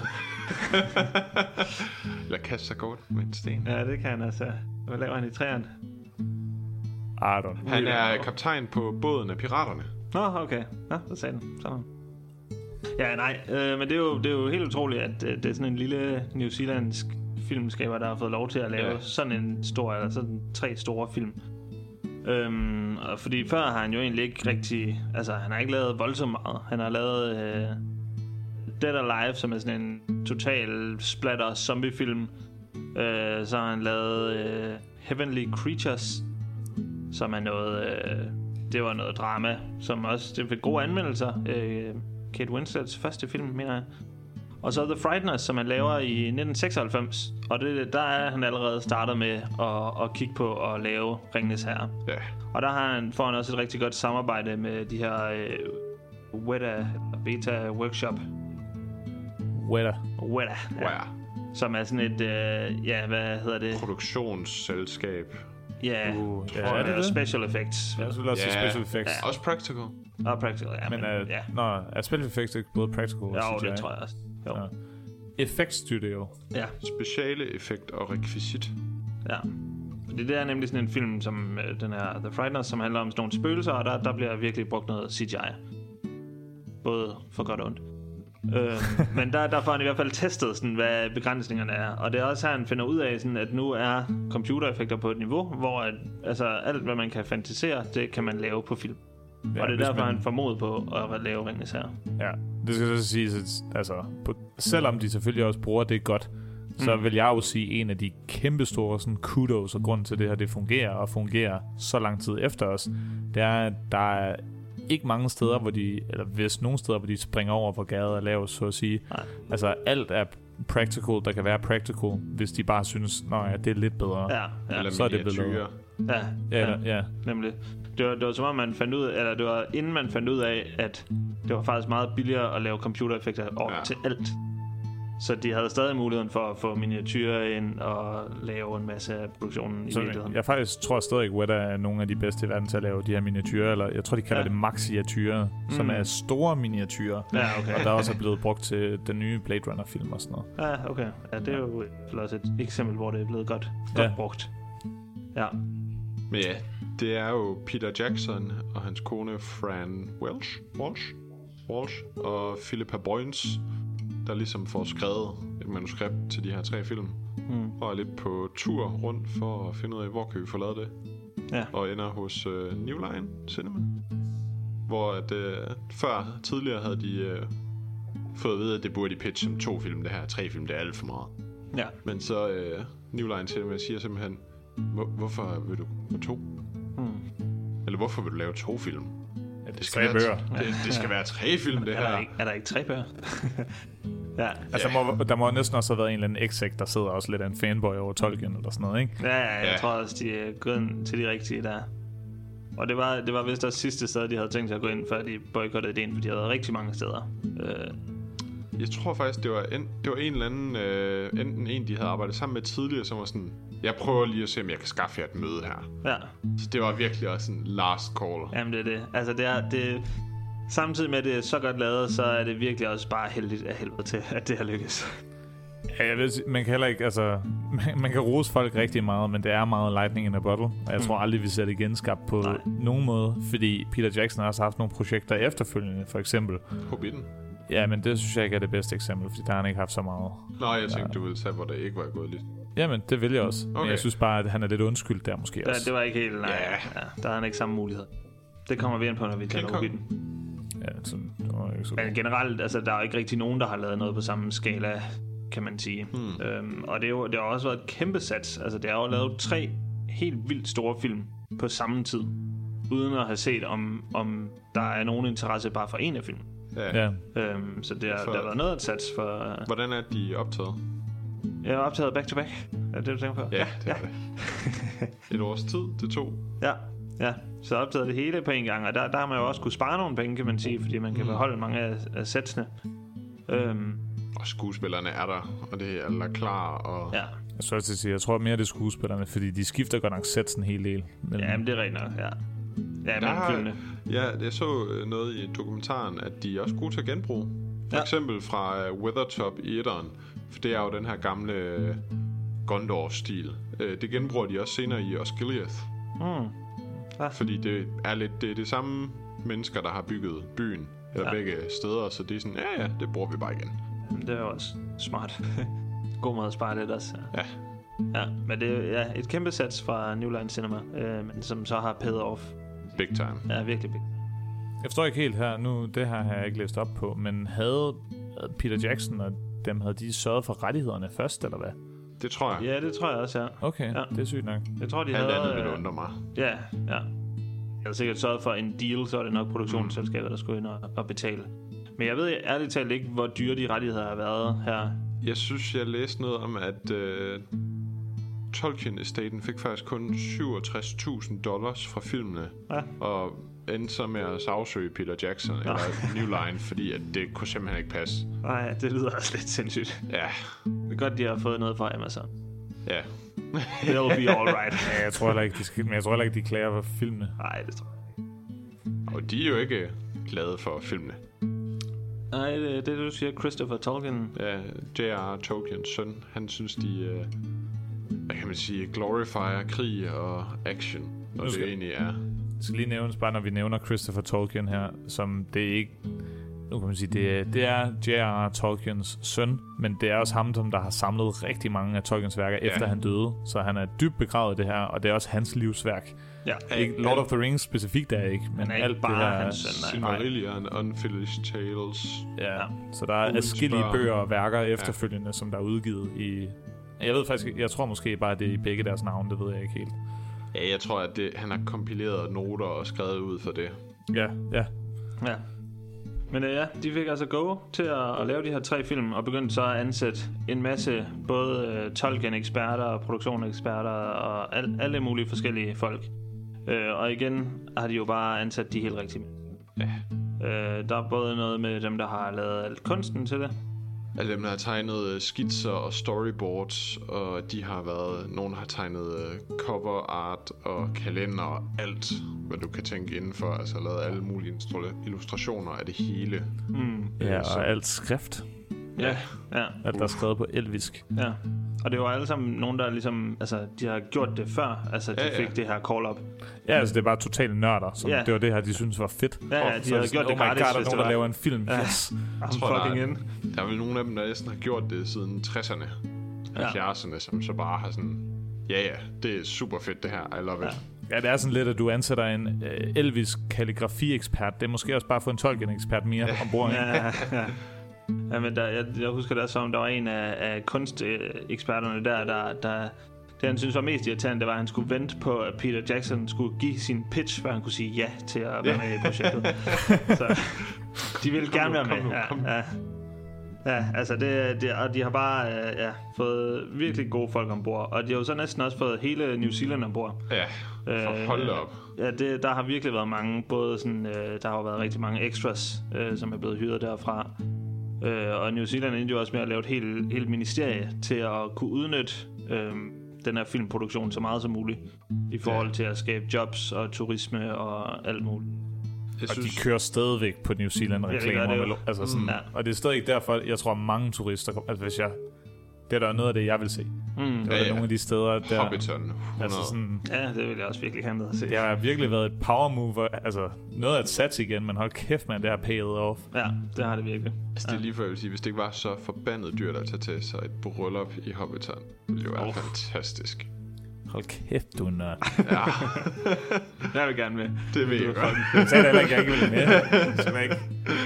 Eller kaste sig godt med en sten. Ja, det kan han altså. Hvad laver han i træerne? I don't know. Han er kaptajn på båden af piraterne. Nå, okay. Nå, så sagde den. Sådan. Ja, nej. Øh, men det er, jo, det er jo helt utroligt, at øh, det er sådan en lille New Zealandsk filmskaber, der har fået lov til at lave ja. sådan en stor, eller sådan tre store film. Øhm, og fordi før har han jo egentlig ikke rigtig... Altså, han har ikke lavet voldsomt meget. Han har lavet øh, Dead Alive, som er sådan en total splatter zombiefilm. Øh, så har han lavet øh, Heavenly Creatures, som er noget... Øh, det var noget drama, som også... Det fik gode anmeldelser. Øh, Kate Winslets første film, mener jeg. Og så The Frighteners, som han laver i nitten seksoghalvfems. Og det, der er han allerede startet med at, at kigge på at lave Ringenes Herre. Ja. Og der har han, får han også et rigtig godt samarbejde med de her uh, Weta, Beta Workshop. Weta. Weta, ja. Wow. Som er sådan et, uh, ja, hvad hedder det? Produktionsselskab. Ja, Uh, ja, yeah, er det det? Special Effects. Jeg skulle også sige Ja. special effects. Ja. Også practical. Og practical, ja. Men, Men, uh, ja. Nå, er special effects ikke både practical og Jo, C G I? det tror jeg også. Jo. Ja. Effects Studio. Ja. Speciale effekt og rekvisit. Ja. Fordi det er nemlig sådan en film, som øh, den her The Frighteners, som handler om sådan nogle spøgelser, og der, der bliver virkelig brugt noget C G I. Både for godt og ondt. øh, men der, der får han i hvert fald testet, sådan, hvad begrænsningerne er. Og det er også her, han finder ud af, sådan, at nu er computereffekter på et niveau, hvor at, altså, alt, hvad man kan fantasere, det kan man lave på film. Ja, og det er derfor, man... han får mod på at lave Ringenes Herre. Ja, det skal så siges, at altså, på, selvom de selvfølgelig også bruger det godt, så mm. vil jeg jo sige, en af de kæmpe store sådan, kudos og grund til det her, det fungerer og fungerer så lang tid efter os, det er, at der er ikke mange steder, hvor de, eller hvis nogle steder, hvor de springer over, hvor gader er lavet, så at sige. Nej. Altså alt er practical, der kan være practical, hvis de bare synes, nå ja, det er lidt bedre. Ja, ja. Eller så er det bedre. Ja, ja, ja, ja. Nemlig. Det var, det var som om man fandt ud, eller det var inden man fandt ud af, at det var faktisk meget billigere at lave computereffekter over ja. til alt. Så de havde stadig muligheden for at få miniatyrer ind og lave en masse af produktionen i så virkeligheden. Jeg faktisk tror stadig, at Weta er nogle af de bedste i verden til at lave de her miniatyrer, eller jeg tror, de kalder ja. det maxiatyrer, mm. som er store miniatyrer. Ja, okay. Og der også er blevet brugt til den nye Blade Runner-film og sådan noget. Ja, okay. Ja, det er jo også et eksempel, hvor det er blevet godt, godt ja. brugt. Ja. Men ja, det er jo Peter Jackson og hans kone Fran Welsh, Walsh, Walsh og Philippa Boyens, der ligesom får skrevet et manuskript til de her tre film. Mm. Og er lidt på tur rundt for at finde ud af, hvor kan vi få lavet det. Ja. Og ender hos uh, New Line Cinema. Hvor at, uh, før, tidligere havde de uh, fået at vide, at det burde de pitche som to film. Det her tre film, det er alt for meget. Ja. Men så uh, New Line Cinema siger simpelthen, hvorfor vil du på to? Mm. Eller hvorfor vil du lave to film? Ja, det, det skal tre være bøger. Det, det skal være tre film, det er her. Der ikke, er der ikke tre bøger? Ja. Altså, ja. Må, der må næsten også have været en eller anden exec, der sidder også lidt af en fanboy over Tolkien eller sådan noget, ikke? Ja, ja, jeg ja. tror også, de er gået ind til de rigtige der. Og det var, det var vist også sidste sted, de havde tænkt sig at gå ind, før de boykottede det ind, for de havde rigtig mange steder. Øh. Jeg tror faktisk, det var en, det var en eller anden, øh, enten en, de havde arbejdet sammen med tidligere, som var sådan, jeg prøver lige at se, om jeg kan skaffe jer et møde her. Ja. Så det var virkelig også en last call. Jamen, det er det. Altså, det er... Det samtidig med, at det er så godt lavet, så er det virkelig også bare heldigt af helvede til, at det har lykkes. Ja, jeg ved, man kan heller ikke, altså, man, man kan rose folk rigtig meget, men det er meget lightning in a bottle, og jeg mm. tror aldrig, vi ser det genskabt på Nej. nogen måde, fordi Peter Jackson har også haft nogle projekter efterfølgende, for eksempel. Hobbiten. Ja, men det synes jeg ikke er det bedste eksempel, fordi der har han ikke haft så meget. Nå, jeg tænkte, du ville tage, hvor det ikke var gået lidt. Jamen, det vil jeg også. Okay. Men jeg synes bare, at han er lidt undskyldt der måske ja, også. Det var ikke helt, nej. Yeah. Ja, der har han ikke samme mulighed. Det kommer vi ind på, når vi taler Hobbiten. Ja, så, det var ikke så Men generelt, altså, der er ikke rigtig nogen, der har lavet noget på samme skala, kan man sige. Hmm. Øhm, og det, er jo, det har også været et kæmpe sats. Altså, det har jo lavet tre helt vildt store film på samme tid, uden at have set, om, om der er nogen interesse bare for en af filmen. Ja. ja. Øhm, så det har, for, der har været noget at sats for... Uh... Hvordan er de optaget? Jeg har optaget back to back. Er det det, du tænker på? Ja, det er ja. det. Et års tid til to. Ja, ja. Så optaget det hele på en gang, og der, der har man jo også kunne spare nogle penge, kan man sige, fordi man kan mm. beholde mange af, af sætsene. Øhm. Og skuespillerne er der, og det er alle klar. Og... Ja. Jeg, så til at sige, jeg tror mere, det er skuespillerne, fordi de skifter godt nok sætsen en hel del. Men... Ja, men det er rent nok, ja. Ja, der har, ja, jeg så noget i dokumentaren, at de er også gode til at genbruge. For ja. eksempel fra uh, Weathertop i etteren, for det er jo den her gamle uh, Gondor-stil. Uh, det genbruger de også senere i Osgiliath. Mm. Ja. Fordi det er lidt det, er det samme mennesker, der har bygget byen, eller ja. begge steder, så det er sådan, ja ja, det bruger vi bare igen. Det er jo også smart. God måde at spare lidt også. Ja. Ja, men det er ja, et kæmpe sats fra New Line Cinema, øh, men som så har paid off. Big time. Ja, virkelig big. Jeg forstår ikke helt her, nu det her har jeg ikke læst op på, men havde Peter Jackson og dem, havde de sørget for rettighederne først, eller hvad? Det tror jeg. Ja, det tror jeg også, ja. Okay, ja. Det er sygt nok. Jeg tror, de Alt havde... andet vil undre mig. Ja, ja. Jeg havde sikkert sørget for en deal, så er det nok produktionsselskabet, der skulle ind og, og betale. Men jeg ved ærligt talt ikke, hvor dyre de rettigheder har været her. Jeg synes, jeg læste noget om, at øh, Tolkien-estaten fik faktisk kun syvogtres tusind dollars fra filmene. Ja. Og endte så med at sagsøge Peter Jackson ja. eller New Line, fordi at det kunne simpelthen ikke passe. Nej, det lyder også lidt sindssygt. Ja. Det er godt, de har fået noget fra Amazon. Ja. It'll be all right. Ja, jeg tror heller ikke, de skal, men jeg tror heller ikke, de klager for filmene. Nej, det tror jeg ikke. Og de er jo ikke glade for filmene. Nej, det, det du siger, Christopher Tolkien. Ja, J R Tolkiens søn. Han synes, de, uh, hvad kan man sige, glorifier krig og action, når det egentlig er. Det skal lige nævnes, bare når vi nævner Christopher Tolkien her, som det er ikke, nu kan man sige, det, det er J R R. Tolkiens søn, men det er også ham, som der har samlet rigtig mange af Tolkiens værker, ja. efter han døde. Så han er dybt begravet i det her, og det er også hans livsværk. Ja. Ikke Lord of the Rings specifikt er ikke, men ikke alt bare det her... hans søn. Silmarillion, Unfinished Tales. Ja, så der er adskillige bøger og værker efterfølgende, ja. som der er udgivet i... Jeg ved faktisk, jeg tror måske bare, det er i begge deres navne, det ved jeg ikke helt. Ja, jeg tror, at det, han har kompileret noter og skrevet ud for det. Ja, ja. Ja. Men øh, ja, de fik altså go til at, at lave de her tre film, og begyndte så at ansætte en masse, både uh, Tolkien-eksperter og produktionseksperter og al, alle mulige forskellige folk. Uh, og igen har de jo bare ansat de helt rigtige. Ja. Uh, der er både noget med dem, der har lavet alt kunsten til det. Alle dem, der har tegnet skitser og storyboards, og de har været... Nogen har tegnet cover art og kalender og alt, hvad du kan tænke indenfor. Altså lavet alle mulige illustrationer af det hele. Mm. Ja, og alt skrift. Ja, ja. Alt, der er skrevet på elvisk. Ja. Og det var alle sammen nogen, der ligesom... Altså, de har gjort det før. Altså, de ja, ja. fik det her call-up. Ja, altså, det er bare totale nørder. Som ja. Det var det her, de synes var fedt. Ja, ja, de så havde gjort det oh gratis, God, der er nogen, der laver en film. Ja. Yes. Jeg tror, der er, der er vel nogle af dem, der næsten har gjort det siden tresserne, halvfjerdserne, som så bare har sådan... Ja, ja, det er super fedt, det her. I love ja. it. Ja, det er sådan lidt, at du ansætter en uh, elvisk kalligrafi-ekspert. Det er måske også bare få en Tolkien-ekspert mere ja. ombord. Ja, ja, ja. Ja, men der, jeg, jeg husker der som der var en af, af kunsteksperterne der, der, der det han synes var mest irriterende, det var, at han skulle vente på, at Peter Jackson skulle give sin pitch, før han kunne sige ja til at være med i projektet. Så de ville gerne være med. Ja, ja. Ja, altså det, det, og de har bare ja, fået virkelig gode folk ombord, og de har jo så næsten også fået hele New Zealand ombord. Ja, for hold op. Ja, det, der har virkelig været mange, både sådan, øh, der har været rigtig mange extras, øh, som er blevet hyret derfra. Øh, og New Zealand endte jo også med at lave et helt, helt ministerie til at kunne udnytte øh, den her filmproduktion så meget som muligt i forhold ja. til at skabe jobs og turisme og alt muligt. Jeg og synes... de kører stadigvæk på New Zealand-reklamer. Ja, altså sådan, mm. ja. Og det er stadig derfor, jeg tror, mange turister... Altså hvis jeg... Det er der noget af det, jeg vil se. Mm. Det var ja, ja. nogle af de steder, der... Hobbiton. Altså sådan, ja, det vil jeg også virkelig gerne at se. Det har virkelig været et power move. Altså, noget af et sats igen, men hold kæft, man, det har payet off. Ja, det har det virkelig. Altså, det er lige før, jeg vil sige, hvis det ikke var så forbandet dyrt at tage til sig et bryllup i Hobbiton, ville det jo være oh. fantastisk. Hold kæft, du er nørd. Ja. Jeg vil gerne med. Det vil jeg godt. Jeg sagde da heller ikke, jeg ikke ville med. Så ikke.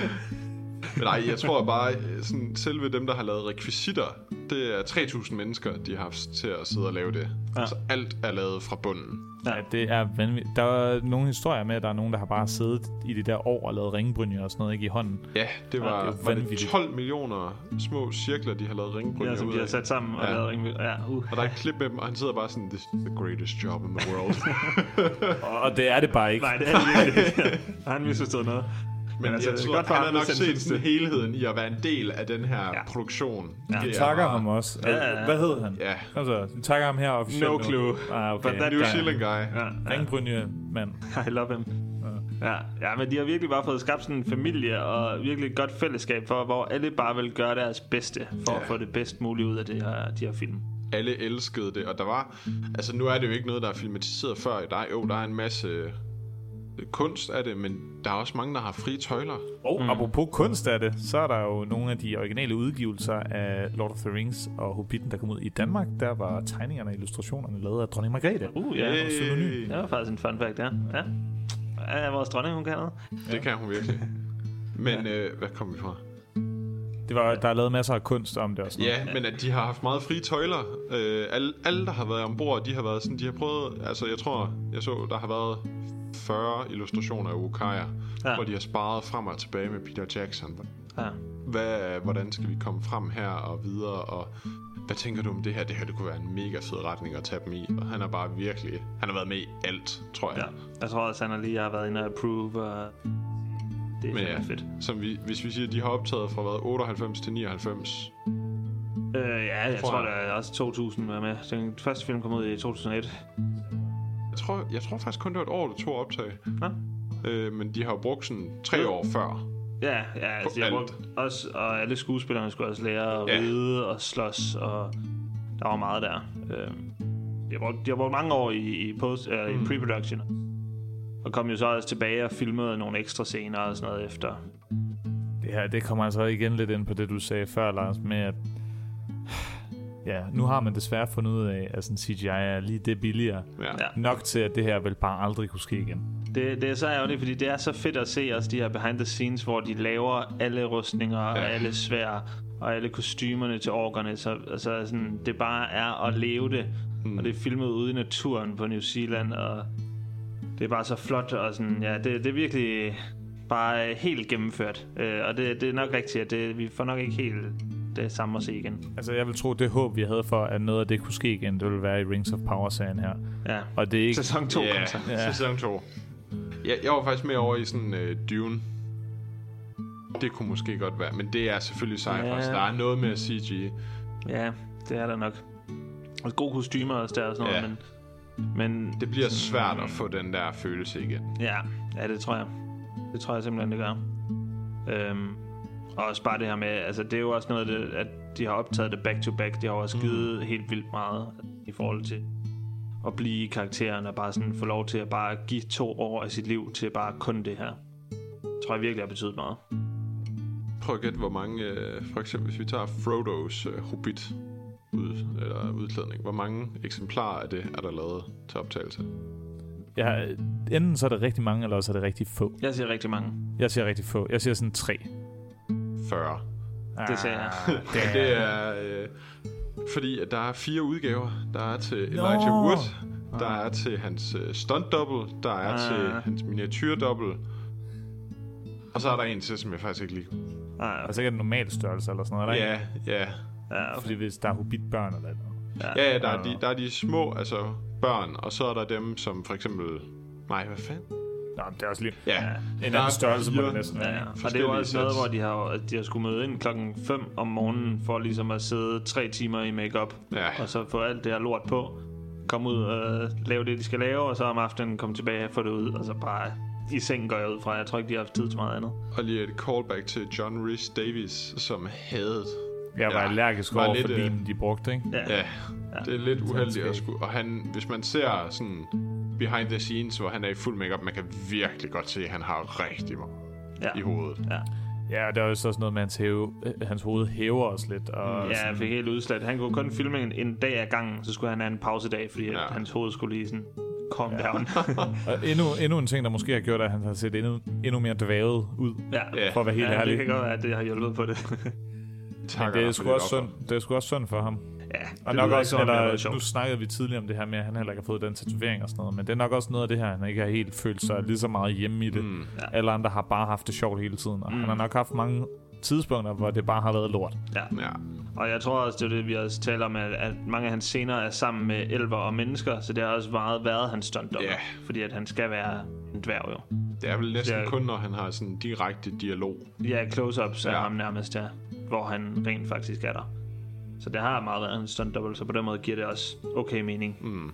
Men nej, jeg tror bare, sådan, selve dem, der har lavet rekvisitter, det er tre tusind mennesker, de har haft til at sidde og lave det. Ja. Altså alt er lavet fra bunden. Ja, det er vanvittigt. Der er nogle historier med, at der er nogen, der har bare siddet i de der år og lavet ringbrynjer og sådan noget, ikke i hånden. Ja, det var, ja, det var det tolv millioner små cirkler, de har lavet ringbrynjer. Ja, som de har sat sammen og ja. lavet ringbrynjer. Ja, uh. Og der er et klip med dem, og han sidder bare sådan, this is the greatest job in the world. Og det er det bare ikke. Nej, det er det virkelig ikke. Han misforstået noget. Men altså, jeg tror, godt, han har nok set sådan helheden i at være en del af den her ja. produktion. Ja. Vi takker ham også. Ja, ja, ja. Hvad hedder han? Ja. Altså, vi takker ham her officielt. No clue. Ah, okay. But that New Zealand guy. Ja, ja. Ringbrynje, mand. I love him. Ja. Ja, men de har virkelig bare fået skabt sådan en familie og virkelig et godt fællesskab for, hvor alle bare vil gøre deres bedste for ja. at få det bedst muligt ud af det her, de her film. Alle elskede det, og der var... Altså, nu er det jo ikke noget, der er filmatiseret før. Der er, jo, der er en masse... kunst af det, men der er også mange, der har frie tøjler. Og mm. apropos kunst af det, så er der jo nogle af de originale udgivelser af Lord of the Rings og Hobbiten, der kom ud i Danmark. Der var tegningerne og illustrationerne lavet af dronning Margrethe. Uh, ja. Hey. Det var faktisk en fun fact, ja. Ja, ja vores dronning, hun kan noget. Det ja. kan hun virkelig. Men ja. øh, hvad kom vi fra? Det var, der er lavet masser af kunst om det og sådan ja, noget. Men at de har haft meget frie tøjler. Øh, alle, alle, der har været ombord, de har været sådan, de har prøvet, altså jeg tror, jeg så, der har været fyrre illustrationer af Ukiah, ja. hvor de har sparet frem og tilbage med Peter Jackson. Ja. Hvad, hvordan skal vi komme frem her og videre, og hvad tænker du om det her? Det her, det kunne være en mega fed retning at tage dem i, og han har bare virkelig, han har været med i alt, tror jeg. Ja. Jeg tror også, han har lige har været inde og approve, og det er men ja, fedt. Som vi, hvis vi siger, de har optaget fra hvad, otteoghalvfems til nioghalvfems. Øh, ja, jeg tror, tror der er også to tusind var med. Den første film kom ud i to tusind og et. Jeg tror, jeg tror faktisk kun, det var et år, det tog optag. Ja. Øh, men de har jo brugt sådan tre år før. Ja, ja altså, de har brugt også, og alle skuespillerne skulle også lære at ja. ride og slås, og der var meget der. Øh, de, har brugt, de har brugt mange år i, i, post, øh, mm. i pre-production, og kom jo så også tilbage og filmede nogle ekstra scener og sådan noget efter. Det Ja, det kommer altså igen lidt ind på det, du sagde før, Lars, med at ja, nu har man desværre fundet ud af, at sådan C G I er lige det billigere. Ja. Nok til, at det her vil bare aldrig kunne ske igen. Det, det er så ærgerligt, fordi det er så fedt at se os, de her behind the scenes, hvor de laver alle rustninger og ja. alle svær og alle kostymerne til orkerne. Så altså, sådan, det bare er at leve det. Mm. Og det er filmet ude i naturen på New Zealand, og det er bare så flot. Og sådan, ja, det, det er virkelig bare helt gennemført. Øh, og det, det er nok rigtigt, at det, vi får nok ikke helt det samme at se igen. Altså, jeg vil tro, det håb, vi havde for, at noget af det kunne ske igen, det ville være i Rings of Power-serien her. Ja. Og det er ikke... Sæson to, yeah, kom så. Ja, sæson to. Jeg, jeg var faktisk med over i sådan uh, Dune. Det kunne måske godt være, men det er selvfølgelig sci-fi, ja. Så der er noget med C G I. Ja, det er der nok. Og gode kostymer også der og sådan ja. noget, men, men... Det bliver svært at få den der følelse igen. Ja, ja, det tror jeg. Det tror jeg simpelthen, det gør. Øhm, og også bare det her med, altså det er jo også noget af det, at de har optaget det back to back. De har også givet mm. helt vildt meget i forhold til at blive karakteren og bare sådan få lov til at bare give to år af sit liv til bare kun det her. Det tror jeg virkelig har betydet meget. Prøv at gætte, hvor mange, for eksempel hvis vi tager Frodos uh, Hobbit ud, eller udklædning, hvor mange eksemplarer af det er der lavet til optagelse? Ja, enten så er det rigtig mange, eller også er det rigtig få. Jeg siger rigtig mange. Jeg siger rigtig få. Jeg siger sådan tre. fyrre. Ah, det siger jeg. det er, det er øh, fordi at der er fire udgaver. Der er til Elijah no. Wood, der er til hans uh, stunt double, der er ah. til hans miniatyr double, og så er der en til, som jeg faktisk ikke liker. Ah, altså ikke en normal størrelse eller sådan noget, ja, ja. ja okay. Fordi hvis der er Hobbit-børn eller noget. Ja, ja, der er, de, der er de små, altså børn, og så er der dem, som for eksempel... Nej, hvad fanden? Nå, det er også lige ja. en anden størrelse på det næsten. Ja, ja. Og det er jo også noget, hvor de har, de har skulle møde ind klokken fem om morgenen, for ligesom at sidde tre timer i make-up, ja. og så få alt det her lort på, komme ud og lave det, de skal lave, og så om aftenen komme tilbage og få det ud, og så bare i seng går jeg ud fra. Jeg tror ikke, de har haft tid til meget andet. Og lige et callback til John Rhys Davies, som havde... Jeg var ja, allergisk over for vinen, de brugte, ikke? Ja, ja. ja. Det er lidt uheldigt at skulle... Og han, hvis man ser sådan behind the scenes, hvor han er i fuld makeup, man kan virkelig godt se, at han har rigtig meget ja. i hovedet. Ja. Ja, og der er jo så også noget med, hans, hæve, hans hoved hæver os lidt. Og ja, han fik helt udslæt. Han kunne kun filme en, en dag ad gangen, så skulle han have en pausedag, fordi ja. at hans hoved skulle lige sådan calm ja. down. Og endnu, endnu en ting, der måske har gjort, at han har set endnu, endnu mere dvævet ud, ja. for at være helt ja, ærlig. det kan godt være, at det har hjulpet på det. Men det er sgu også synd, det er sgu også synd for ham. Ja, og nok også, eller, nu snakkede vi tidligere om det her med, at han heller ikke har fået den tatovering og sådan noget, men det er nok også noget af det her, han ikke har helt følt sig lige så meget hjemme i det. Mm, ja. Alle andre har bare haft det sjovt hele tiden, og mm. han har nok haft mange tidspunkter, hvor det bare har været lort. Ja, ja. Og jeg tror også, det er det, vi også taler om, at, at mange af hans scener er sammen med elver og mennesker, så det har også meget været hans stuntdobber, yeah. fordi at han skal være en dværg jo. Det er vel næsten er, kun, når han har sådan direkte dialog. Ja, close-ups ja. af ham nærmest, ja, hvor han rent faktisk er der. Så det har meget været en stunt-double, så på den måde giver det også okay mening. Mm.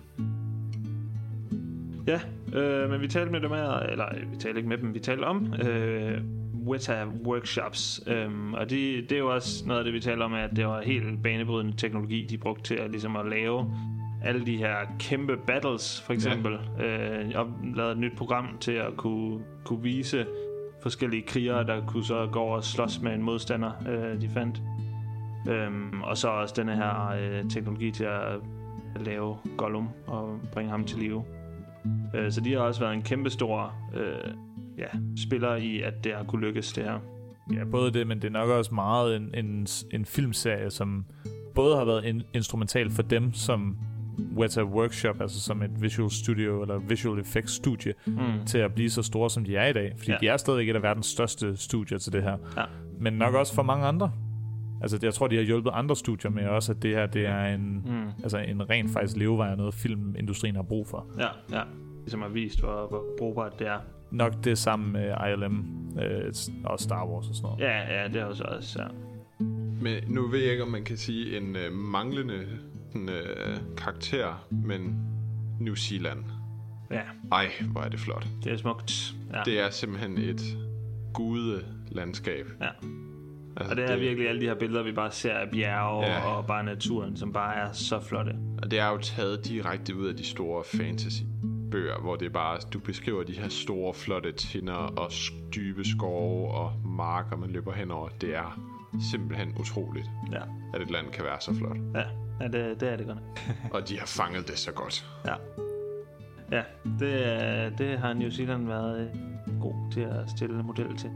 Ja, øh, men vi talte med dem her, eller vi talte ikke med dem, vi talte om øh, Weta Workshops. Øh, og de, det er jo også noget af det, vi taler om, at det var helt banebrydende teknologi, de brugte til at, ligesom at lave alle de her kæmpe battles, for eksempel. Ja. Øh, og lavede et nyt program til at kunne, kunne vise forskellige krigere, der kunne så gå over og slås med en modstander, øh, de fandt. Øhm, og så også denne her øh, teknologi til at, at lave Gollum og bringe ham til live. Øh, så de har også været en kæmpe stor øh, ja, spiller i, at det har kunne lykkes det her. Ja, både det, men det er nok også meget en, en, en filmserie, som både har været in- instrumental for dem som Weta Workshop, altså som et visual studio eller visual effects studie, mm. til at blive så store, som de er i dag. Fordi ja. de er stadig et af verdens største studier til det her. Ja. Men nok også for mange andre. Altså, jeg tror, de har hjulpet andre studier med også, at det her, det er en, mm. altså en rent faktisk levevej af noget, filmindustrien har brug for. Ja, ja. Ligesom har vist, hvor, hvor brugbart det er. Nok det samme med I L M øh, og Star Wars og sådan noget. Ja, ja, det er også også, ja. Men nu ved jeg ikke, om man kan sige en øh, manglende en, øh, karakter, men New Zealand. Ja. Ej, hvor er det flot. Det er smukt. Ja. Det er simpelthen et gudelandskab. Ja. Altså, og det er det, virkelig alle de her billeder, vi bare ser af bjerge ja. og bare naturen, som bare er så flotte. Og det er jo taget direkte ud af de store fantasy bøger, hvor det bare, du beskriver de her store, flotte tinder og dybe skove og marker, man løber henover. Det er simpelthen utroligt, ja. at et land kan være så flot. Ja, ja det, det er det godt. Og de har fanget det så godt. Ja, ja det, det har New Zealand været god til at stille model til.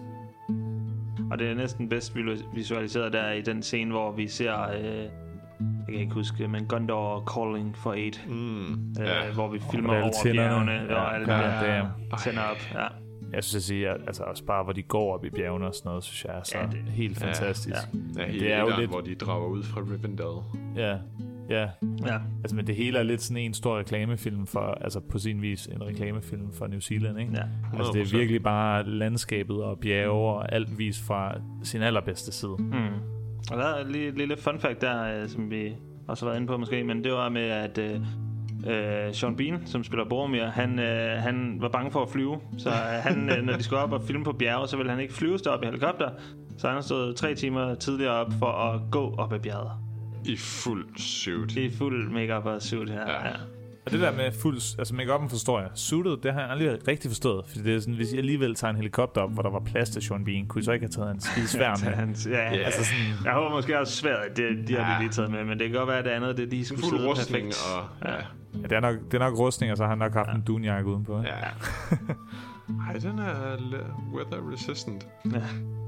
Og det er næsten bedst visualiseret der i den scene, hvor vi ser, øh, jeg kan ikke huske, men Gondor Calling for Aid. Mm, øh, ja. Hvor vi filmer over bjergene ja, og alle ja, der tænder op. Ja. Jeg synes at sige, at altså også bare hvor de går op i bjergene og sådan noget, synes jeg er så ja, det, helt fantastisk. Ja, ja. Ja, det er jo lidt, hvor de drager ud fra Rivendell. Ja. Ja. ja. Altså, men det hele er lidt sådan en stor reklamefilm for, altså på sin vis en reklamefilm for New Zealand, ikke? Ja. Altså det er virkelig bare landskabet og bjerge og alt vis fra sin allerbedste side. Mm. Og der er lige et lille fun fact der, som vi også har været inde på måske, men det var med, at øh, øh, Sean Bean, som spiller Boromir, han, øh, han var bange for at flyve, så han, øh, når de skulle op og filme på bjerge, så ville han ikke flyve op i helikopter, så han stod tre timer tidligere op for at gå op ad bjerget. I fuld suit. I fuld make-up og suit her, ja. ja. Og det der med fuld, altså make-up'en forstår jeg. Suitet, det har jeg aldrig rigtig forstået. Fordi det er sådan, hvis jeg alligevel tager en helikopter op, hvor der var plads til Sean Bean, kunne I så ikke have taget en skide svær med? Hans, ja, yeah. altså sådan, jeg håber måske også svært, det de har ja. de lige taget med, men det kan godt være, at det andet, det lige skulle sidde perfekt. Og, ja. Ja, det er nok, det er nok rustning, og så har han nok haft ja. en dunjakke udenpå. Ja. Ej, den er weather resistant. Ja.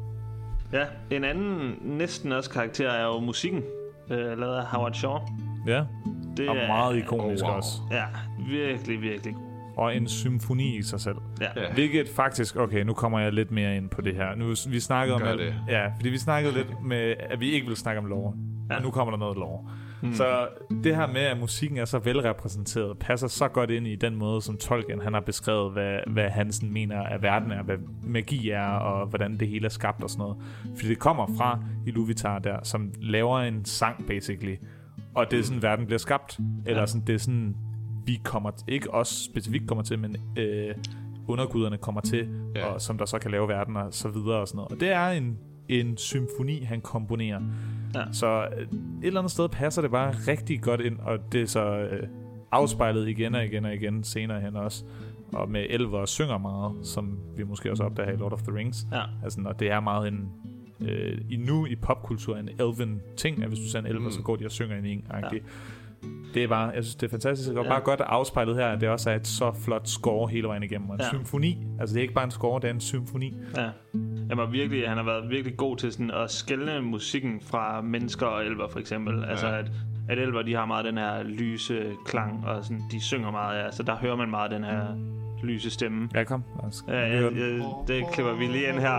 Ja, en anden næsten også karakter er jo musikken, øh, lavet af Howard Shaw. Ja, det og er meget ikonisk oh, wow. også. Ja, virkelig, virkelig. Og en symfoni i sig selv. Ja. Ja. Hvilket faktisk, okay, nu kommer jeg lidt mere ind på det her. Nu vi snakkede om det. Ja, fordi vi snakkede lidt med, at vi ikke ville snakke om lore. Ja. Og nu kommer der noget lore. Hmm. Så det her med, at musikken er så velrepræsenteret, passer så godt ind i den måde, som Tolkien han har beskrevet, hvad, hvad han sådan mener, at verden er, hvad magi er, og hvordan det hele er skabt og sådan noget. Fordi det kommer fra Iluvatar der, som laver en sang, basically. Og det er sådan, verden bliver skabt. Eller ja. sådan, det er sådan, vi kommer, ikke os specifikt kommer til, men øh, underguderne kommer til, ja. og som der så kan lave verden og så videre og sådan noget. Og det er en, en symfoni, han komponerer. Ja. Så et eller andet sted passer det bare rigtig godt ind, og det er så øh, afspejlet igen og igen og igen senere hen også. Og med elver synger meget, som vi måske også opdager i Lord of the Rings. Ja. Altså, og det er meget en øh, i nu i popkultur en elven ting, at hvis du ser en elver, mm. så går de og synger en en. Ja. Det er bare, jeg synes det er fantastisk. Det er ja. bare godt afspejlet her, at det også er et så flot score hele vejen igennem. Og en ja. symfoni. Altså det er ikke bare en score, det er en symfoni. Ja. Jamen, virkelig, han har været virkelig god til sådan at skelne musikken fra mennesker og elver for eksempel. Ja. Altså at, at elver, de har meget den her lyse klang, og sådan, de synger meget. Ja. Så der hører man meget den her lyse stemme. Ja, kom. Ja, ja, ja, det klipper vi lige ind her.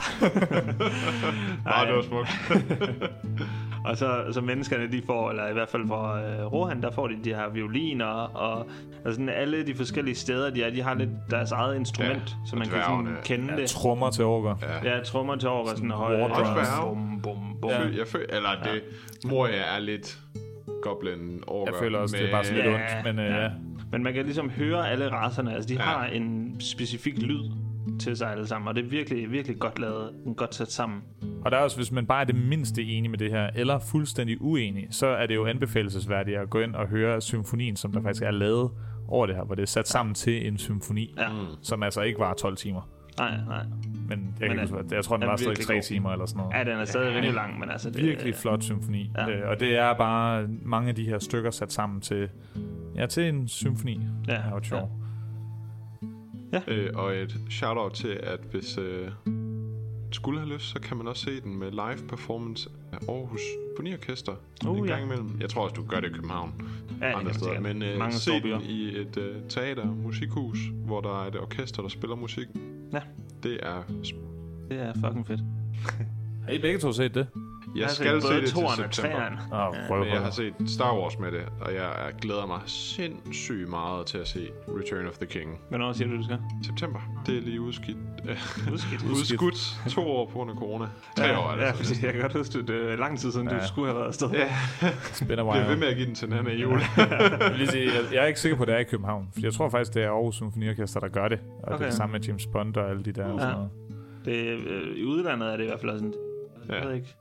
Nej, det var smukt. Og så, så menneskerne, de får, eller i hvert fald for øh, Rohan, der får de de her violiner, og altså alle de forskellige steder, de er, de har lidt deres eget instrument, ja, så man kan sådan kende ja, det. Trommer til orker. Ja, ja trommer til orker, sådan høje. Bum, bum, bum. Ja. Jeg føler, eller det, ja. Moria er lidt goblin orker. Jeg føler også, med, det er bare sådan lidt ondt, men øh, ja. ja. Men man kan ligesom høre alle racerne, altså de ja. har en specifik lyd til sig alle sammen, og det er virkelig, virkelig godt lavet, godt sat sammen. Og der er også, hvis man bare er det mindste enig med det her, eller fuldstændig uenig, så er det jo anbefalesværdigt at gå ind og høre symfonien, som der faktisk er lavet over det her, hvor det er sat sammen til en symfoni, ja. som altså ikke var tolv timer. Nej, nej. Men jeg, men, kan huske, jeg tror, den var stadig tre timer eller sådan noget. Ja, den er stadig virkelig lang, men altså... Det, virkelig flot symfoni. Ja. Øh, og det er bare mange af de her stykker sat sammen til, ja, til en symfoni. Ja, det er jo sjovt. Ja. Øh, og et shout-out til, at hvis øh, skulle have lyst, så kan man også se den med live performance af Aarhus Symfoniorkester uh, en ja. gang imellem. Jeg tror også, du gør det i København. Ja, andre steder. Men øh, se den i et øh, teater, musikhus, hvor der er et orkester, der spiller musik. Ja. Det er... Det er fucking fedt. Har I begge to set det? Jeg, jeg skal se det til september. Oh, prøv, Men jeg har set Star Wars med det, og jeg glæder mig sindssygt meget til at se Return of the King. Hvornår siger du, du skal? September. Det er lige udskidt. Udskidt? Udskudt to år på grund af corona. Tre ja, år er det. Ja, fordi jeg kan godt huske, det er lang tid siden, ja. du skulle have været afsted. Ja. Jeg bliver ved med at give den til den anden i jul. Jeg er ikke sikker på, at det er i København. For jeg tror faktisk, det er Aarhus Symfoniorkester, der gør det. Og okay. det er sammen med James Bond og alle de der. Ja. Og sådan noget. Det, øh, I udlandet er det i hvert fald sådan... Jeg ja. ved ikke.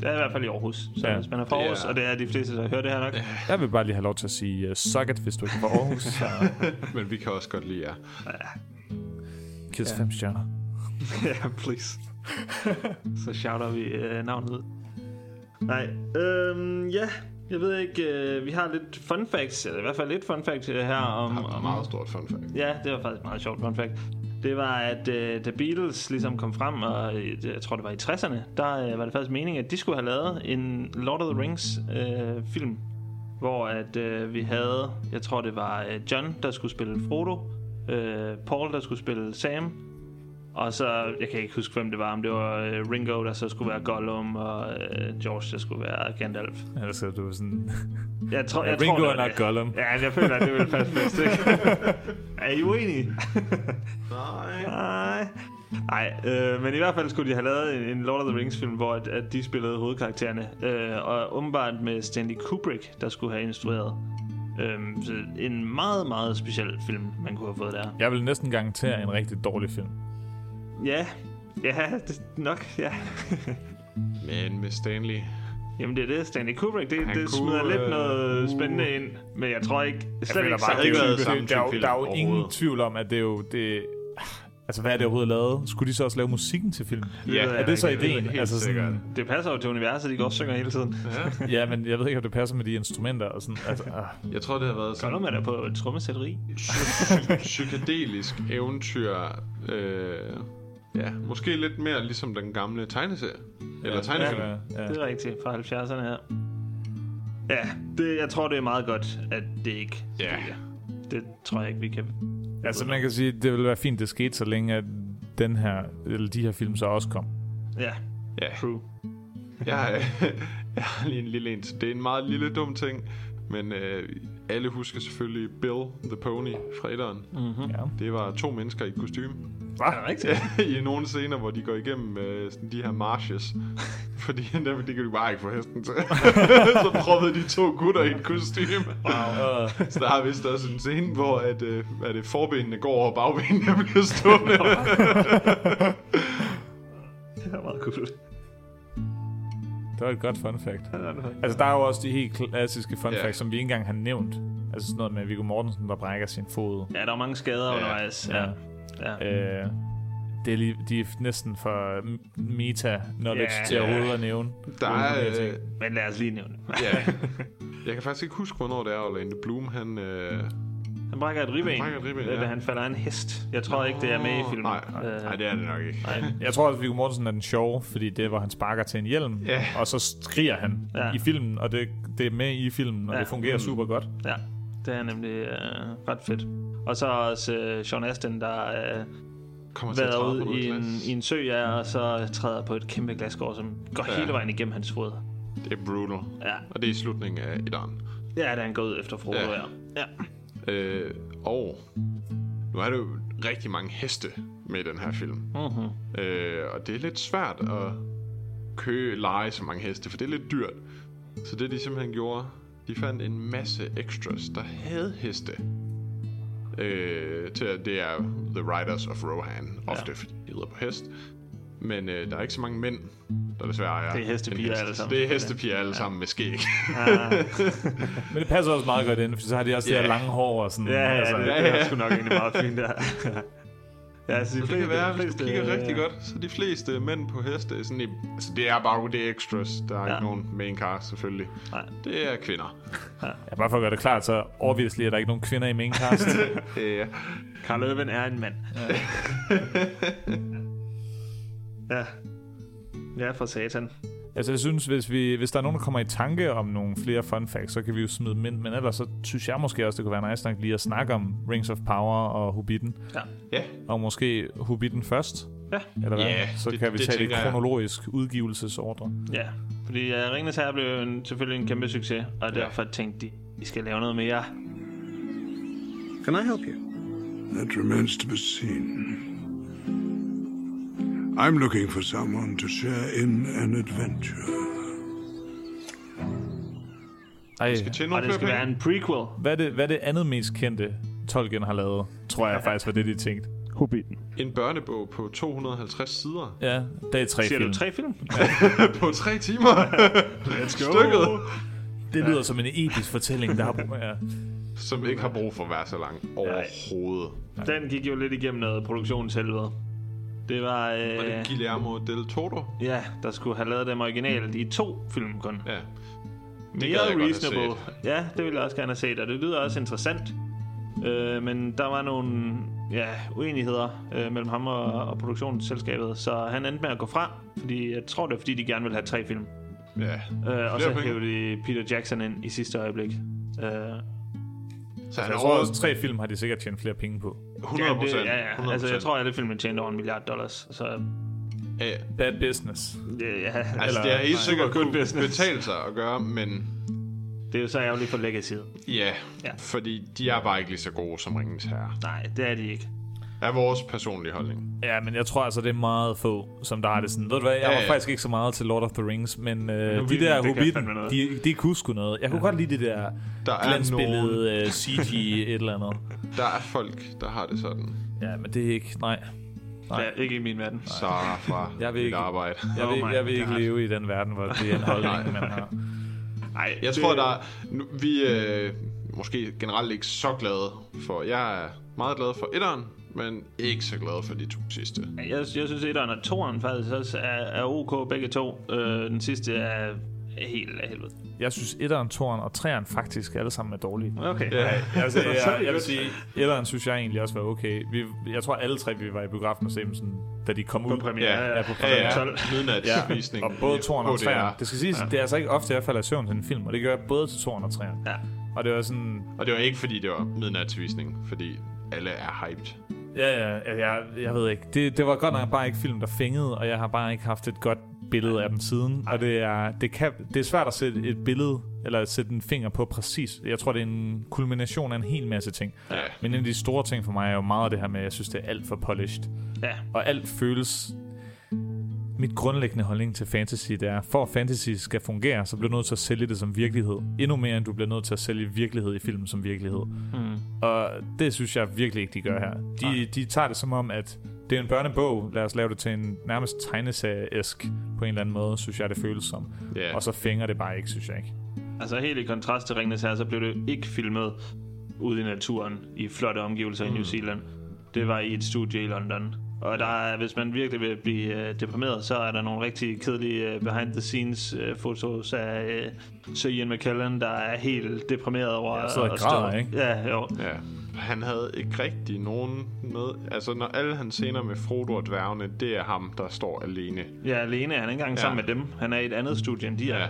Det er i hvert fald i Aarhus. Så ja. Hvis man er fra Aarhus, og det er de fleste, der hører det her nok. Jeg vil bare lige have lov til at sige uh, suck it, hvis du ikke er fra Aarhus. Så. Men vi kan også godt lide jer. Ja. Kids ja. fem stjerner. Ja, please. Så shouter vi uh, navnet ud. Nej, øhm, ja, jeg ved ikke, øh, vi har lidt fun facts, eller i hvert fald lidt fun fact her om... Det var et meget stort fun fact. Ja, det var faktisk et meget sjovt fun fact. Det var, at uh, da Beatles ligesom kom frem, og jeg tror, det var i tresserne, der uh, var det faktisk meningen, at de skulle have lavet en Lord of the Rings uh, film, hvor at uh, vi havde, jeg tror, det var uh, John, der skulle spille Frodo, uh, Paul, der skulle spille Sam, og så, jeg kan ikke huske, hvem det var, om det var uh, Ringo, der så skulle være Gollum, og uh, George, der skulle være Gandalf. Ja, så du sådan... Jeg tror, jeg Ringo tror, er nok Gollum. Ja, jeg føler, at det vil passe bedst, ikke? Er I uenige? Nej. Nej. Nej, øh, men i hvert fald skulle de have lavet en Lord of the Rings film, hvor at, at de spillede hovedkaraktererne. Øh, og åbenbart med Stanley Kubrick, der skulle have instrueret. Øh, så en meget, meget speciel film, man kunne have fået der. Jeg vil næsten garantere en rigtig dårlig film. Ja, ja, det, nok, ja. Men med Stanley... Jamen det er det, Stanley Kubrick, det, det kunne, smider lidt noget uh, spændende ind. Men jeg tror ikke, slet jeg ikke bare, det ikke været det, samme det, der, er jo, der er jo ingen tvivl om, at det er jo... Det, altså, hvad er det overhovedet lavet? Skulle de så også lave musikken til filmen? Ja, er det så ikke, ideen? Det, altså, sådan, det passer jo til universet, de går også synger hele tiden. Ja. Ja, men jeg ved ikke, om det passer med de instrumenter og sådan. Altså, ah. Jeg tror, det har været sådan... Godt, man er på et trommesætteri. Psykedelisk eventyr... Øh, ja, måske lidt mere ligesom den gamle tegneserie. Eller tegnefilm. Ja, ja. Det er rigtigt, fra halvfjerdserne her. Ja, det, jeg tror, det er meget godt, at det ikke ja. sker. Det tror jeg ikke, vi kan... Altså, man kan sige, det ville være fint, det skete, så længe at den her, eller de her film så også kom. Ja, ja. True. Jeg, jeg har lige en lille en. Det er en meget lille dum ting, men øh, alle husker selvfølgelig Bill the Pony fra etteren. Mm-hmm. Ja. Det var to mennesker i kostume. Hvad? Er det rigtigt? I nogle scener, hvor de går igennem øh, sådan de her marshes. Fordi dem, det kan du bare ikke få hesten til. Så proppede de to gutter i et kostume. Wow. Så der har vist også en scene, hvor at, øh, at det forbenene går over bagbenene bliver stående. Det er meget cool. Det var et godt fun fact. Altså, der er jo også de helt klassiske fun facts, yeah. som vi ikke engang har nævnt. Altså sådan noget med Viggo Mortensen, der brækker sin fod. Ja, der er mange skader yeah. undervejs. Ja. Ja. Øh, det er lige, de er næsten for meta-knowledge yeah. til overhovedet at nævne. Der er... Øh, Men lad os lige nævne det. Ja. Jeg kan faktisk ikke huske, hvornår det er, Orlando Bloom, han... Øh, han brækker et ribben. Han brækker et ribben, ja. Han falder af en hest. Jeg tror Nå, ikke, det er med i filmen. Nej, nej, nej, det er det nok ikke. Nej. Jeg tror, at Viggo Mortensen er den sjove, fordi det er, hvor han sparker til en hjelm, ja. og så skriger han ja. i filmen, og det, det er med i filmen, og ja. det fungerer super godt. Ja, det er nemlig øh, ret fedt. Og så også øh, Sean Astin, der øh, været ud i en, i en sø, ja, og så træder på et kæmpe glasskår, som går ja. hele vejen igennem hans fod. Det er brutal. Ja. Og det er i slutningen af etteren. Ja, da han går ud efter Frodo, ja. ja. Øh, og nu er der jo rigtig mange heste med i den her film. Mm-hmm. Øh, og det er lidt svært at købe lege så mange heste, for det er lidt dyrt. Så det de simpelthen gjorde, de fandt en masse extras, der havde heste. Øh, til at det er The Riders of Rohan, ofte ja. fordi de rider på hest. Men øh, der er ikke så mange mænd, der desværre er. Det er hestepiger hest. alle sammen. Det er hestepiger alle ja. sammen med skæg. Ah. Men det passer også meget godt ind, for så har de også yeah. de her lange hår og sådan. Ja, ja, altså, det, det er sgu nok egentlig meget fint der. Ja, altså de fleste, det kan være, hvis du kigger rigtig godt, så de fleste mænd på heste, sådan i, altså det er bare det extras. Der er ja. ikke nogen main cast, selvfølgelig. Nej. Det er kvinder. Ja. Ja, bare for at gøre det klart, så obviously er der ikke nogen kvinder i main cast. Ja. Carl Urban er en mand. Ja. Ja. Ja, for satan. Altså jeg synes, hvis, vi, hvis der er nogen, der kommer i tanke om nogle flere fun facts, så kan vi jo smide dem ind. Men ellers så synes jeg måske også, det kunne være nice nok lige at snakke om Rings of Power og Hobbiten. Ja. Ja. Og måske Hobbiten først. Ja. Eller hvad? Yeah, så det, kan vi det tage det kronologisk jeg. udgivelsesordre. Ja, fordi uh, Ringenes Herre blev en, selvfølgelig en kæmpe succes, og ja. derfor tænkte de, vi skal lave noget mere. Can I help you? That remains to be seen. I'm looking for someone to share in an adventure. Ej, skal og det skal være en prequel. Hvad er det, hvad er det andet mest kendte, Tolkien har lavet? Tror jeg faktisk var det, de tænkte. Hobbiten. En børnebog på to hundrede og halvtreds sider. Ja, det er tre Siger film. du tre film? Ja. På tre timer. Let's go. Stykket. Det lyder ja. som en episk fortælling, der har brug ja. Som ikke har brug for at være så lang overhovedet. Den gik jo lidt igennem noget produktionshelvede. Det var... Øh, var det Guillermo del Toro? Ja, der skulle have lavet dem originalt i to film kun. Ja. Det Mere reasonable. Ja, det ville jeg også gerne have set, og det lyder også interessant. Øh, men der var nogle ja, uenigheder øh, mellem ham og, og produktionsselskabet, så han endte med at gå fra, fordi jeg tror det er fordi de gerne ville have tre film. Ja. Øh, og så hævde de Peter Jackson ind i sidste øjeblik. Øh, så jeg tror også tre film har de sikkert tjent flere penge på. hundrede procent. Ja, ja, ja. Altså jeg tror alle filmen tjente over en milliard dollars. Så ja, ja. Bad business. Ja, ja. Altså Eller, det er helt sikkert good kunne business. betale sig at gøre, men det er jo så ærgerligt for Legacy. Ja, ja, fordi de er bare ikke lige så gode som Ringens Herre. Nej, det er de ikke. Det er vores personlige holdning. Ja, men jeg tror altså, det er meget få, som der har det sådan. Ved du hvad, jeg ja, var ja. faktisk ikke så meget til Lord of the Rings, men øh, de der Hobbiten, de, de kunne sgu noget. Jeg kunne ja. godt lide det der, der glansbillede nogen... uh, C G et eller andet. Der er folk, der har det sådan. Ja, men det er ikke, nej. Nej. Det er ikke i min verden. Sara fra jeg vil ikke, arbejde. Jeg vil, jeg vil ikke leve i den verden, hvor det er en holdning, man har. Nej, jeg det... tror, der er, nu, vi er øh, måske generelt ikke så glade for... Jeg er meget glad for etteren, men ikke så glad for de to sidste. Jeg, jeg synes, etteren og toeren faktisk også er, er ok begge to. Øh, den sidste er helt af helvede. Jeg synes, etteren, toeren og treeren faktisk alle sammen er dårlige. Okay. Ja, altså, jeg, jeg vil sige, etteren synes jeg egentlig også var okay. Vi, jeg tror alle tre, vi var i biografen og se dem sådan, da de kom på ud. Premiere. Ja, ja, på premiere. Ja, ja. Midnatsvisning. Ja, og både toeren og treeren. Det skal siges, ja. det er altså ikke ofte, jeg falder i søvn til en film, og det gør jeg både til toeren og treeren. Ja. Og det var sådan... Og det var ikke, fordi det var midnatsvisning, fordi alle er hyped. Ja, ja, jeg, jeg ved ikke. Det, det var godt nok bare ikke film, der fængede, og jeg har bare ikke haft et godt billede af dem siden. Og det er, det, kan, det er svært at sætte et billede, eller at sætte en finger på præcis. Jeg tror, det er en kulmination af en hel masse ting. Ja. Men en af de store ting for mig er jo meget af det her med, at jeg synes, det er alt for polished. Ja. Og alt føles... Mit grundlæggende holdning til fantasy, det er, for at fantasy skal fungere, så bliver du nødt til at sælge det som virkelighed. Endnu mere, end du bliver nødt til at sælge virkelighed i filmen som virkelighed. Mm. Og det synes jeg virkelig ikke, de gør her. De, de tager det som om, at det er en børnebog. Lad os lave det til en nærmest tegneserie-esk på en eller anden måde, synes jeg, det føles som. Yeah. Og så fænger det bare ikke, synes jeg ikke. Altså helt i kontrast til Ringenes Herre, så blev det ikke filmet ude i naturen i flotte omgivelser mm. i New Zealand. Det var i et studie i London. Og der er, hvis man virkelig vil blive uh, deprimeret, så er der nogle rigtig kedelige uh, behind-the-scenes uh, fotos af uh, Sir Ian McKellen, der er helt deprimeret over ja, så at græder, ikke? Ja, jo. Ja. Han havde ikke rigtig nogen med... Altså, når alle hans scener med Frodo og dværgene, det er ham, der står alene. Ja, alene er han ikke engang ja. sammen med dem. Han er i et andet studie, end de er.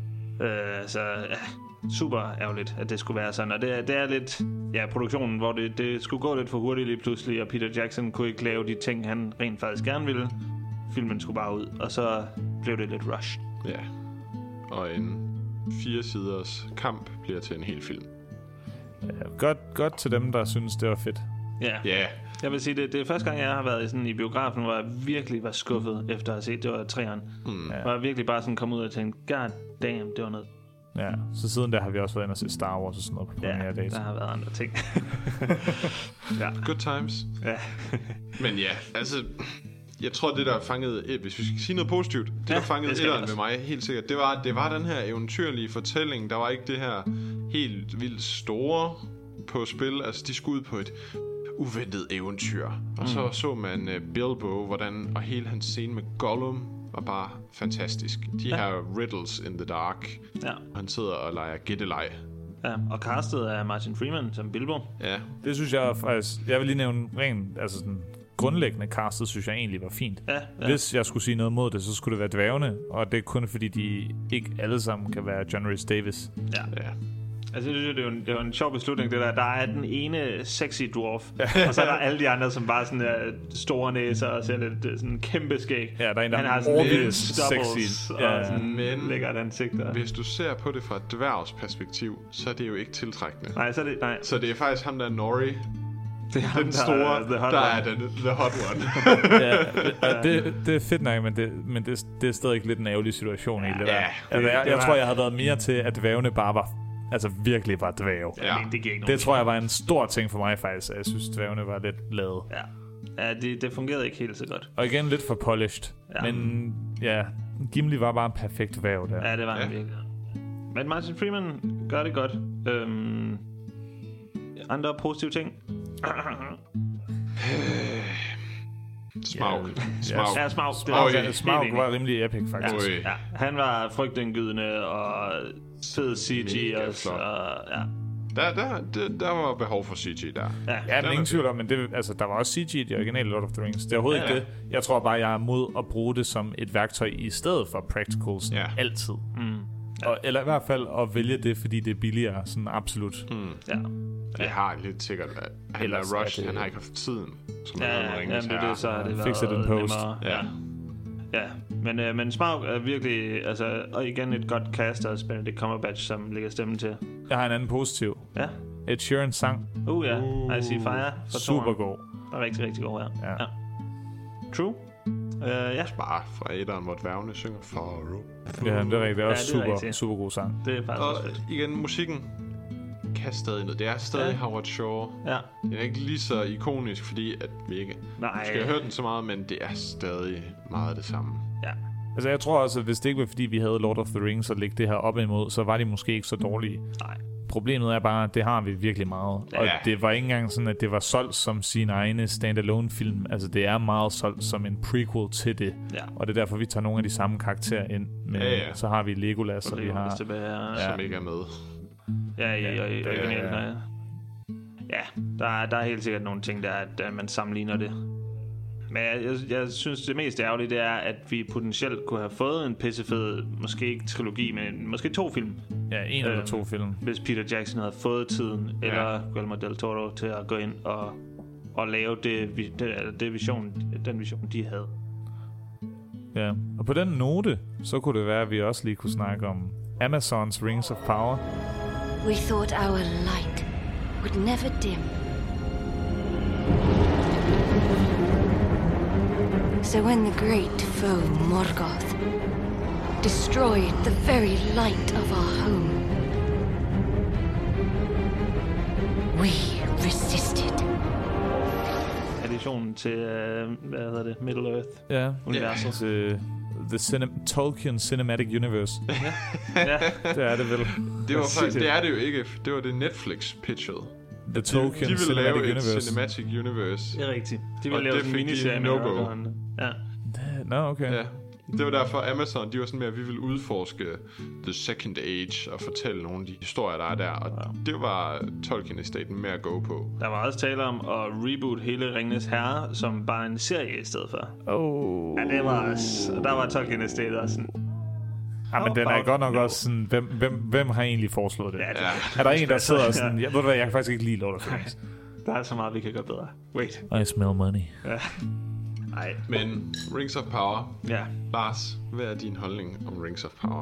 Ja. Uh, så... Ja. Super ærgerligt, at det skulle være sådan. Og det er, det er lidt, ja, produktionen, hvor det, det skulle gå lidt for hurtigt lige pludselig, og Peter Jackson kunne ikke lave de ting, han rent faktisk gerne ville. Filmen skulle bare ud, og så blev det lidt rushed. Ja, og en fire siders kamp bliver til en hel film. Ja, godt, godt til dem, der synes, det var fedt. Ja, yeah. Jeg vil sige, det, det er første gang, jeg har været sådan i biografen, hvor jeg virkelig var skuffet efter at have set, det var treeren. Mm. Hvor jeg virkelig bare sådan kom ud og tænkte, god damn, det var noget. Ja, så siden der har vi også været inde og se Star Wars og sådan noget på premiere ja, days. Der har været andre ting. ja. Good times. Ja. Men ja, altså, jeg tror, det der fangede, hvis vi skal sige noget positivt, det ja, der fangede etteren med mig helt sikkert, det var, det var den her eventyrlige fortælling. Der var ikke det her helt vildt store på spil. Altså, de skulle ud på et uventet eventyr. Og mm. så så man uh, Bilbo, hvordan, og hele hans scene med Gollum var bare fantastisk. De ja. her riddles in the dark. Ja. Han sidder og leger gætteleg. Ja, og castet af Martin Freeman som Bilbo. Ja. Det synes jeg faktisk... Jeg vil lige nævne ren... Altså sådan grundlæggende castet, synes jeg egentlig var fint. Ja, ja. Hvis jeg skulle sige noget mod det, så skulle det være dværgene. Og det er kun fordi, de ikke alle sammen kan være John Rhys Davis. Ja. Ja. Altså, det, det, er jo en, det er jo en sjov beslutning, det der. Der er den ene sexy dwarf, og så er der alle de andre, som bare sådan er store næser og ser lidt sådan kæmpe skæg. Ja, der er en, der Han har sådan lidt sexy. Og ja. sådan men lækkert ansigt. Der. Hvis du ser på det fra et dværgs perspektiv, så er det jo ikke tiltrækkende. Nej, så er det, nej. Så det er faktisk ham, der er Nori. Det er ham, den store, der, der, der er den, the hot one. ja, det, det er fedt nok, men, det, men det, det er stadig lidt en ærgerlig situation i det der. Ja, altså, jeg, jeg tror, jeg havde været mere til, at dværgene bare var altså virkelig var dvæve. Ja, det, det, det tror jeg var en stor ting for mig faktisk. Jeg synes, dvævene var lidt lavet. Ja. Ja, det, det fungerede ikke helt så godt. Og igen lidt for polished. Ja. Men ja, Gimli var bare en perfekt værv der. Ja, det var han ja. virkelig. Men Martin Freeman gør det godt. Øhm, andre positive ting? Smaug. Smaug. Ja, Smaug. Smaug, ja, Smaug var rimelig epic, faktisk. Ja. Ja. Han var frygtindgydende og fed C G også. Og, ja. Der, der, der, der var behov for C G der. Ja, ja der ingen tvivl om, men det, altså, der var også C G i de originale Lord of the Rings. Det er overhovedet ja, ja. ikke det. Jeg tror bare, jeg er mod at bruge det som et værktøj i stedet for practicals ja. altid. Mm. Ja. Og, eller i hvert fald at vælge det, fordi det er billigere, sådan absolut. Mm. Ja. Det har lidt sikkert været. Han er Rush, han har ikke haft tiden. Som ja, ja, ja det er det, så har det Fix it in post. Ja. Ja, men, øh, men Smaug er virkelig, altså, og igen et godt cast og Benedict Cumberbatch, som lægger stemmen til. Jeg har en anden positiv. Ja. Ed Sheeran sang. Uh, ja. Uh, I See Fire. Super god. Der er rigtig, rigtig god her. Ja. ja. True. Uh, ja. Bare fra etteren, hvor dværgene synger Faro. Ja, det er rigtigt. Det er også ja, det er super, super god sang. Det er faktisk og også fedt. Igen, musikken kan stadig noget. Det er stadig ja. Howard Shore. Ja. Det er ikke lige så ikonisk, fordi at vi ikke Nej. skal have hørt den så meget, men det er stadig meget det samme. Ja. Altså jeg tror også, at hvis det ikke var fordi vi havde Lord of the Rings og lægge det her op imod, så var de måske ikke så dårlige. Nej. Problemet er bare, at det har vi virkelig meget. Ja. Og det var ikke engang sådan, at det var solgt som sin egne standalone film. Altså det er meget solgt som en prequel til det. Ja. Og det er derfor, vi tager nogle af de samme karakterer ind. Men ja, ja. så har vi Legolas, og, og vi har... Tilbage, ja. Som ikke er med. Ja, i ja, originalen. Ja, ja. ja der, der er helt sikkert nogle ting, der at, at man sammenligner det. Men jeg, jeg, jeg synes, det mest ærgerlige, det er, at vi potentielt kunne have fået en pissefed, måske ikke trilogi, men måske to film. Ja, en øh, eller to film. Hvis Peter Jackson havde fået tiden, ja. eller Guillermo del Toro til at gå ind og, og lave det, det, det vision, den vision, de havde. Ja, og på den note, så kunne det være, at vi også lige kunne snakke om Amazons Rings of Power. We thought our light would never dim. So when the great foe Morgoth destroyed the very light of our home, we resisted. Additionen til, uh, hvad hedder det, Middle Earth ja. universet. Til The cinem- Tolkien Cinematic Universe. ja. ja. Det er det vel. Det, var faktisk, det er det jo ikke. Det var det Netflix pitchede. The Tolkien de, de Cinematic lave Universe. et Cinematic Universe. Det er rigtigt. De ville lave en miniserie med no-go. Ja. Nå, no, okay. Ja. Det var derfor Amazon, de var sådan med, at vi ville udforske The Second Age og fortælle nogle af de historier, der er der. Og ja. det var Tolkien Estate med at gå på. Der var også tale om at reboot hele Ringenes Herre som bare en serie i stedet for. Oh. Ja, det var også, der var Tolkien Estate også sådan. Ja, men den er godt nok no. også sådan, hvem, hvem, hvem har egentlig foreslået det? Ja, det er der en, der sidder sådan, jeg ved du hvad, jeg kan faktisk ikke lide Lord of the Rings. Der er så meget, vi kan gøre bedre. Wait. I smell money. Ja. Nej. Men Rings of Power. Ja. Lars, hvad er din holdning om Rings of Power?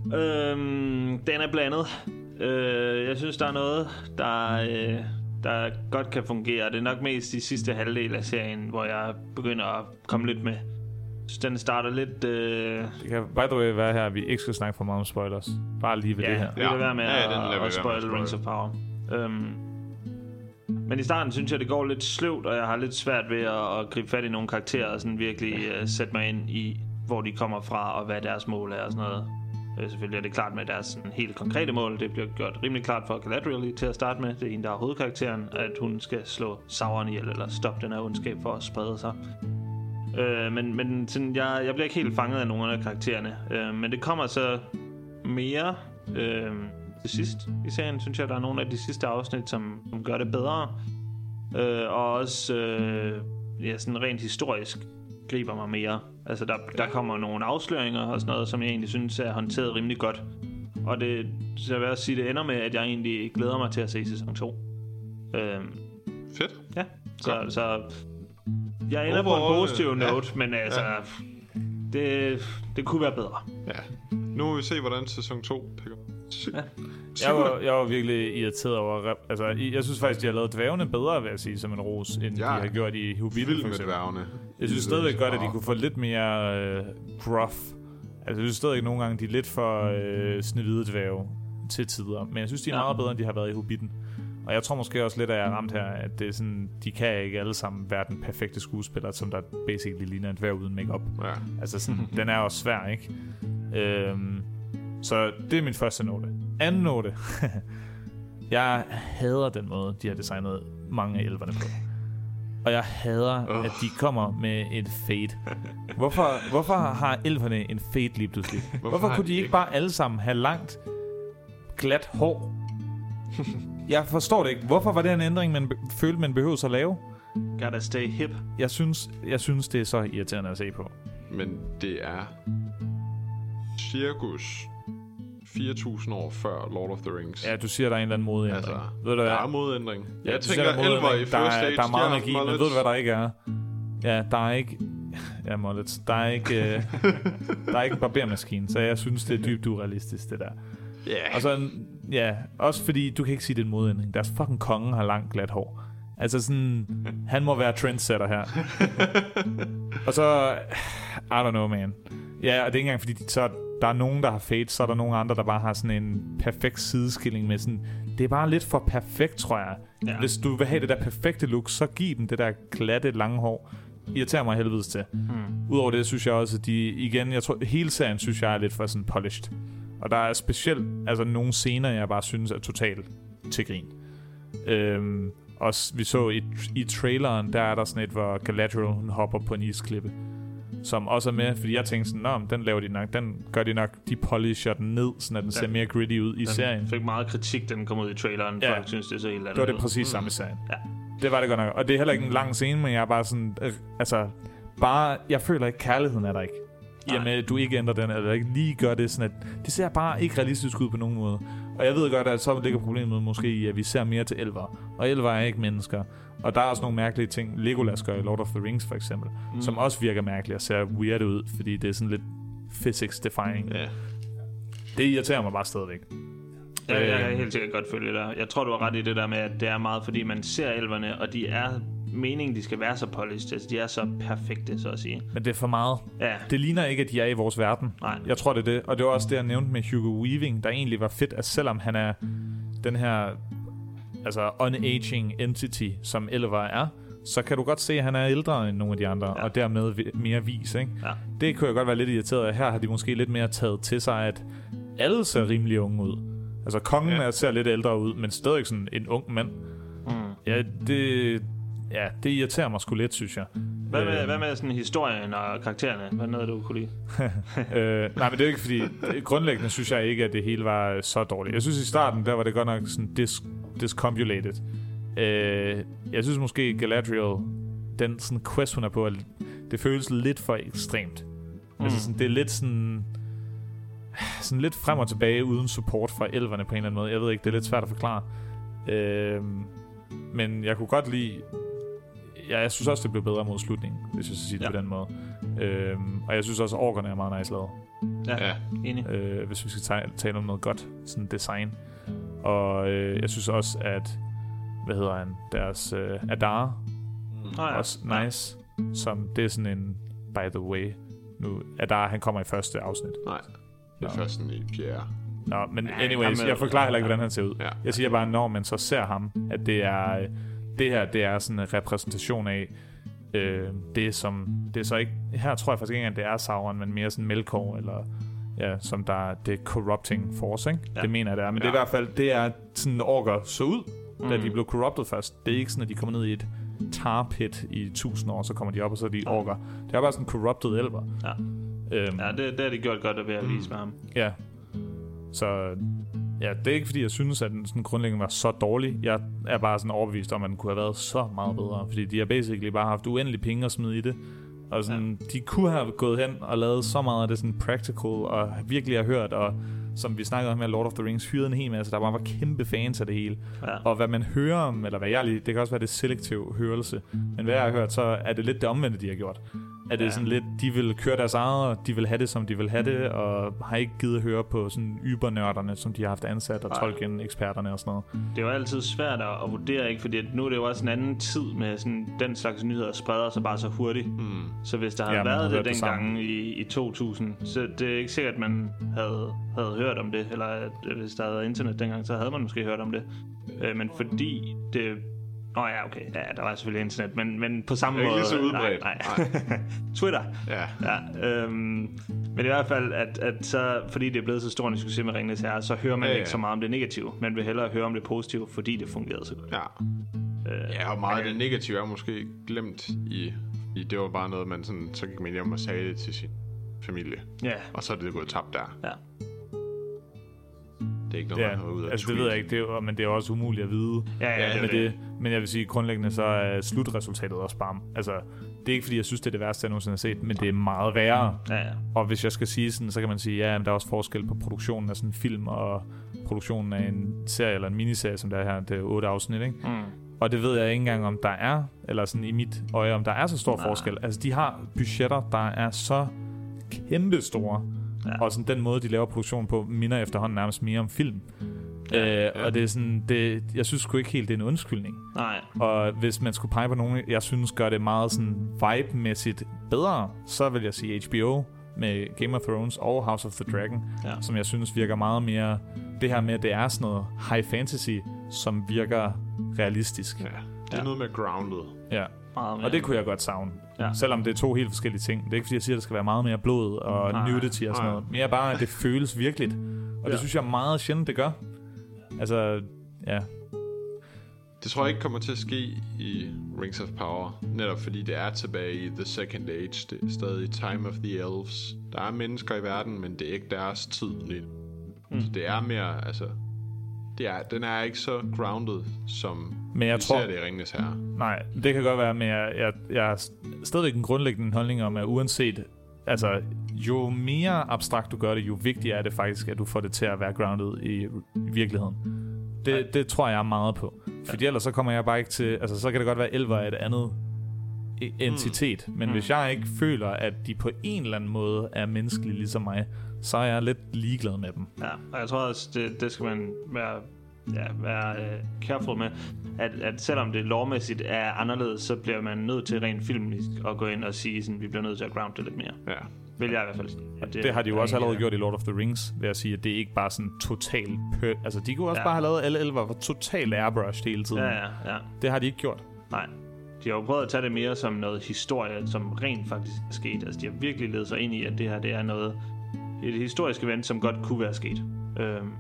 Øhm, den er blandet. Øh, jeg synes, der er noget, der, øh, der godt kan fungere. Det er nok mest de sidste halvdel af serien, hvor jeg begynder at komme lidt med. Den starter lidt... Øh... Det kan by the way være her, at vi ikke skal snakke for meget om spoilers. Bare lige ved ja, det her. Ja, vi vil være med ja, at, at, at spoil Rings of Power. Øhm, men i starten synes jeg, det går lidt sløvt, og jeg har lidt svært ved at, at gribe fat i nogle karakterer og sådan virkelig uh, sætte mig ind i, hvor de kommer fra og hvad deres mål er og sådan noget. Øh, selvfølgelig er det klart med deres sådan, helt konkrete mål. Det bliver gjort rimelig klart for Galadriel til at starte med. Det er en, der er hovedkarakteren, at hun skal slå Sauron ihjel eller stoppe den her ondskab for at sprede sig. Øh, men men sådan, jeg, jeg bliver ikke helt fanget af nogle af karaktererne. Øh, men det kommer så mere øh, til sidst i serien, synes jeg, der er nogle af de sidste afsnit, som, som gør det bedre. Øh, og også øh, ja, sådan rent historisk griber mig mere. Altså der, der kommer nogle afsløringer og sådan noget, som jeg egentlig synes er håndteret rimelig godt. Og det, så jeg vil også sige, det ender med, at jeg egentlig glæder mig til at se sæson to. Øh, Fedt. Ja, så, så jeg ender på en positiv note, ja. Men altså, ja. det, det kunne være bedre. Ja. Nu vil vi se, hvordan sæson to pikker. Ja. Jeg var, jeg var virkelig irriteret over... Altså, jeg synes faktisk, de har lavet dværgene bedre, vil jeg sige, som en ros, end ja. de har gjort i Hobbiten, for eksempel. Jeg synes stadigvæk godt, at de kunne få lidt mere øh, gruff. Altså, jeg synes stadigvæk nogle gange, de er lidt for øh, snehvide dværge til tider. Men jeg synes, de er ja. meget bedre, end de har været i Hobbiten. Og jeg tror måske også lidt, at jeg er ramt her, at det er sådan, de kan ikke alle sammen være den perfekte skuespiller, som der basically ligner et dværg uden make-up. Ja. Altså sådan, den er også svær, ikke? Øhm, så det er min første note. Anden note. Jeg hader den måde, de har designet mange af elverne på. Og jeg hader, oh. at de kommer med et fade. Hvorfor, hvorfor har elverne en fade lige pludselig? Hvorfor, hvorfor kunne de ikke bare alle sammen have langt, glat hår? Jeg forstår det ikke. Hvorfor var det en ændring, man be- følte, man behøvede at lave? Gotta stay hip. Jeg synes, jeg synes, det er så irriterende at se på. Men det er cirkus fire tusind år før Lord of the Rings. Ja, du siger, der er en eller anden modændring. Altså, ved du, der er modændring. Ja, jeg tænker, elver i first stage. Der er meget magi, men ved du, hvad der ikke er? Ja, der er ikke... Ja, Mollets. Der er ikke... uh, der er ikke en barbermaskine, så jeg synes, det er dybt urealistisk, det der. Ja. Yeah. Og så... Ja, også fordi, du kan ikke sige, det er en modændring. Deres fucking konge har langt glat hår. Altså sådan... Han må være trendsetter her. Og så... I don't know, man. Ja, og det er ikke engang, fordi de, så... Der er nogen, der har fade, så er der nogle andre, der bare har sådan en perfekt sideskilling med sådan... Det er bare lidt for perfekt, tror jeg. Ja. Hvis du vil have det der perfekte look, så giv dem det der glatte, lange hår. Irriterer mig helvedes til. Hmm. Udover det, synes jeg også, at de... Igen, jeg tror, hele serien synes jeg er lidt for sådan polished. Og der er specielt altså nogle scener, jeg bare synes er totalt til grin. Øhm, også, vi så i, i traileren, der er der sådan et, hvor Galadriel, hun hopper på en isklippe. Som også er med, fordi jeg tænkte sådan, nå, den laver de nok, den gør de nok, de polisher den ned, sådan at den, den ser mere gritty ud i den serien. Den fik meget kritik, den kom ud i traileren, ja. Folk synes, det er så helt andet. Det var det præcis samme i serien. Ja. Det var det godt nok. Og det er heller ikke en lang scene, men jeg er bare sådan, øh, altså, bare, jeg føler ikke, kærligheden er der ikke. I og med, at du ikke ændrer den, eller ikke lige gør det sådan, at det ser bare ikke realistisk ud på nogen måde. Og jeg ved godt, at så ligger problemet måske i, at vi ser mere til elver. Og elver er ikke mennesker. Og der er også nogle mærkelige ting, Legolas gør i Lord of the Rings for eksempel, mm. som også virker mærkeligt og ser weird ud, fordi det er sådan lidt physics-defying. Yeah. Det irriterer mig bare stadigvæk. Ja, jeg kan helt sikkert godt følge dig. Jeg tror, du har ret i det der med, at det er meget, fordi man ser elverne, og de er meningen, de skal være så polished. Altså, de er så perfekte, så at sige. Men det er for meget. Ja. Det ligner ikke, at de er i vores verden. Nej. Jeg tror, det er det. Og det var også det, jeg nævnte med Hugo Weaving, der egentlig var fedt, at selvom han er den her altså unaging entity, som elver er, så kan du godt se, at han er ældre end nogle af de andre, ja. Og dermed mere vis, ikke? Ja. Det kunne jeg godt være lidt irriteret af. Her har de måske lidt mere taget til sig, at alle ser rimelig unge ud. Altså, kongen ja. ser lidt ældre ud, men stadig sådan en ung mand. Mm. Ja, det... Ja, det irriterer mig sgu lidt, synes jeg. Hvad med, øh, hvad med sådan historien og karaktererne? Hvad er noget, du kunne lide? øh, nej, men det er ikke fordi... Grundlæggende synes jeg ikke, at det hele var så dårligt. Jeg synes, i starten, der var det godt nok sådan dis- discombulated. Øh, jeg synes måske, Galadriel, den sådan quest, hun er på, det føles lidt for ekstremt. Mm. Altså sådan, det er lidt sådan... Sådan lidt frem og tilbage, uden support fra elverne på en eller anden måde. Jeg ved ikke, det er lidt svært at forklare. Øh, men jeg kunne godt lide... Ja, jeg synes også, det blev bedre mod slutningen, hvis jeg skal sige det ja. på den måde. Øhm, og jeg synes også, at orkerne er meget nice lavet. Ja, ja. Enig. Øh, hvis vi skal tale, tale om noget godt sådan design. Og øh, jeg synes også, at hvad hedder han? Deres øh, Adar mm. også nice. Ja. Som det er sådan en by the way. Nu Adar, han kommer i første afsnit. Nej, det er først i Pierre. Nå, men anyways, jeg forklarer heller ikke, hvordan han ser ud. Ja. Jeg siger bare, når man så ser ham, at det er... Det her, det er sådan en repræsentation af øh, det som... Det er så ikke... Her tror jeg faktisk ikke engang, det er Sauron, men mere sådan Melkor, eller... Ja, som der... Det er corrupting force, ikke? Ja. Det mener jeg, det er. Men ja. det er i hvert fald... Det er sådan, orker så ud, mm. da de blev corrupted først. Det er ikke sådan, at de kommer ned i et tar pit i tusind år, så kommer de op, og så er de orker. Det er bare sådan corrupted elver. Ja, øhm, ja det, det har de gjort godt ved at vise med ham. Ja. Så... Ja, det er ikke fordi, jeg synes, at den sådan grundlæggende var så dårlig. Jeg er bare sådan overbevist om, at den kunne have været så meget bedre. Fordi de har basically bare haft uendelige penge at smide i det. Og sådan, ja. de kunne have gået hen og lavet så meget af det sådan practical, og virkelig har hørt, og som vi snakkede om med Lord of the Rings, hyrede en hel masse, der bare var kæmpe fans af det hele. Ja. Og hvad man hører om, eller hvad jeg lige, det kan også være det selektiv hørelse, men hvad jeg har hørt, så er det lidt det omvendte, de har gjort. At det er sådan lidt, de vil køre deres eget, og de vil have det, som de vil have det, og har ikke givet at høre på sådan ybernørderne, som de har haft ansat, og Tolkien-eksperterne og sådan noget. Det er jo altid svært at vurdere, ikke? Fordi nu er det jo også en anden tid med sådan, den slags nyheder spreder sig bare så hurtigt. Mm. Så hvis der havde ja, været det dengang det i, i to tusind, så det er ikke sikkert, at man havde, havde hørt om det, eller at, hvis der havde internet dengang, så havde man måske hørt om det. Øh, men fordi det... Nå ja, okay. Ja, der var selvfølgelig internet, men, men på samme måde... Det er ikke lige så udbredt. Nej, nej. Twitter. Ja. ja øhm, men i hvert fald, at, at så, fordi det er blevet så stor en succes med Ringenes Herre, så hører man ja, ja. ikke så meget om det negative. Man vil hellere høre om det positive, fordi det fungerede så godt. Ja, øh, ja og meget af det negative er måske glemt i, i... Det var bare noget, man sådan... Så gik man hjem og sagde det til sin familie. Ja. Og så er det gået tabt der. Ja. Det er ikke noget, ja, man har ud af altså det ved jeg ikke, det er, men det er også umuligt at vide. Ja, ja, det men, det, men jeg vil sige, grundlæggende så er slutresultatet også bare... Altså, det er ikke fordi, jeg synes, det er det værste, jeg nogensinde har set, men det er meget værre. Ja, ja. Og hvis jeg skal sige sådan, så kan man sige, ja, men der er også forskel på produktionen af sådan en film og produktionen af en serie eller en miniserie, som der er her, det er otte afsnit, ikke? Mm. Og det ved jeg ikke engang, om der er, eller sådan i mit øje, om der er så stor Nej. forskel. Altså, de har budgetter, der er så kæmpe store. Ja. Og sådan den måde, de laver produktion på, minder efterhånden nærmest mere om film. Ja, øh, ja. Og det er sådan, det, jeg synes sgu ikke helt, det er en undskyldning. Nej. Og hvis man skulle pege på nogen, jeg synes gør det meget sådan vibe-mæssigt bedre, så vil jeg sige H B O med Game of Thrones og House of the Dragon, ja. som jeg synes virker meget mere, det her med, at det er sådan noget high fantasy, som virker realistisk. Ja. Det er ja. noget med grounded. Ja. Og det kunne jeg godt savne. Ja. Selvom det er to helt forskellige ting. Det er ikke fordi jeg siger at det skal være meget mere blod og nej, nudity og sådan noget. Mere bare at det føles virkeligt. Og ja. det synes jeg meget sjældent det gør. Altså ja. Det tror jeg ikke kommer til at ske i Rings of Power. Netop fordi det er tilbage i The Second Age. Det er stadig Time of the Elves. Der er mennesker i verden, men det er ikke deres tid. Mm. Så det er mere altså det er, den er ikke så grounded, som men jeg vi tror, ser det i Ringenes Herre. Nej, det kan godt være, men jeg, jeg, jeg har stadigvæk en grundlæggende holdning om, at uanset, altså, jo mere abstrakt du gør det, jo vigtigere er det faktisk, at du får det til at være grounded i, i virkeligheden. Det, det tror jeg er meget på. Fordi ellers så kommer jeg bare ikke til, altså så kan det godt være, at elver er et andet entitet, mm. men mm. hvis jeg ikke føler, at de på en eller anden måde er menneskelige ligesom mig, så er jeg lidt ligeglad med dem. Ja, og jeg tror også, det, det skal man være, ja, være uh, careful med, at, at selvom det lovmæssigt er anderledes, så bliver man nødt til rent filmisk at gå ind og sige, sådan, vi bliver nødt til at ground det lidt mere. Ja. Vil jeg i hvert fald sige. Det, det har de jo også allerede gjort i Lord of the Rings, ved at sige, at det ikke bare sådan totalt pø... Altså, de kunne også ja. bare have lavet alle elver var totalt airbrush hele tiden. Ja, ja, ja. Det har de ikke gjort. Nej. De har jo prøvet at tage det mere som noget historie, som rent faktisk er sket. Altså, de har virkelig ledet sig ind i, at det her, det er noget... et historisk event, som godt kunne være sket. Øhm,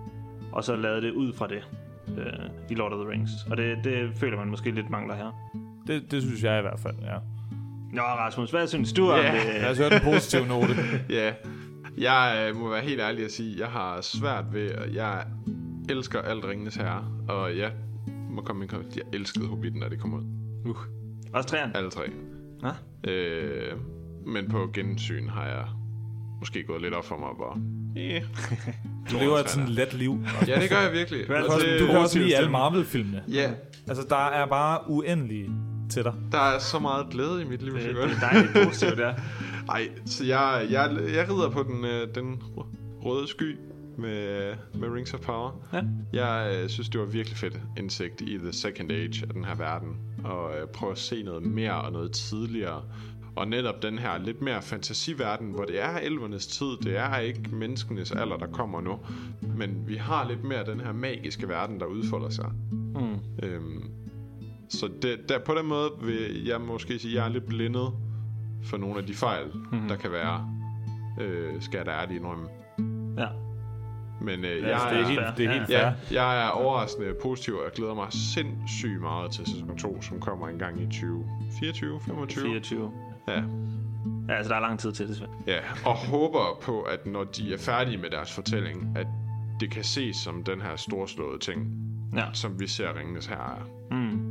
og så lavede det ud fra det øh, i Lord of the Rings. Og det, det føler man måske lidt mangler her. Det, det synes jeg i hvert fald, ja. Nå, Rasmus, hvad synes du om yeah. det? Jeg har hørt en positiv note. Ja, jeg øh, må være helt ærlig at sige, jeg har svært ved, at jeg elsker alt Ringenes Herre, og jeg må komme ind, jeg elskede Hobbiten, da det kom ud. Uh. Også træerne? Alle tre. Ja? Øh, men på gensyn har jeg måske gået lidt op for mig, hvor... Yeah. Du lever et sådan let liv. Ja, det gør jeg virkelig. Du, altså, du kan også lide alle Marvel-filmene. Ja. Altså, der er bare uendelige til dig. Der er så meget glæde i mit liv. Det, det er dejligt positivt, der. Ej, så jeg, jeg, jeg rider på den, den røde sky med, med Rings of Power. Ja. Jeg synes, det var virkelig fedt indsigt i The Second Age af den her verden. Og prøve at se noget mere og noget tidligere. Og netop den her lidt mere fantasiverden, hvor det er elvernes tid, det er ikke menneskenes alder, der kommer nu. Men vi har lidt mere den her magiske verden, der udfolder sig. Mm. Øhm, så det, der, på den måde vil jeg måske sige, at jeg er lidt blindet for nogle af de fejl, mm-hmm. der kan være. Øh, skal jeg da ærligt indrømme. Ja. Men øh, ja, jeg, det er helt, det er helt fair. Ja, jeg er overraskende positiv, og jeg glæder mig sindssygt meget til sæson to, som kommer en gang i tyve fireogtyve, femogtyve fireogtyve Ja. Ja, altså der er lang tid til det, Svend. Ja, og håber på, at når de er færdige med deres fortælling, at det kan ses som den her storslåede ting, ja. som vi ser Ringenes Herre er. Mm.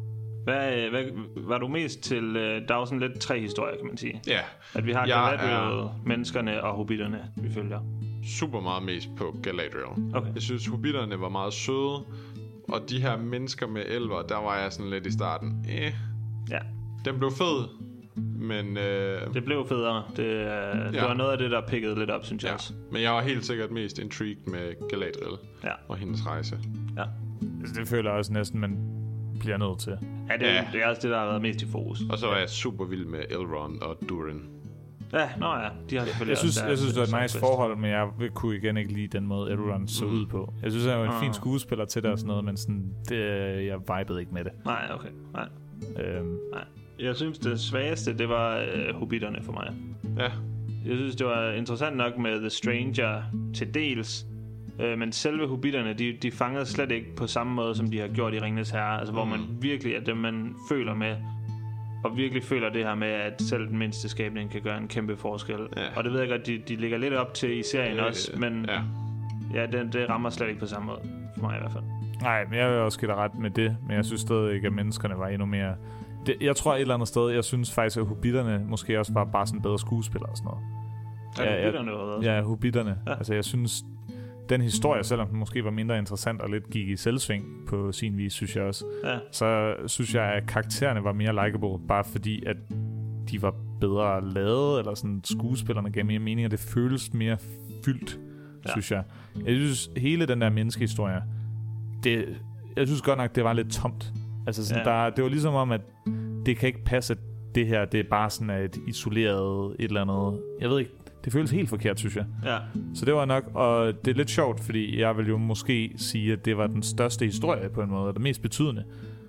Hvad, hvad, var du mest til... Der er jo sådan lidt tre historier, kan man sige. Ja. At vi har Galadriel, er... menneskerne og hobbiterne, vi følger. Super meget mest på Galadriel. Okay. Jeg synes, hobbiterne var meget søde, og de her mennesker med elver, der var jeg sådan lidt i starten. Eh. Ja. Den blev fed. Men øh, det blev federe. Det, øh, det ja. var noget af det, der pikkede lidt op, synes jeg ja. også. Men jeg var helt sikkert mest intrigued med Galadriel ja. og hendes rejse. Ja. Det føler jeg også næsten, man bliver nødt til. Ja, det, ja. det er også det, der har været mest i fokus. Og så er jeg super vild med Elrond og Durin. Ja, nå ja. De har selvfølgelig jeg synes, også jeg synes, det var et nice quest. forhold, men jeg kunne igen ikke lide den måde, Eruran så mm. ud på. Jeg synes, han var en Ah. fin skuespiller til det og sådan noget, men sådan, det, jeg vibede ikke med det. Nej, okay. Nej. Øhm. Nej. Jeg synes, det svageste, det var øh, hobitterne for mig. Ja. Jeg synes, det var interessant nok med The Stranger til dels, øh, men selve hobitterne, de, de fangede slet ikke på samme måde, som de har gjort i Ringenes Herre. Altså, hvor Mm. man virkelig er dem, man føler med, og virkelig føler det her med, at selv den mindste skabning kan gøre en kæmpe forskel. Ja. Og det ved jeg godt, de, de ligger lidt op til i serien Øh, også, men ja. ja, det, det rammer slet ikke på samme måde, for mig i hvert fald. Nej, men jeg vil også give dig ret med det, men jeg synes stadig ikke, at menneskerne var endnu mere... Det, jeg tror et eller andet sted, jeg synes faktisk, at hobitterne måske også var bare sådan bedre skuespillere og sådan noget. Ja, ja, hobitterne var også. Ja, hobitterne. Ja. Altså, jeg synes, den historie, selvom den måske var mindre interessant og lidt gik i selvsving på sin vis, synes jeg også, Ja. så synes jeg, at karaktererne var mere likeable, bare fordi, at de var bedre lavet, eller sådan skuespillerne gav mere mening, og det føles mere fyldt, Ja. synes jeg. Jeg synes, hele den der menneskehistorie, det, jeg synes godt nok, det var lidt tomt. Altså sådan, Ja. der, det var ligesom om, at det kan ikke passe, at det her, det er bare sådan et isoleret et eller andet. Jeg ved ikke, det føles helt forkert, synes jeg. Ja. Så det var nok, og det er lidt sjovt, fordi jeg vil jo måske sige, at det var den største historie på en måde, og det mest betydende.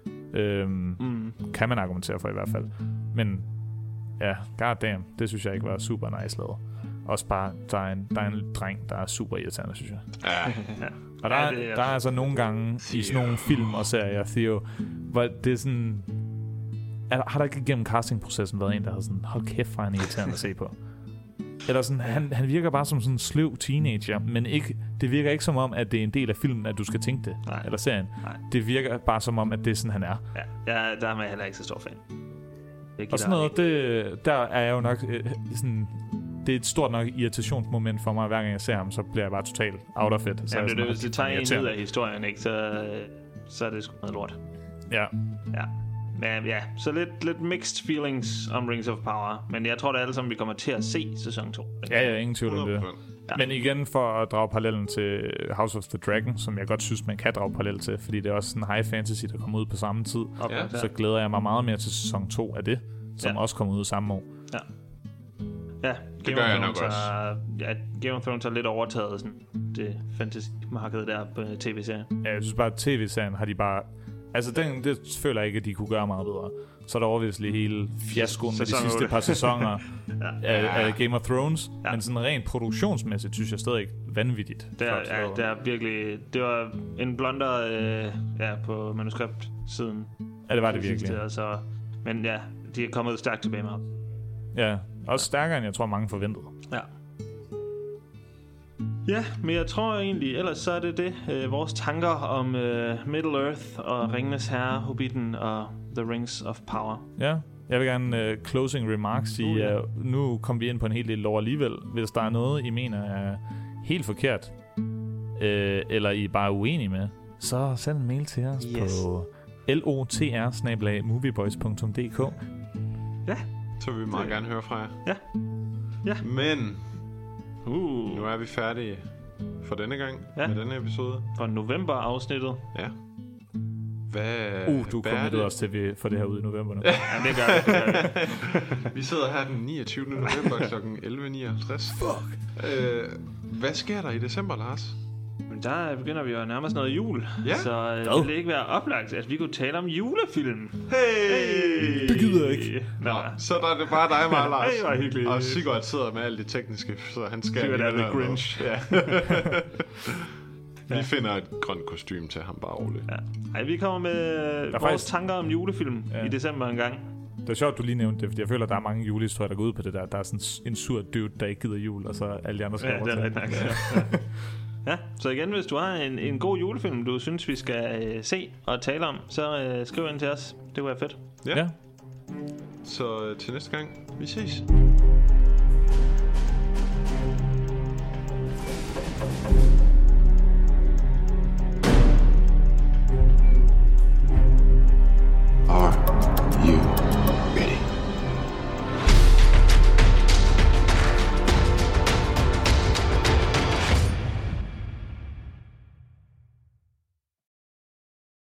Øhm, Mm. Kan man argumentere for i hvert fald. Men ja, goddamn, det synes jeg ikke var super nice lavet. Også bare, der er en, der er en dreng, der er super irriterende, synes jeg. Ja. Og der, Ja, er, det er- der er altså nogle gange i sådan nogle film og serier, Theo, hvor det er sådan... Er, har der ikke gennem castingprocessen været en, der har sådan, hold kæft, for han er irriterende at se på? Eller sådan, han, han virker bare som sådan en sløv teenager, men ikke, det virker ikke som om, at det er en del af filmen, at du skal tænke det, Nej. eller serien. Nej. Det virker bare som om, at det er sådan, han er. Ja, ja, der er jeg heller ikke så stor fan. Jeg Og sådan noget, det, der er jeg jo nok øh, sådan... Det er et stort nok irritationsmoment for mig, hver gang jeg ser ham, så bliver jeg bare totalt out of it. Så Ja, er det, jeg det, sådan, hvis det tager en irriterende. ud af historien, ikke, så, så er det sgu noget lort. Ja. Ja. Men ja, så lidt, lidt mixed feelings om Rings of Power. Men jeg tror, det er alle sammen, vi kommer til at se sæson to. Ja, ja, ingen tvivl om det. Ja. Men igen, for at drage parallellen til House of the Dragon, som jeg godt synes, man kan drage parallel til, fordi det er også sådan high fantasy, der kommer ud på samme tid, Ja. så glæder jeg mig meget mere til sæson to af det, som Ja. også kommer ud samme år. Ja. Ja, Det gør jeg nok også. har, ja, Game of Thrones har lidt overtaget sådan, det fantasy-marked der på tv-serien. Ja, jeg synes bare, at tv-serien har de bare... Altså, den, det føler jeg ikke, at de kunne gøre meget bedre. Så er der overviselig hele fiaskoen med de Sæson sidste otte. par sæsoner Ja. af, af Game of Thrones. Ja. Men sådan rent produktionsmæssigt, synes jeg stadig vanvittigt. Det er, flot ja, lavet. det er virkelig... Det var en blunder øh, ja, på manuskript-siden. Ja, det var det virkelig. Sidste, og så, men ja, de er kommet stærkt tilbage med. Ja, også stærkere, end jeg tror, mange forventede. Ja. Ja, men jeg tror egentlig, ellers så er det det. Øh, vores tanker om øh, Middle Earth og Ringenes Herre, Hobbiten og The Rings of Power. Ja, jeg vil gerne uh, closing remarks sige, Uh, ja. uh, nu kom vi ind på en hel del lov alligevel. Hvis der er noget, I mener er helt forkert, øh, eller I bare er uenige med, så send en mail til os Yes. på lotr bindestreg movieboys punktum d k. Ja. Så vil vi meget gerne høre fra jer. Ja. Ja. Men Uh. nu er vi færdige for denne gang Ja. med denne episode. For november-afsnittet. Ja. Hvad, Uh, du hvad er kommer det? også til at få det her ud i november nu. Ja, det gør vi. Det gør vi. Vi sidder her den niogtyvende november kl. elleve nioghalvtreds. Fuck. Øh, hvad sker der i december, Lars? Men der begynder vi jo at nærme os noget jul. Ja. Så øh, Hvad? ville det ikke være oplagt, at vi kunne tale om julefilm. Hey! Det gider jeg ikke. Nå, Så der er det bare dig, mig, Lars. Hey, hvor hyggeligt. Og Sigurd sidder med alt det tekniske, så han skal... Sigurd er lige The høre noget. Grinch. Ja. Vi finder et grønt kostume til ham, bare roligt. Ja. Ej, vi kommer med vores faktisk- tanker om julefilm Ja. i december en gang. Det er sjovt, du lige nævnte det, fordi jeg føler, at der er mange julehistorier, der går ud på det der. Der er sådan en sur dude, der ikke gider jul, og så alle de andre skal Ja, det er overtage. rigtig nok. Ja, så igen, hvis du har en, en god julefilm, du synes, vi skal øh, se og tale om, så øh, skriv ind til os. Det kunne være fedt. Ja. Ja. Så øh, til næste gang, vi ses.